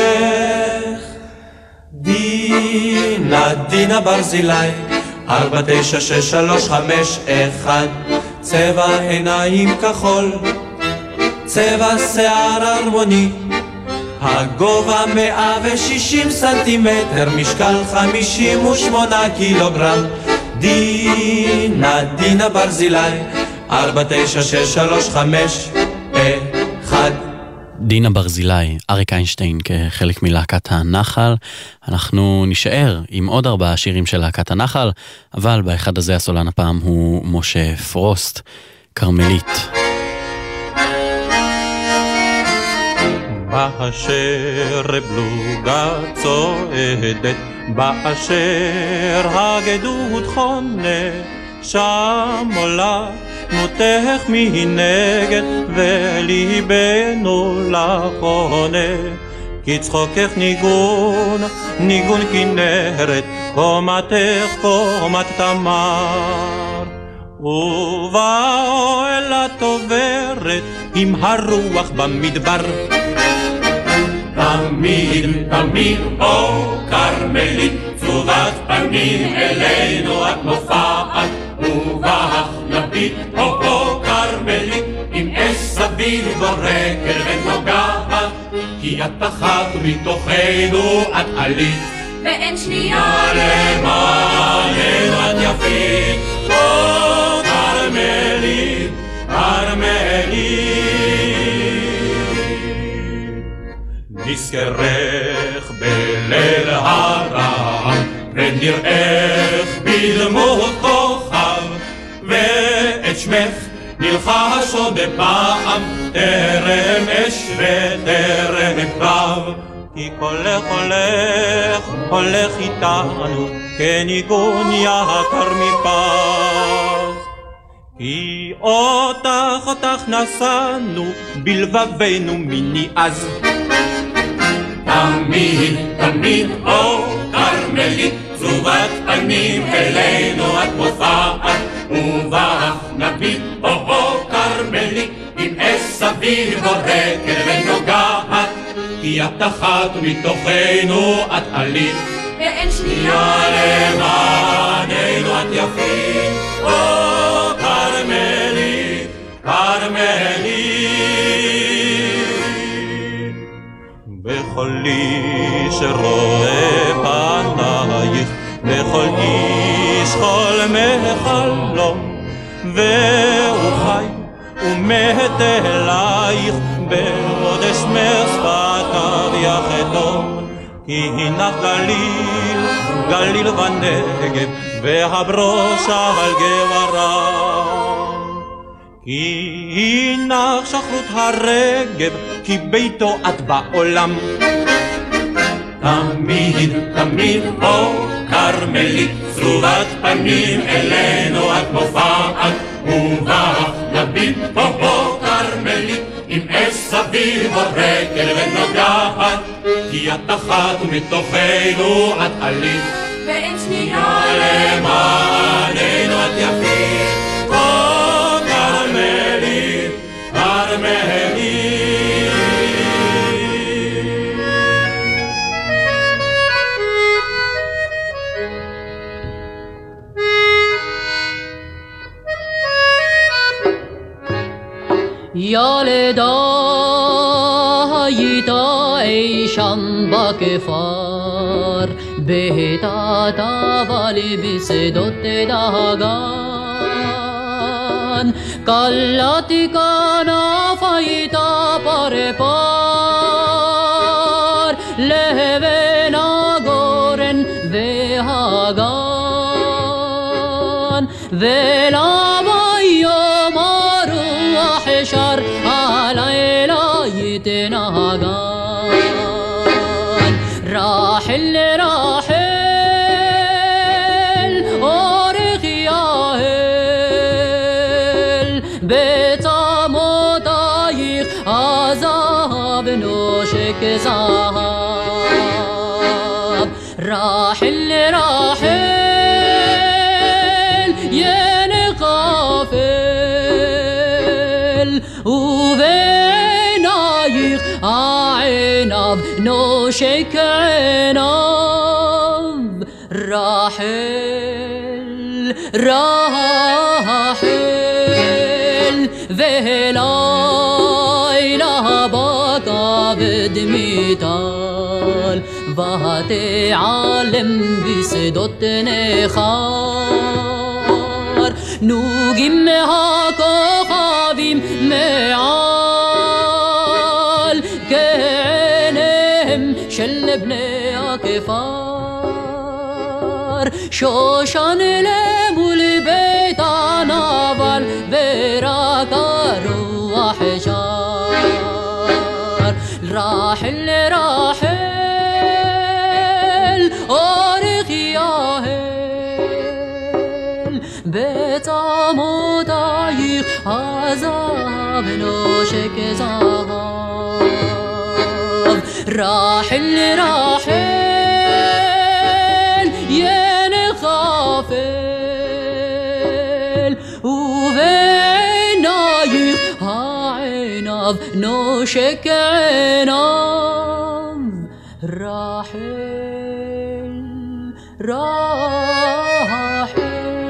דינה, דינה ברזילי, ארבע תשע שש שלוש חמש אחד, צבע עיניים כחול, צבע שיער הרמוני, הגובה מאה ושישים סנטימטר, משקל חמישים ושמונה קילוגרם. דינה, דינה ברזילי, ארבע תשע שש שלוש חמש אחד. דינה ברזילי, אריק איינשטיין כחלק מלהקת הנחל. אנחנו נשאר עם עוד ארבעה שירים של להקת הנחל, אבל באחד הזה הסולן הפעם הוא משה פרוסט, קרמלית. באשר פלוגה צועדת, באשר הגדוד חונה, שם עולה מותך מנגד וליבנו לחונה. כי צחוקך ניגון, ניגון כנרת, קומתך קומת תמר. ובאוהל התוברת עם הרוח במדבר. תמיד, תמיד, או קרמלית, צורת פנים אלינו את מופעת, ובך נביט, או או קרמלית, עם אש סביב ברקל ונוגעת, כי את אחת מתוכנו את עלית, ואין שנייה למעננו את יפית, או קרמלית, קרמלית. נזכרך בליל הרעב, ונראך בדמות כוכב, ואת שמך נלחש עוד פעם, טרם אש וטרם קרב. כי קולך הולך, הולך איתנו, כניגון יקר מפז. כי אותך, אותך נשאנו, בלבבנו מיני אז. תמיד, תמיד, או קרמלית, צורת פנים אלינו את מופעת, ובך נביט, או או קרמלית, עם אש סביב ברקל ונוגעת, כי את אחת מתוכנו את עלית, ואין שנייה למעננו את יפית, או קרמלית, קרמלית. בכל איש רואה פנייך, בכל איש חולם חלום, והוא חי ומת אלייך, בעוד אשמר שפתיו יחתום. כי הינך גליל, גליל ונגב, והברוש על גברם. כי הינך שחרות הרגב, כי ביתו את בעולם. תמיד, תמיד, או קרמלית, צרובת פנים אלינו את מופעת, ובך נביט, או או קרמלית, עם אש סביב ברקל ונוגעת, כי את אחת מתוכנו את עלית, ואין שנייה למעננו את יפית, או קרמלית, קרמלית. ילדה הייתה אי שם בכפר, בהיטת אבל בשדות דגן, קלעתי כנף הייתה פרפר, לבן הגורן והגן, ולמה יום הרוח שר הלילה יתנגן. רחל רחל אורך יהל, בצמותייך הזהב נושק זהב. רחל רחל ינחפל ובעינייך העיניו נושק עיניו רחל רחל והלילה בקע בדמיטל ותעלם בשדות נחר נוגים מהכוכבים מעל כעיניהם של בני הכפר שושן למול בית הנבל ורק הרוח שר רחל רחל אורך יהל בצמותייך הזהב נושק זהב רחל רחל ינחפל ובעינייך העיניו נושק עיניו רחל רחל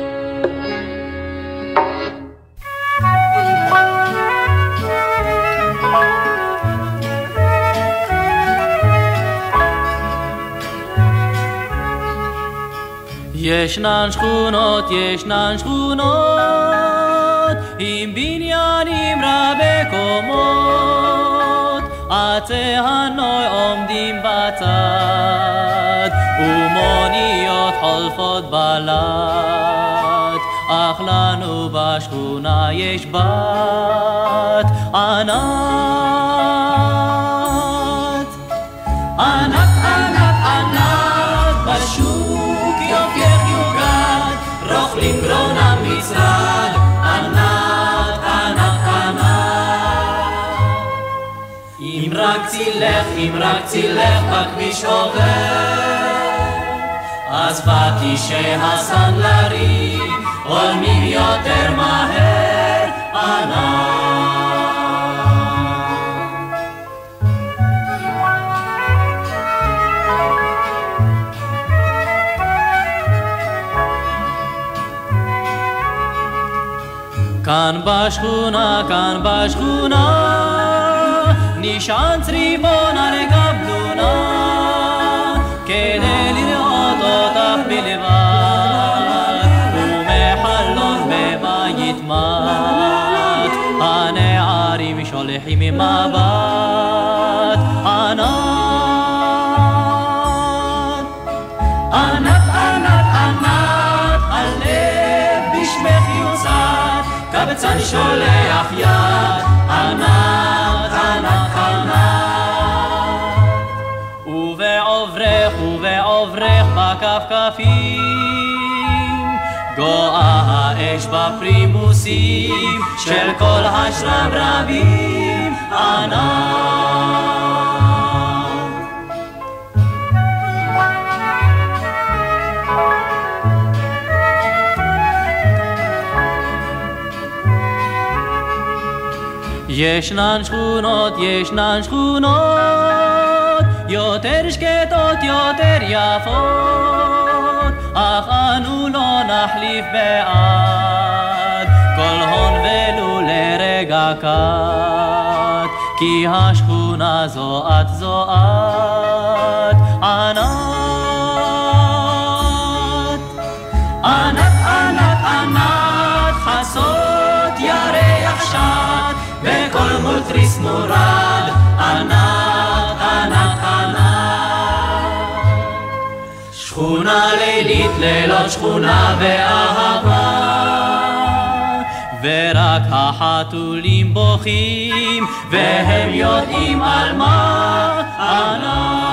ישנן שכונות, ישנן שכונות עם בניינים רבי קומות עצי הנוי עומדים בצד ומוניות חולפות בלט אך לנו בשכונה יש בת ענת ענת ענת ענת בשוק יופייך יוגד רוכלים גרון המשרד ענת ענת ענת אם רק צילך אם רק צילך בכביש עובר אז באתי שהסנדלרים עולמים יותר מהר ענת כאן בשכונה, כאן בשכונה נשען צריבון על גבלונה כדי לראות אותך בלבד ומחלון בבית מת הנערים שולחים מבט ענת ענת ענת ענת הלב בשמך יוצד קבצן שולח יד ענת ענת ענת ובעוברך ובעוברך בכפכפים גואה האש בפרימוסים של כל השרברבים ענת ישנן שכונות, ישנן שכונות יותר שקטות, יותר יפות אך אנו לא נחליף בעד כל הון ולו לרגע קט כי השכונה זו את זו את ענת ענת ענת ענת חסות ירח שט בכל מול תריס מורד ענת ענת ענת שכונה לילית לילות שכונה ואהבה ורק החתולים בוכים והם יודעים על מה ענת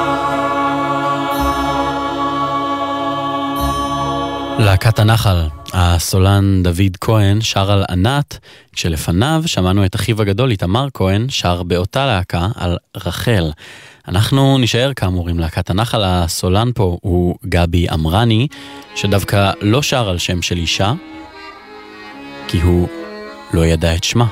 להקת הנחל, הסולן דוד כהן שר על ענת, כשלפניו שמענו את אחיו הגדול איתמר כהן שר באותה להקה על רחל. אנחנו נשאר כאמור עם להקת הנחל. הסולן פה הוא גבי אמרני, שדווקא לא שר על שם של אישה, כי הוא לא ידע את שמה.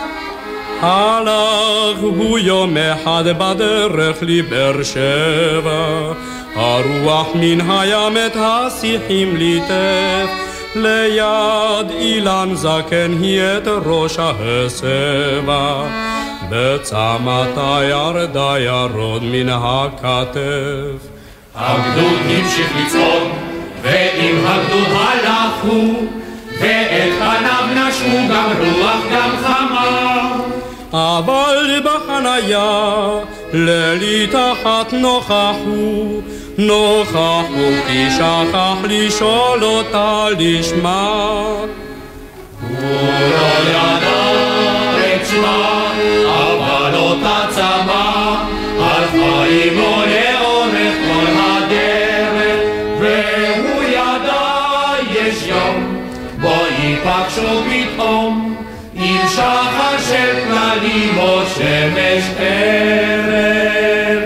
הלך הוא יום אחד בדרך לבאר שבע, הרוח מן הים את השיחים ליטף, ליד אילן זקן היא את ראש ההסבה, בצמתה ירדה ירוד מן הכתף. הגדוד המשיך לצעוד, ועם הגדוד הלכו, ואת פניו נשמו גם רוח גם חמה. אבל בחניה לילי תחת נוכחו, נוכחו כי שכח לשאול אותה לשמה. הוא לא ידע את שמה, אבל אותה צמא, הלכה עמו לאורך כל הדרך, והוא ידע יש יום בו ייפגשו פתאום, עם שחר של כללים או שמש ערב.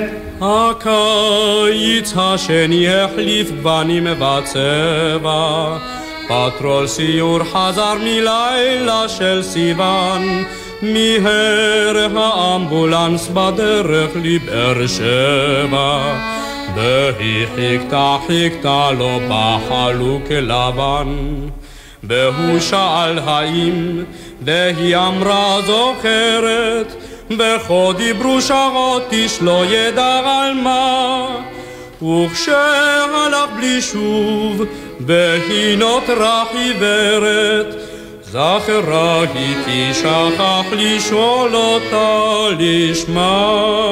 הקיץ השני החליף גוונים בצבע, פטרול סיור חזר מלילה של סיוון, מיהר האמבולנס בדרך לבאר שבע, והיא חיכתה חיכתה לו בחלוק לבן, והוא שאל האם, והיא אמרה זוכרת, וכה דיברו שעות איש לא ידע על מה, וכשהלך בלי שוב והיא נותרה חיוורת, זכרה היא כי שכח לשאול אותה לשמה.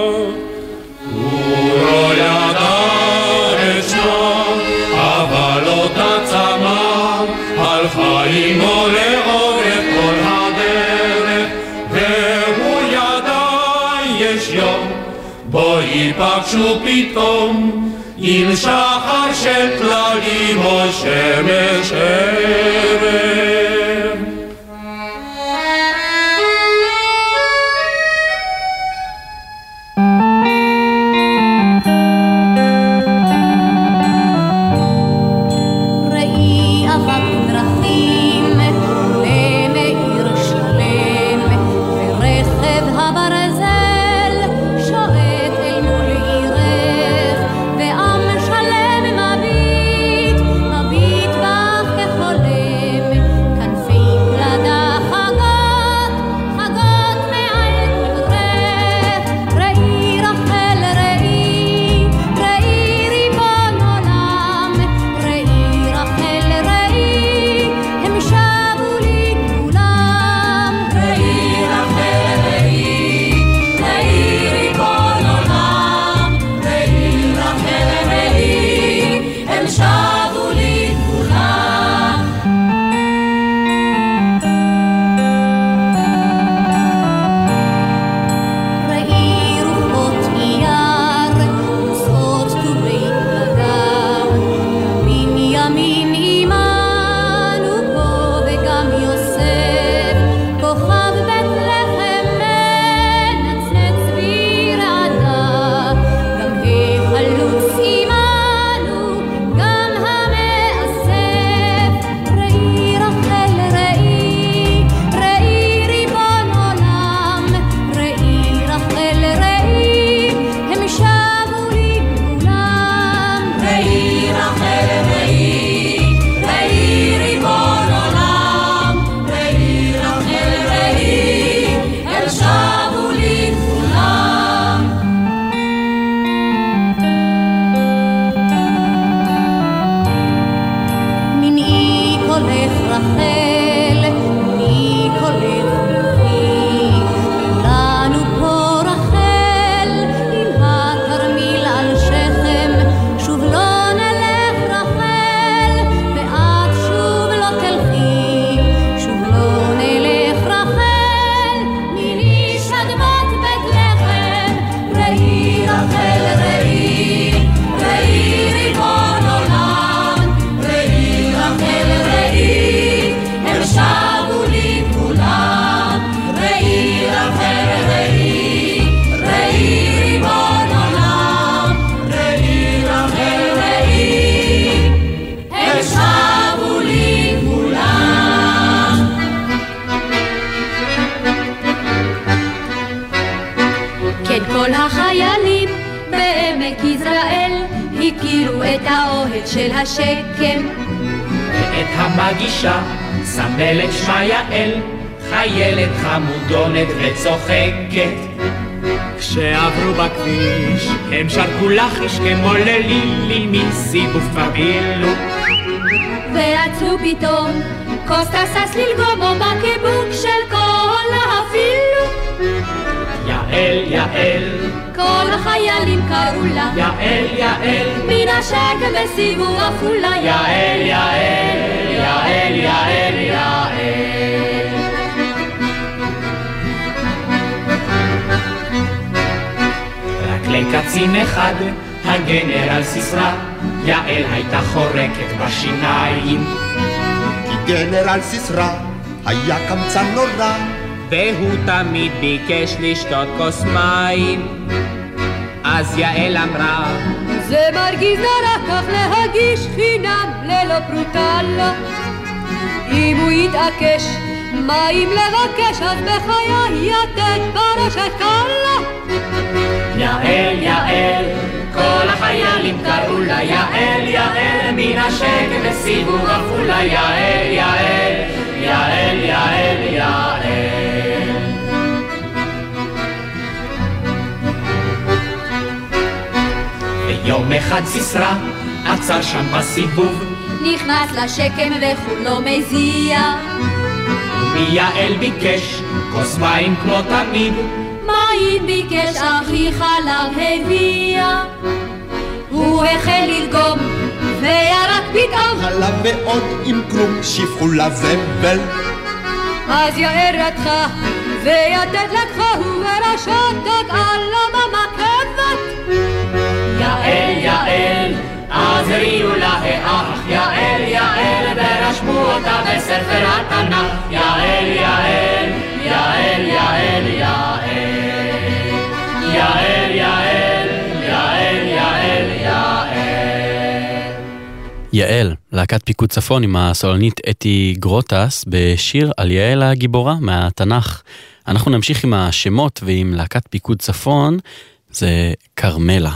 הוא לא ידע את שמה, אבל אותה צמא, הלכה עמו לאורך כל הדרך, והוא ידע יש יום בו ייפגשו פתאום, עם שחר של כללים או שמש ערב. שלם מביט, מביט בך כחולם, הכירו את האוהד של השקם. ואת המגישה, סמלת שמה יעל, חיילת חמודונת וצוחקת. כשעברו בכביש, הם שרקו לחיש כמו ללילי מסיבוב פבילו. ורצו פתאום, קוסטה סס ללגומו בקיבוק של כל אפילו. יעל, יעל, כל החיילים קראו לה יעל, יעל, מן השקם בסיבוב אפולה. יעל, יעל, יעל, יעל, יעל. רק לקצין אחד, הגנרל סיסרא, יעל הייתה חורקת בשיניים. כי גנרל סיסרא היה קמצן נורא, והוא תמיד ביקש לשתות כוס מים. אז יעל אמרה, זה מרגיז נורא כך להגיש חינם ללא פרוטה לו. אם הוא יתעקש מים לבקש, אז בחיי יתת ברשת קלה. יעל, יעל, כל החיילים קראו לה יעל, יעל, מן השקם בסיבוב אפולה. יעל, יעל, יעל, יעל, יעל. ויום אחד סיסרא עצר שם בסיבוב, נכנס לשקם וכולו מזיע. מיעל ביקש כוס מים כמו תמיד, מים ביקש אחי חלב הביאה. הוא החל ללגום וירק פתאום חלב ועוד עם כלום שפכו לזבל. אז יעל רתחה ויתת לקחה ורשתת על הממקבת. יעל, יעל, אז הריעו לה האח. יעל, יעל, ורשמו אותה בספר התנ"ך. יעל, יעל, יעל, יעל, יעל, יעל, יעל, יעל, יעל, יעל. יעל, להקת פיקוד צפון עם הסולנית אתי גרוטס בשיר על יעל הגיבורה מהתנ"ך. אנחנו נמשיך עם השמות ועם להקת פיקוד צפון, זה קרמלה.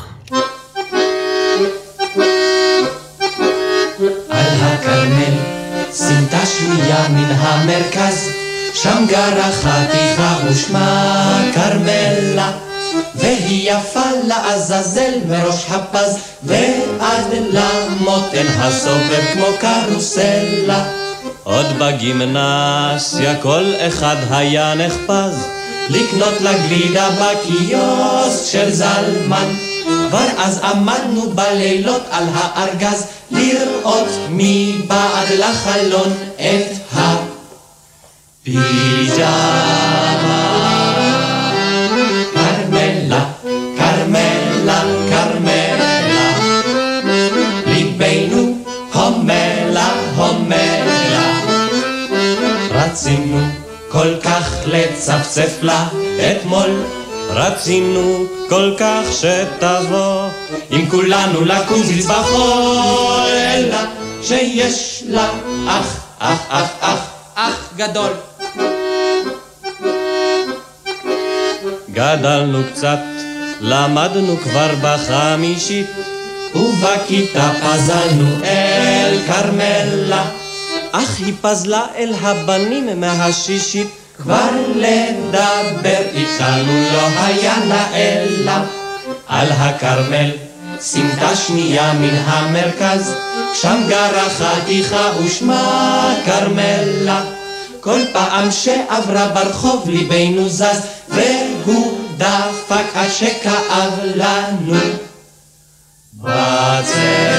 על הקרמל, סמטה שנייה מן המרכז, שם גרה חתיכה ושמה קרמלה, והיא יפה לעזאזל מראש הפז ועד למותן הסובב כמו קרוסלה. עוד בגימנסיה כל אחד היה נחפז לקנות לגלידה בקיוסק של זלמן. כבר אז עמדנו בלילות על הארגז לראות מבעד לחלון את הפיג'מה. קרמלה, קרמלה, קרמלה, ליבנו הומלה, הומלה. רצינו כל כך לצפצף לה אתמול, רצינו כל כך שתבוא עם כולנו לקוזיץ בחול, אלא שיש לה אח, אח, אח, אח, אח גדול. גדלנו קצת, למדנו כבר בחמישית, ובכיתה פזלנו אל קרמלה, אך היא פזלה אל הבנים מהשישית. כבר לדבר איתנו לא היה נעלה. על הקרמל, סמטה שנייה מן המרכז, שם גרה חתיכה ושמה קרמלה. כל פעם שעברה ברחוב ליבנו זז, והוא דפק עד שכאב לנו בצלע.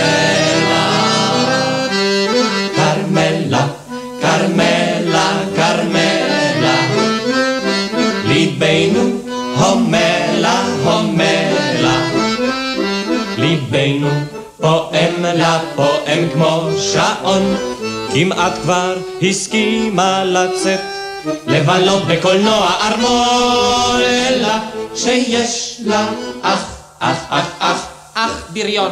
קרמלה, קרמלה, קרמלה, ליבנו הומלה, הומלה. ליבנו פועם לה פועם כמו שעון, כמעט כבר הסכימה לצאת לבלות בקולנוע ארמון, אלא שיש לה אח, אח, אח, אח, אח בריון.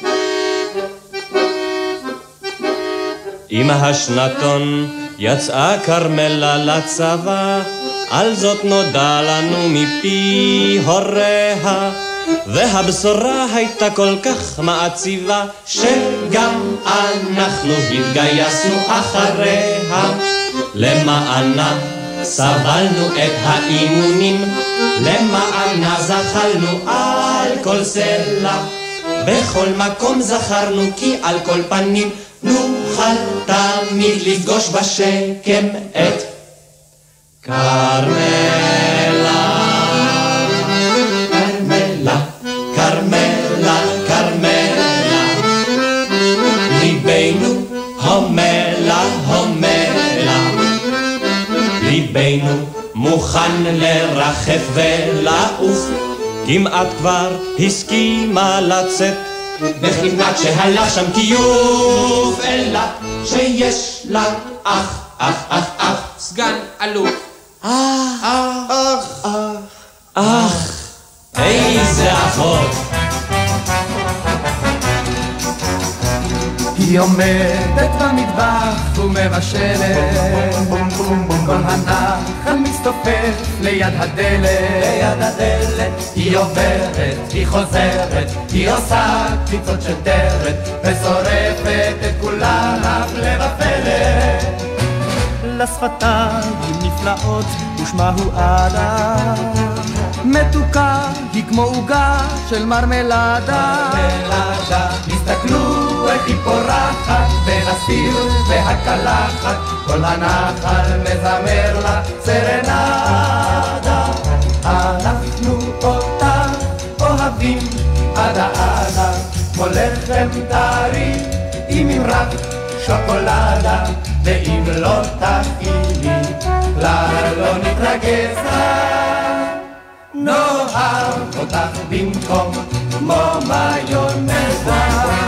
עם השנתון יצאה קרמלה לצבא, על זאת נודע לנו מפי הוריה, והבשורה הייתה כל כך מעציבה, שגם אנחנו התגייסנו אחריה. למענה סבלנו את האימונים, למענה זחלנו על כל סלע, בכל מקום זכרנו כי על כל פנים נוכל תמיד לפגוש בשקם את קרמלה. קרמלה, קרמלה, קרמלה, ליבנו הומלה, הומלה, ליבנו מוכן לרחף ולעוף, כמעט כבר הסכימה לצאת, וכמעט שהלך שם כיוף, אלא שיש לה אח, אח, אח, אח, סגן אלוף. אח, אח, אח, אח, איזה אחות. היא עומדת במטבח ומבשלת, כל הנחל מצטופף ליד הדלת, ליד הדלת. היא עוברת, היא חוזרת, היא עושה קציצות של דרת, ושורפת את כולם הפלא ופלא. לשפתיים נפלאות ושמה הוא עדה, מתוקה היא כמו עוגה של מרמלדה. הסתכלו איך היא פורחת בין הסיר והקלחת, כל הנחל מזמר לה סרנדה. אנחנו אותה אוהבים עדה עדה, כמו לחם טרי עם ממרק שוקולדה, ואם לא תכיני כלל לא נתרגזה, נאהב אותך במקום כמו מיונזה.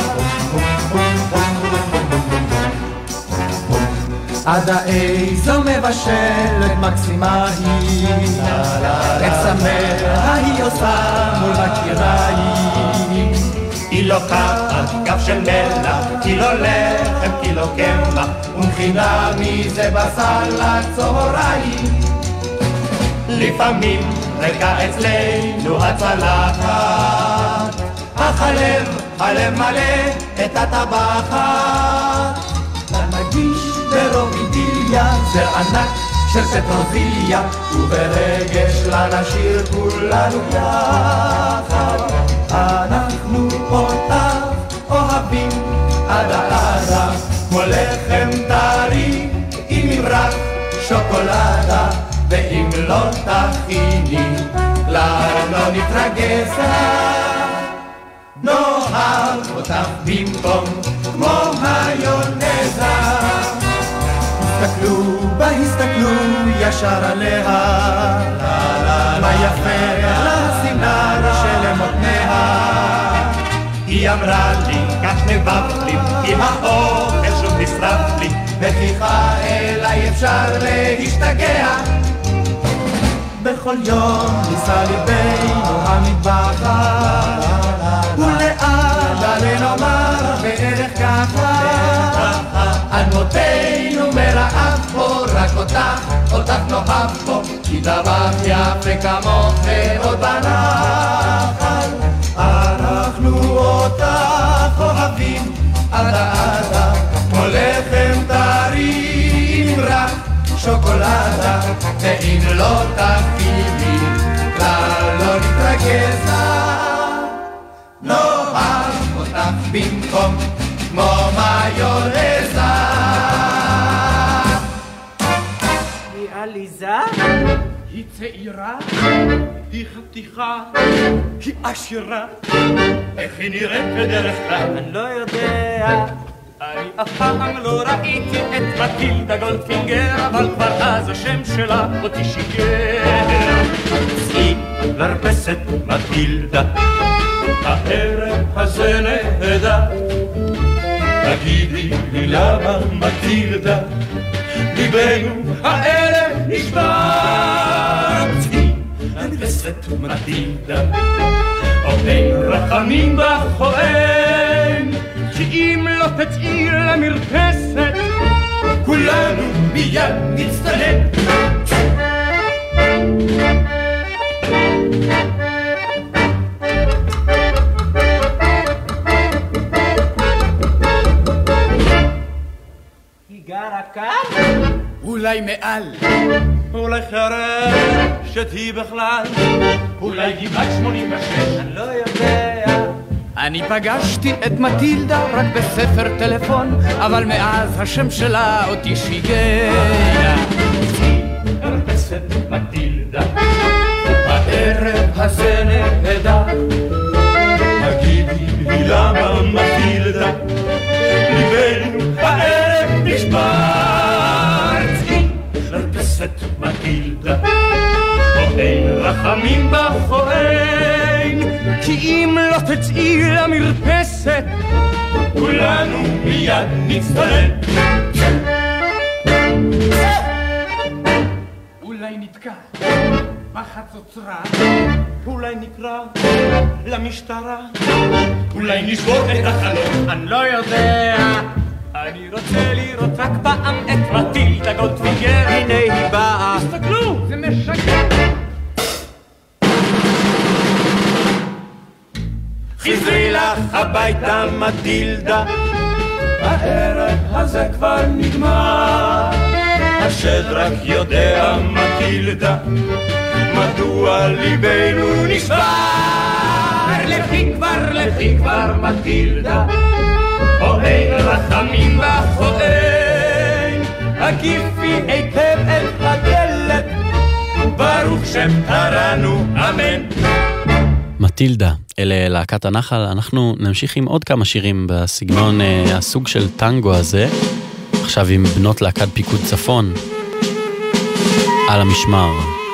עדה איזו מבשלת מקסימה היא, את סמיה היא עושה מול מכיריים. היא לוקחת גב של מלח, קילו לחם, קילו קמח, ומכינה מזה בשר לצהריים. לפעמים ריקה אצלנו הצלחת, אך הלב, הלב מלא את הטבחת. למגיש ברוב אידיליה, זר ענק של פטרוזיליה, וברגש לנשיר כולנו יחד. אנחנו אותך אוהבים עדה עדה, כמו לחם טרי עם ממרק שוקולדה, ואם לא תכיני כלל לא נתרגזה, נאהב אותך במקום כמו מיונזה. הסתכלו בה, הסתכלו ישר עליה, מה יפה לסמלה שלמותניה. היא אמרה לי, כך נבב לי, כי האוכל שוב נשרף לי, וכיחה אליי אפשר להשתגע. בכל יום ניסה ליבנו המטבחת, ולעדה לנאמר בערך ככה, עד מותנו מרעב פה, רק אותך, אותך נאהב פה, כי דבח יפה כמוך עוד בנחל. אנחנו אותך אוהבים עדה עדה, כמו לחם טרי עם רק שוקולדה, ואם לא תכיני כלל לא נתרגזה, נאהב אותך במקום כמו מיונזה. היא עליזה? היא צעירה? היא חתיכה? היא עשירה? איך היא נראית בדרך כלל? אני לא יודע. אני אף פעם לא ראיתי את מטילדה גולדפינגר, אבל כבר אז השם שלה אותי שיגר. צאי לרפסת מטילדה, הערב הזה נהדר, תגידי לי למה מטילדה, ליבנו הערב נשבר. צאי לרפסת מטילדה, עוד אין רחמים בך או אין, כי אם לא תצאי למרפסת, כולנו מיד נצטלם. אולי מעל, אולי חרב שתהי בכלל, אולי גבעת שמונים ושש, אני לא יודע. אני פגשתי את מטילדה רק בספר טלפון, אבל מאז השם שלה אותי שיגע. מרפסת מטילדה, הערב הזה נהדר, תגידי לי למה מטילדה, ליבנו הערב נשבר. צאי מרפסת מטילדה, או אין רחמים בך או אין, כי אם לא תצאי למרפסת כולנו מיד נצטלם. אולי נתקע בחצוצרה, אולי נקרא למשטרה, אולי נשבור את החלום, אני לא יודע. אני רוצה לראות רק פעם את מטילדה גולדפיגר, הנה היא באה, תסתכלו, זה משגע. חזרי לך הביתה מטילדה, הערב הזה כבר נגמר, השד רק יודע מטילדה, מדוע ליבנו נשבר. לכי כבר, לכי כבר מטילדה, או אין רחמים בך או אין, הקיפי היטב את הדלת, ברוך שם פטרנו אמן. מטילדה, אלה להקת הנחל. אנחנו נמשיך עם עוד כמה שירים בסגנון אה, הסוג של טנגו הזה, עכשיו עם בנות להקת פיקוד צפון, על המשמר.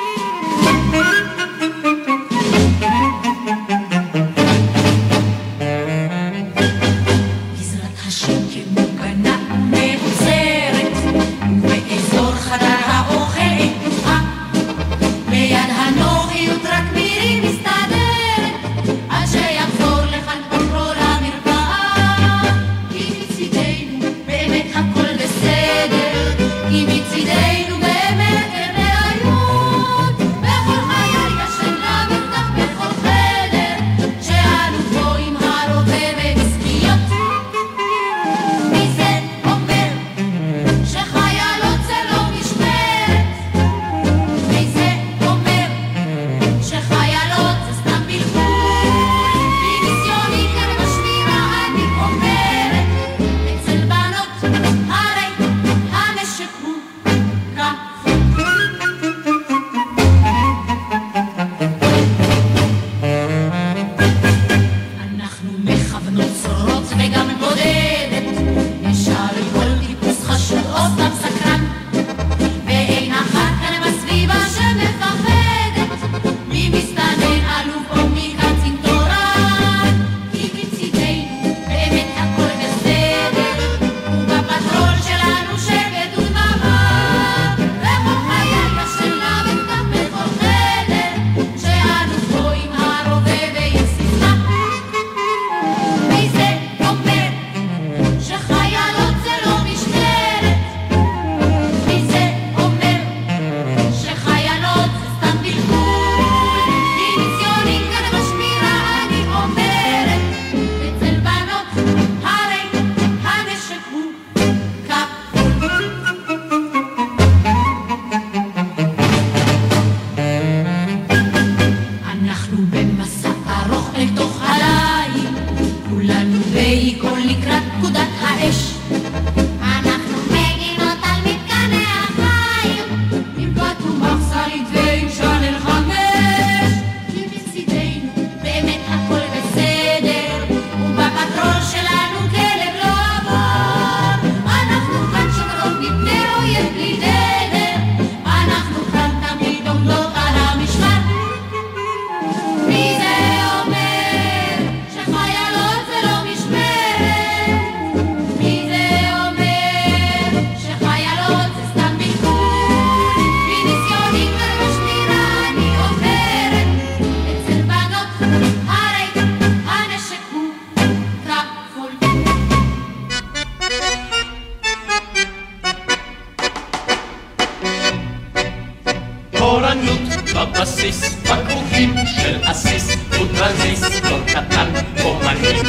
בבסיס, בקבוקים של אסיס, וטרנזיסטור קטן, אומנים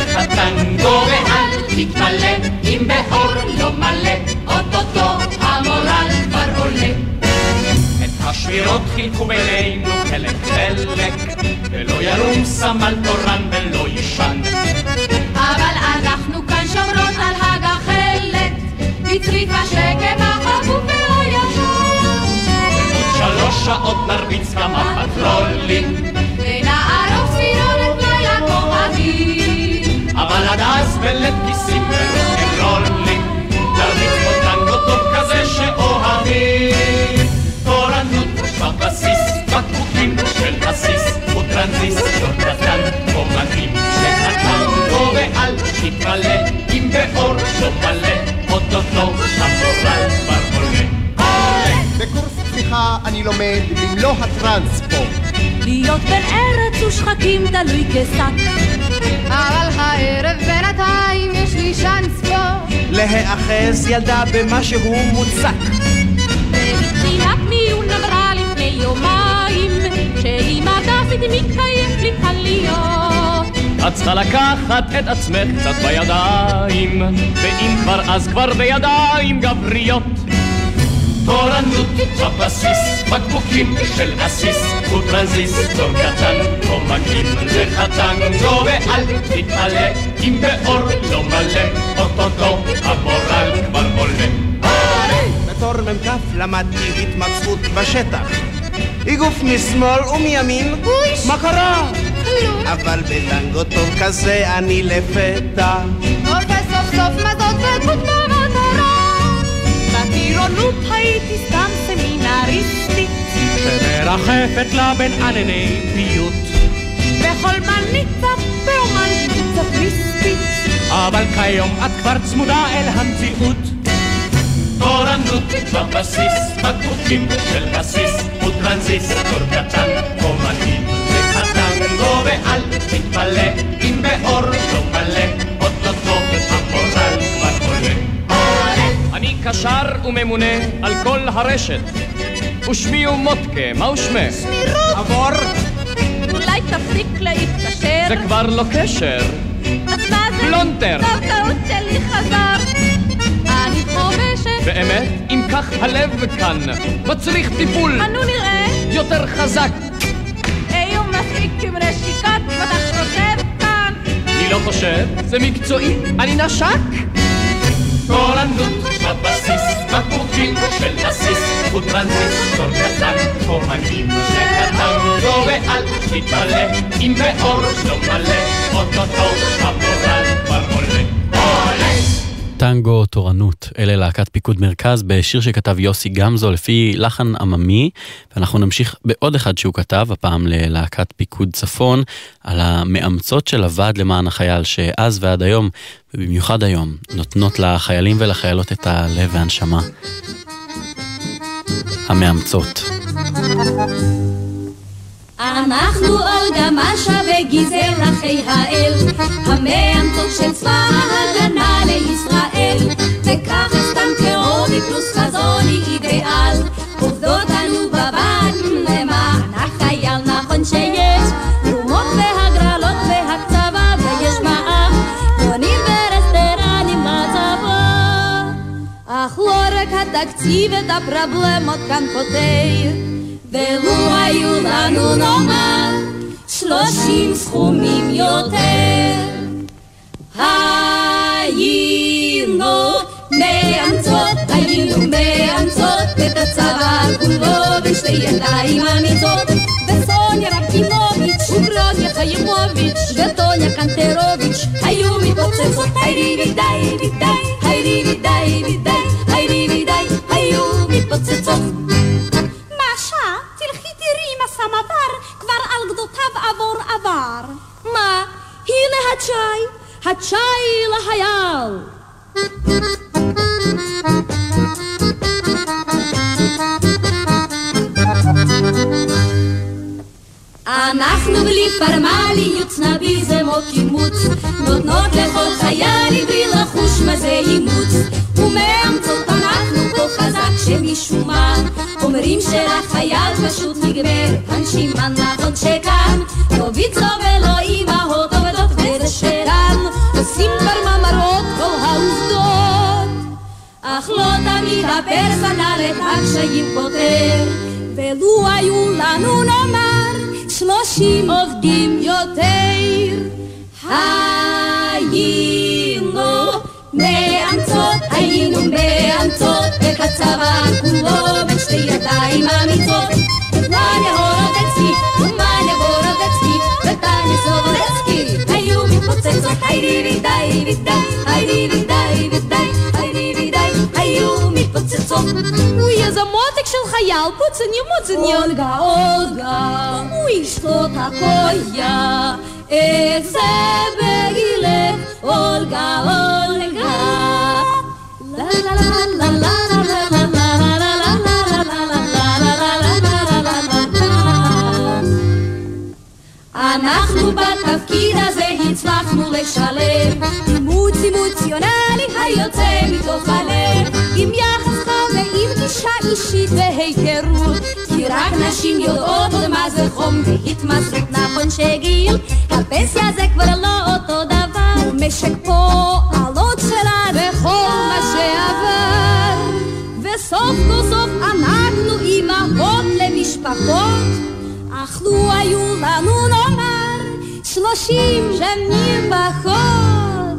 לחטנגו, ואל תתמלא, אם באור לא מלא, אוטוטו המורל השבירות חילקו בינינו חלק חלק, ולא ירום סמל תורן ולא ישן. אבל אנחנו כאן שומרות על הגחלת, בצריף השקט החבוב והישן. עוד שלוש שעות נרביץ כמה פטרולים, ונערוך ספירונת לילה כוכבים. אבל עד אז בלב כיסים ורוקנרולים, נרביץ פה טנגו טוב כזה שאוהבים. תורנות בבסיס, בקבוקים של בסיס, וטרנזיסטור קטן, אומנים שטנגו ואל תתמלא, אם באור לא מלא, אוטוטו המורל כבר עולה. בקורס פתיחה אני לומד למלוא הטרנספורט, להיות בין ארץ ושחקים תלוי כשק, אבל הערב בינתיים יש לי שאנס פה להאחז ילדה במה שהוא מוצק. מבחינת מיון אמרה לפני יומיים שאם הדסית מתקייף לי קליות. את צריכה לקחת את עצמך קצת בידיים, ואם כבר אז כבר בידיים גבריות. תורנות בבסיס, בקבוקים של עסיס, וטרנזיסטור קטן, אומנים לחטנגו ואל תתמלא, אם באור לא מלא, אוטוטו המורל כבר עולה. בתור ממקף למדתי התמצאות בשטח, איגוף משמאל ומימין, מה קרה? אבל בטנגו טוב כזה אני לפתע וסוף סוף מזאת ודמות במטרה. בטירונות הייתי סתם סמינריסטית שמרחפת לה בין ענני פיות, בכל מניצה באומנית צפריסטית, אבל כיום את כבר צמודה אל המציאות. תורנות בבסיס, בקבוקים של בסיס, וטרנזיסטור קטן, אומנים לחטנגו ואל תתפלא, אם באור לא מלא, אוטוטו המורל כבר עולה. אני קשר וממונה על כל הרשת, ושמי הוא מוטקה, מהו שמך? שמי רות. עבור. אולי תפסיק להתקשר, זה כבר לא קשר. אז מה זה? פלונטר. טוב, טעות שלי חזר. אני חובשת. באמת? אם כך הלב כאן מצריך טיפול. אנו נראה. יותר חזק. היו מספיק עם רשיקות, ואתה חושב כאן. אני לא חושב, זה מקצועי, אני נשק. תורנות בבסיס, בקבוקים של עסיס, וטרנזיסטור קטן, אומנים שטנגו ואל תתמלא, אם באור לא מלא, אוטוטו המורל כבר עולה. טנגו תורנות, אלה להקת פיקוד מרכז בשיר שכתב יוסי גמזו לפי לחן עממי, ואנחנו נמשיך בעוד אחד שהוא כתב, הפעם ללהקת פיקוד צפון, על המאמצות של הוועד למען החייל שאז ועד היום, ובמיוחד היום, נותנות לחיילים ולחיילות את הלב והנשמה. המאמצות. אנחנו אולגה משה וגיזל אחי האל, המאמצות של צבא ההגנה לישראל, וכך סתם כאובי פלוס חזוני אידיאל, עובדות אנו בבן למען החייל. נכון שיש תרומות והגרלות והקצבה ויש מע"מ, בונים ורסטרנים לצבא, אך לא רק התקציב את הפרבלמות כאן פותר, ולו היו לנו נאמר שלושים סכומים יותר, היינו מאמצות, היינו מאמצות את הצבא כולו בשתי ידיים אמיצות, וסוניה רקינוביץ' וברוניה חיימוביץ' וטוניה קנטרוביץ' היו מתפוצצות, היירי וידי וידי, היירי וידי וידי, היירי וידי, היו מתפוצצות. סמבר כבר על גדותיו עבור עבר. מה? הנה הצ'אי, הצ'אי לחייל. אנחנו בלי פרמליות, סנאביזם או קימוץ, נותנות לכל חייל עברי לחוש מה זה אימוץ, ומאמצות אנחנו כה חזק שמשום מה אומרים שלחייל פשוט נגמר הנשימה. נכון שכאן לא ויצו ולא אמהות עובדות וזה שלן עושים כבר מאמרות כל העובדות, אך לא תמיד הפרסונל את הקשיים פותר, ולו היו לנו נאמר שלושים עובדים יותר, היינו מאמצות, היינו מאמצות את הצבא כולו בין שתי ידיים אמיצות. טניה הורודצקי ומניה בורודצקי וטניה סובודצקי היו מתפוצצות, היידי וידי וידי, היידי וידי וידי, היידי וידי, היו מתפוצצות. הוא איזה מותק של חייל, פוצני מוצני. אולגה אולגה, הוא ישתות הקויה, איך זה בגילך, אולגה אולגה. לה לה לה לה לה לה לה לה אנחנו בתפקיד הזה הצלחנו לשלב אימוץ אמוציונלי היוצא מתוך הלב, עם יחס חם ועם גישה אישית והיכרות, כי רק נשים יודעות מה זה חום והתמסרות. נכון שגיל הפנסיה זה כבר לא אותו דבר, ומשק פועלות שלה וכל מה שעבר, וסוף כל סוף אנחנו אימהות למשפחות, אך לו היו לנו נאמר שלושים שנים פחות,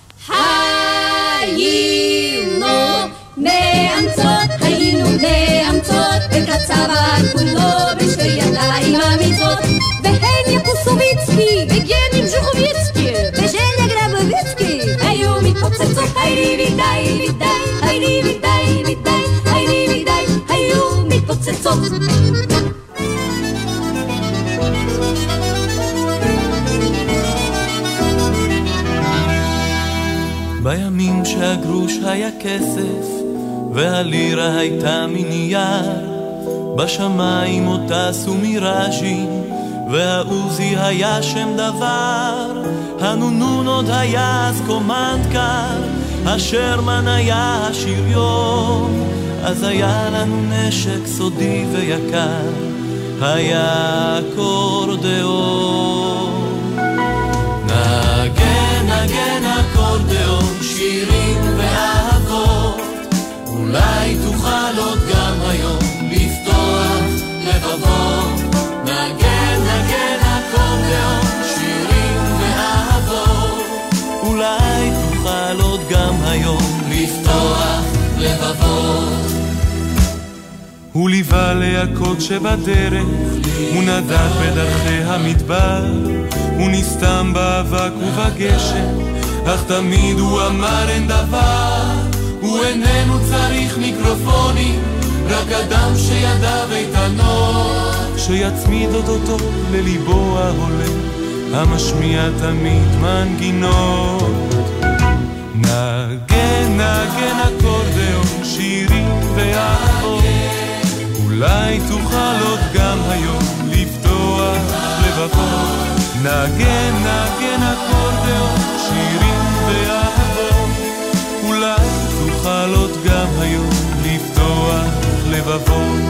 היינו מאמצות, היינו מאמצות את הצבא כולו בשתי ידיים אמיצות, והן יקוסוביצקי וגנים ז'וכוביצקי וז'ניה גרבוביצקי היו מתפוצצות, היידי וידי וידי, היידי וידי וידי, היידי וידי, היו מתפוצצות. בימים שהגרוש היה כסף והלירה הייתה מנייר, בשמיים עוד טסו מיראז'ים והעוזי היה שם דבר, הנונון עוד היה אז קומנדקר, השרמן היה השריון, אז היה לנו נשק סודי ויקר, היה אקורדיאון. נגן נגן אקורדיאון שירים ואהבות, אולי תוכל עוד גם היום לפתוח לבבות. נגן נגן אקורדיאון שירים ואהבות, אולי תוכל עוד גם היום לפתוח לבבות. הוא ליווה להקות שבדרך, הוא נדד בדרכי המדבר, הוא נסתם באבק ובגשם, אך תמיד הוא אמר אין דבר. הוא איננו צריך מיקרופונים, רק אדם שידע איתנות, שיצמיד אותו לליבו ההולם, המשמיע תמיד מנגינות. נגן נגן אקורדיאון שירים ואהבות, אולי תוכל עוד גם היום לפתוח לבבות. נגן נגן אקורדיאון שירים ואהבות, אולי תוכל עוד גם היום לפתוח לבבות.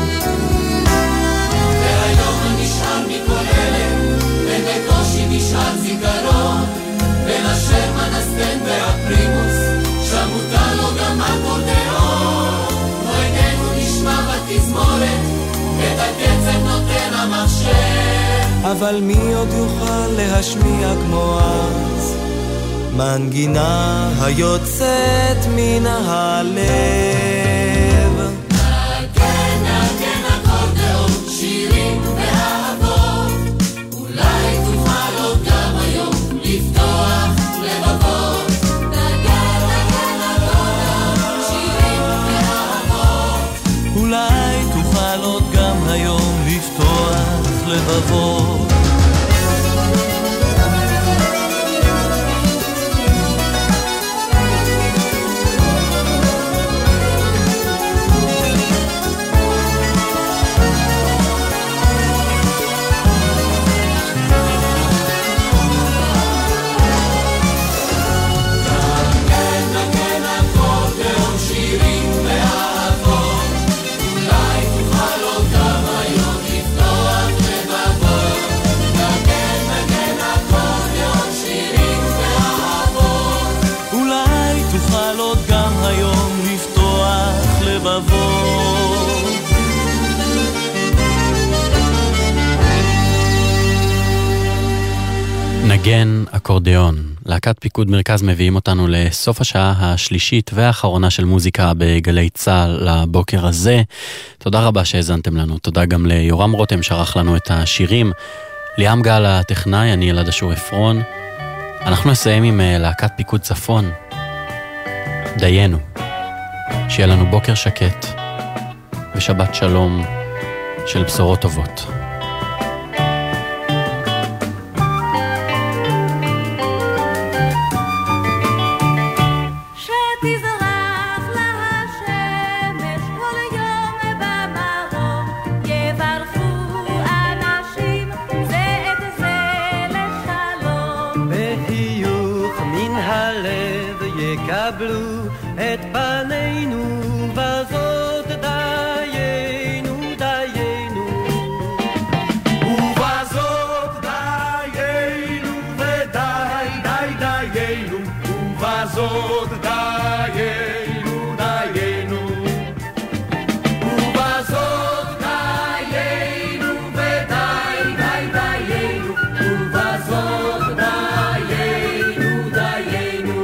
והיום נשאר מכל אלה, ובקושי נשאר זיכרון, בין השרמן הסטן והפרימוס, שם מותר לו גם אקורדיאון. לא איננו נשמע בתזמורת, את הקצב נותן המחשב, אבל מי עוד יוכל להשמיע כמו אז, מנגינה היוצאת מן הלב. נגן נגן אקורדיאון שירים ואהבות, אולי תוכל עוד גם היום לפתוח לבבות. נגן נגן אקורדיאון שירים ואהבות, אולי תוכל עוד גם היום לפתוח לבבות. מנגן אקורדיון. להקת פיקוד מרכז מביאים אותנו לסוף השעה השלישית והאחרונה של מוזיקה בגלי צהל לבוקר הזה. תודה רבה שהזנתם לנו. תודה גם ליורם רותם שערך לנו את השירים. ליאם גל הטכנאי, אני ילד אשור אפרון. אנחנו נסיים עם להקת פיקוד צפון. דיינו. שיהיה לנו בוקר שקט ושבת שלום של בשורות טובות. קבלו את פנינו וזאת דיינו דיינו ובזאת דיינו ודי די דיינו ובזאת דיינו דיינו ובזאת דיינו ודי די דיינו ובזאת דיינו דיינו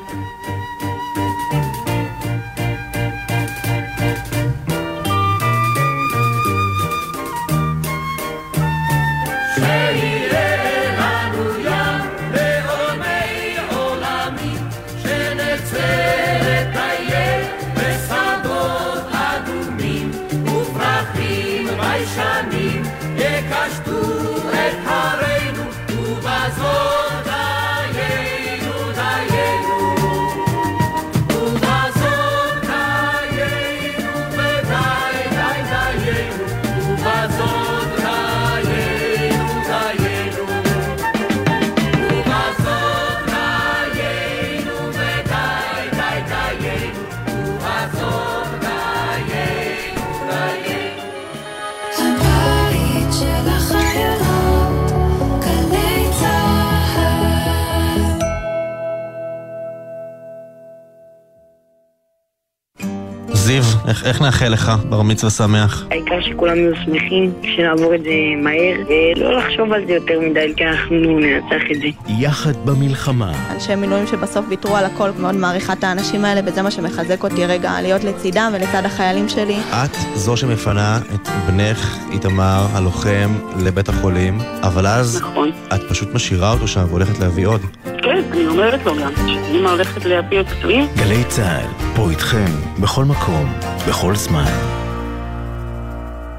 זיו, איך, איך נאחל לך בר מצווה שמח? העיקר שכולם יהיו שמחים, שנעבור את זה מהר, ולא לחשוב על זה יותר מדי, כי אנחנו ננצח את זה. יחד במלחמה. אנשי מילואים שבסוף ויתרו על הכל, מאוד מעריכה את האנשים האלה, וזה מה שמחזק אותי רגע, להיות לצידם ולצד החיילים שלי. את זו שמפנה את בנך איתמר, הלוחם, לבית החולים, אבל אז נכון. את פשוט משאירה אותו שם והולכת להביא עוד. כן, אני אומרת לו גם, שאמא הולכת להביא עוד פצועים. גלי צהל, פה איתכם, בכל מקום, בכל זמן.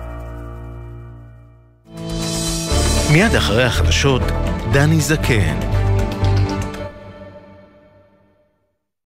מיד אחרי החדשות, דני זקן.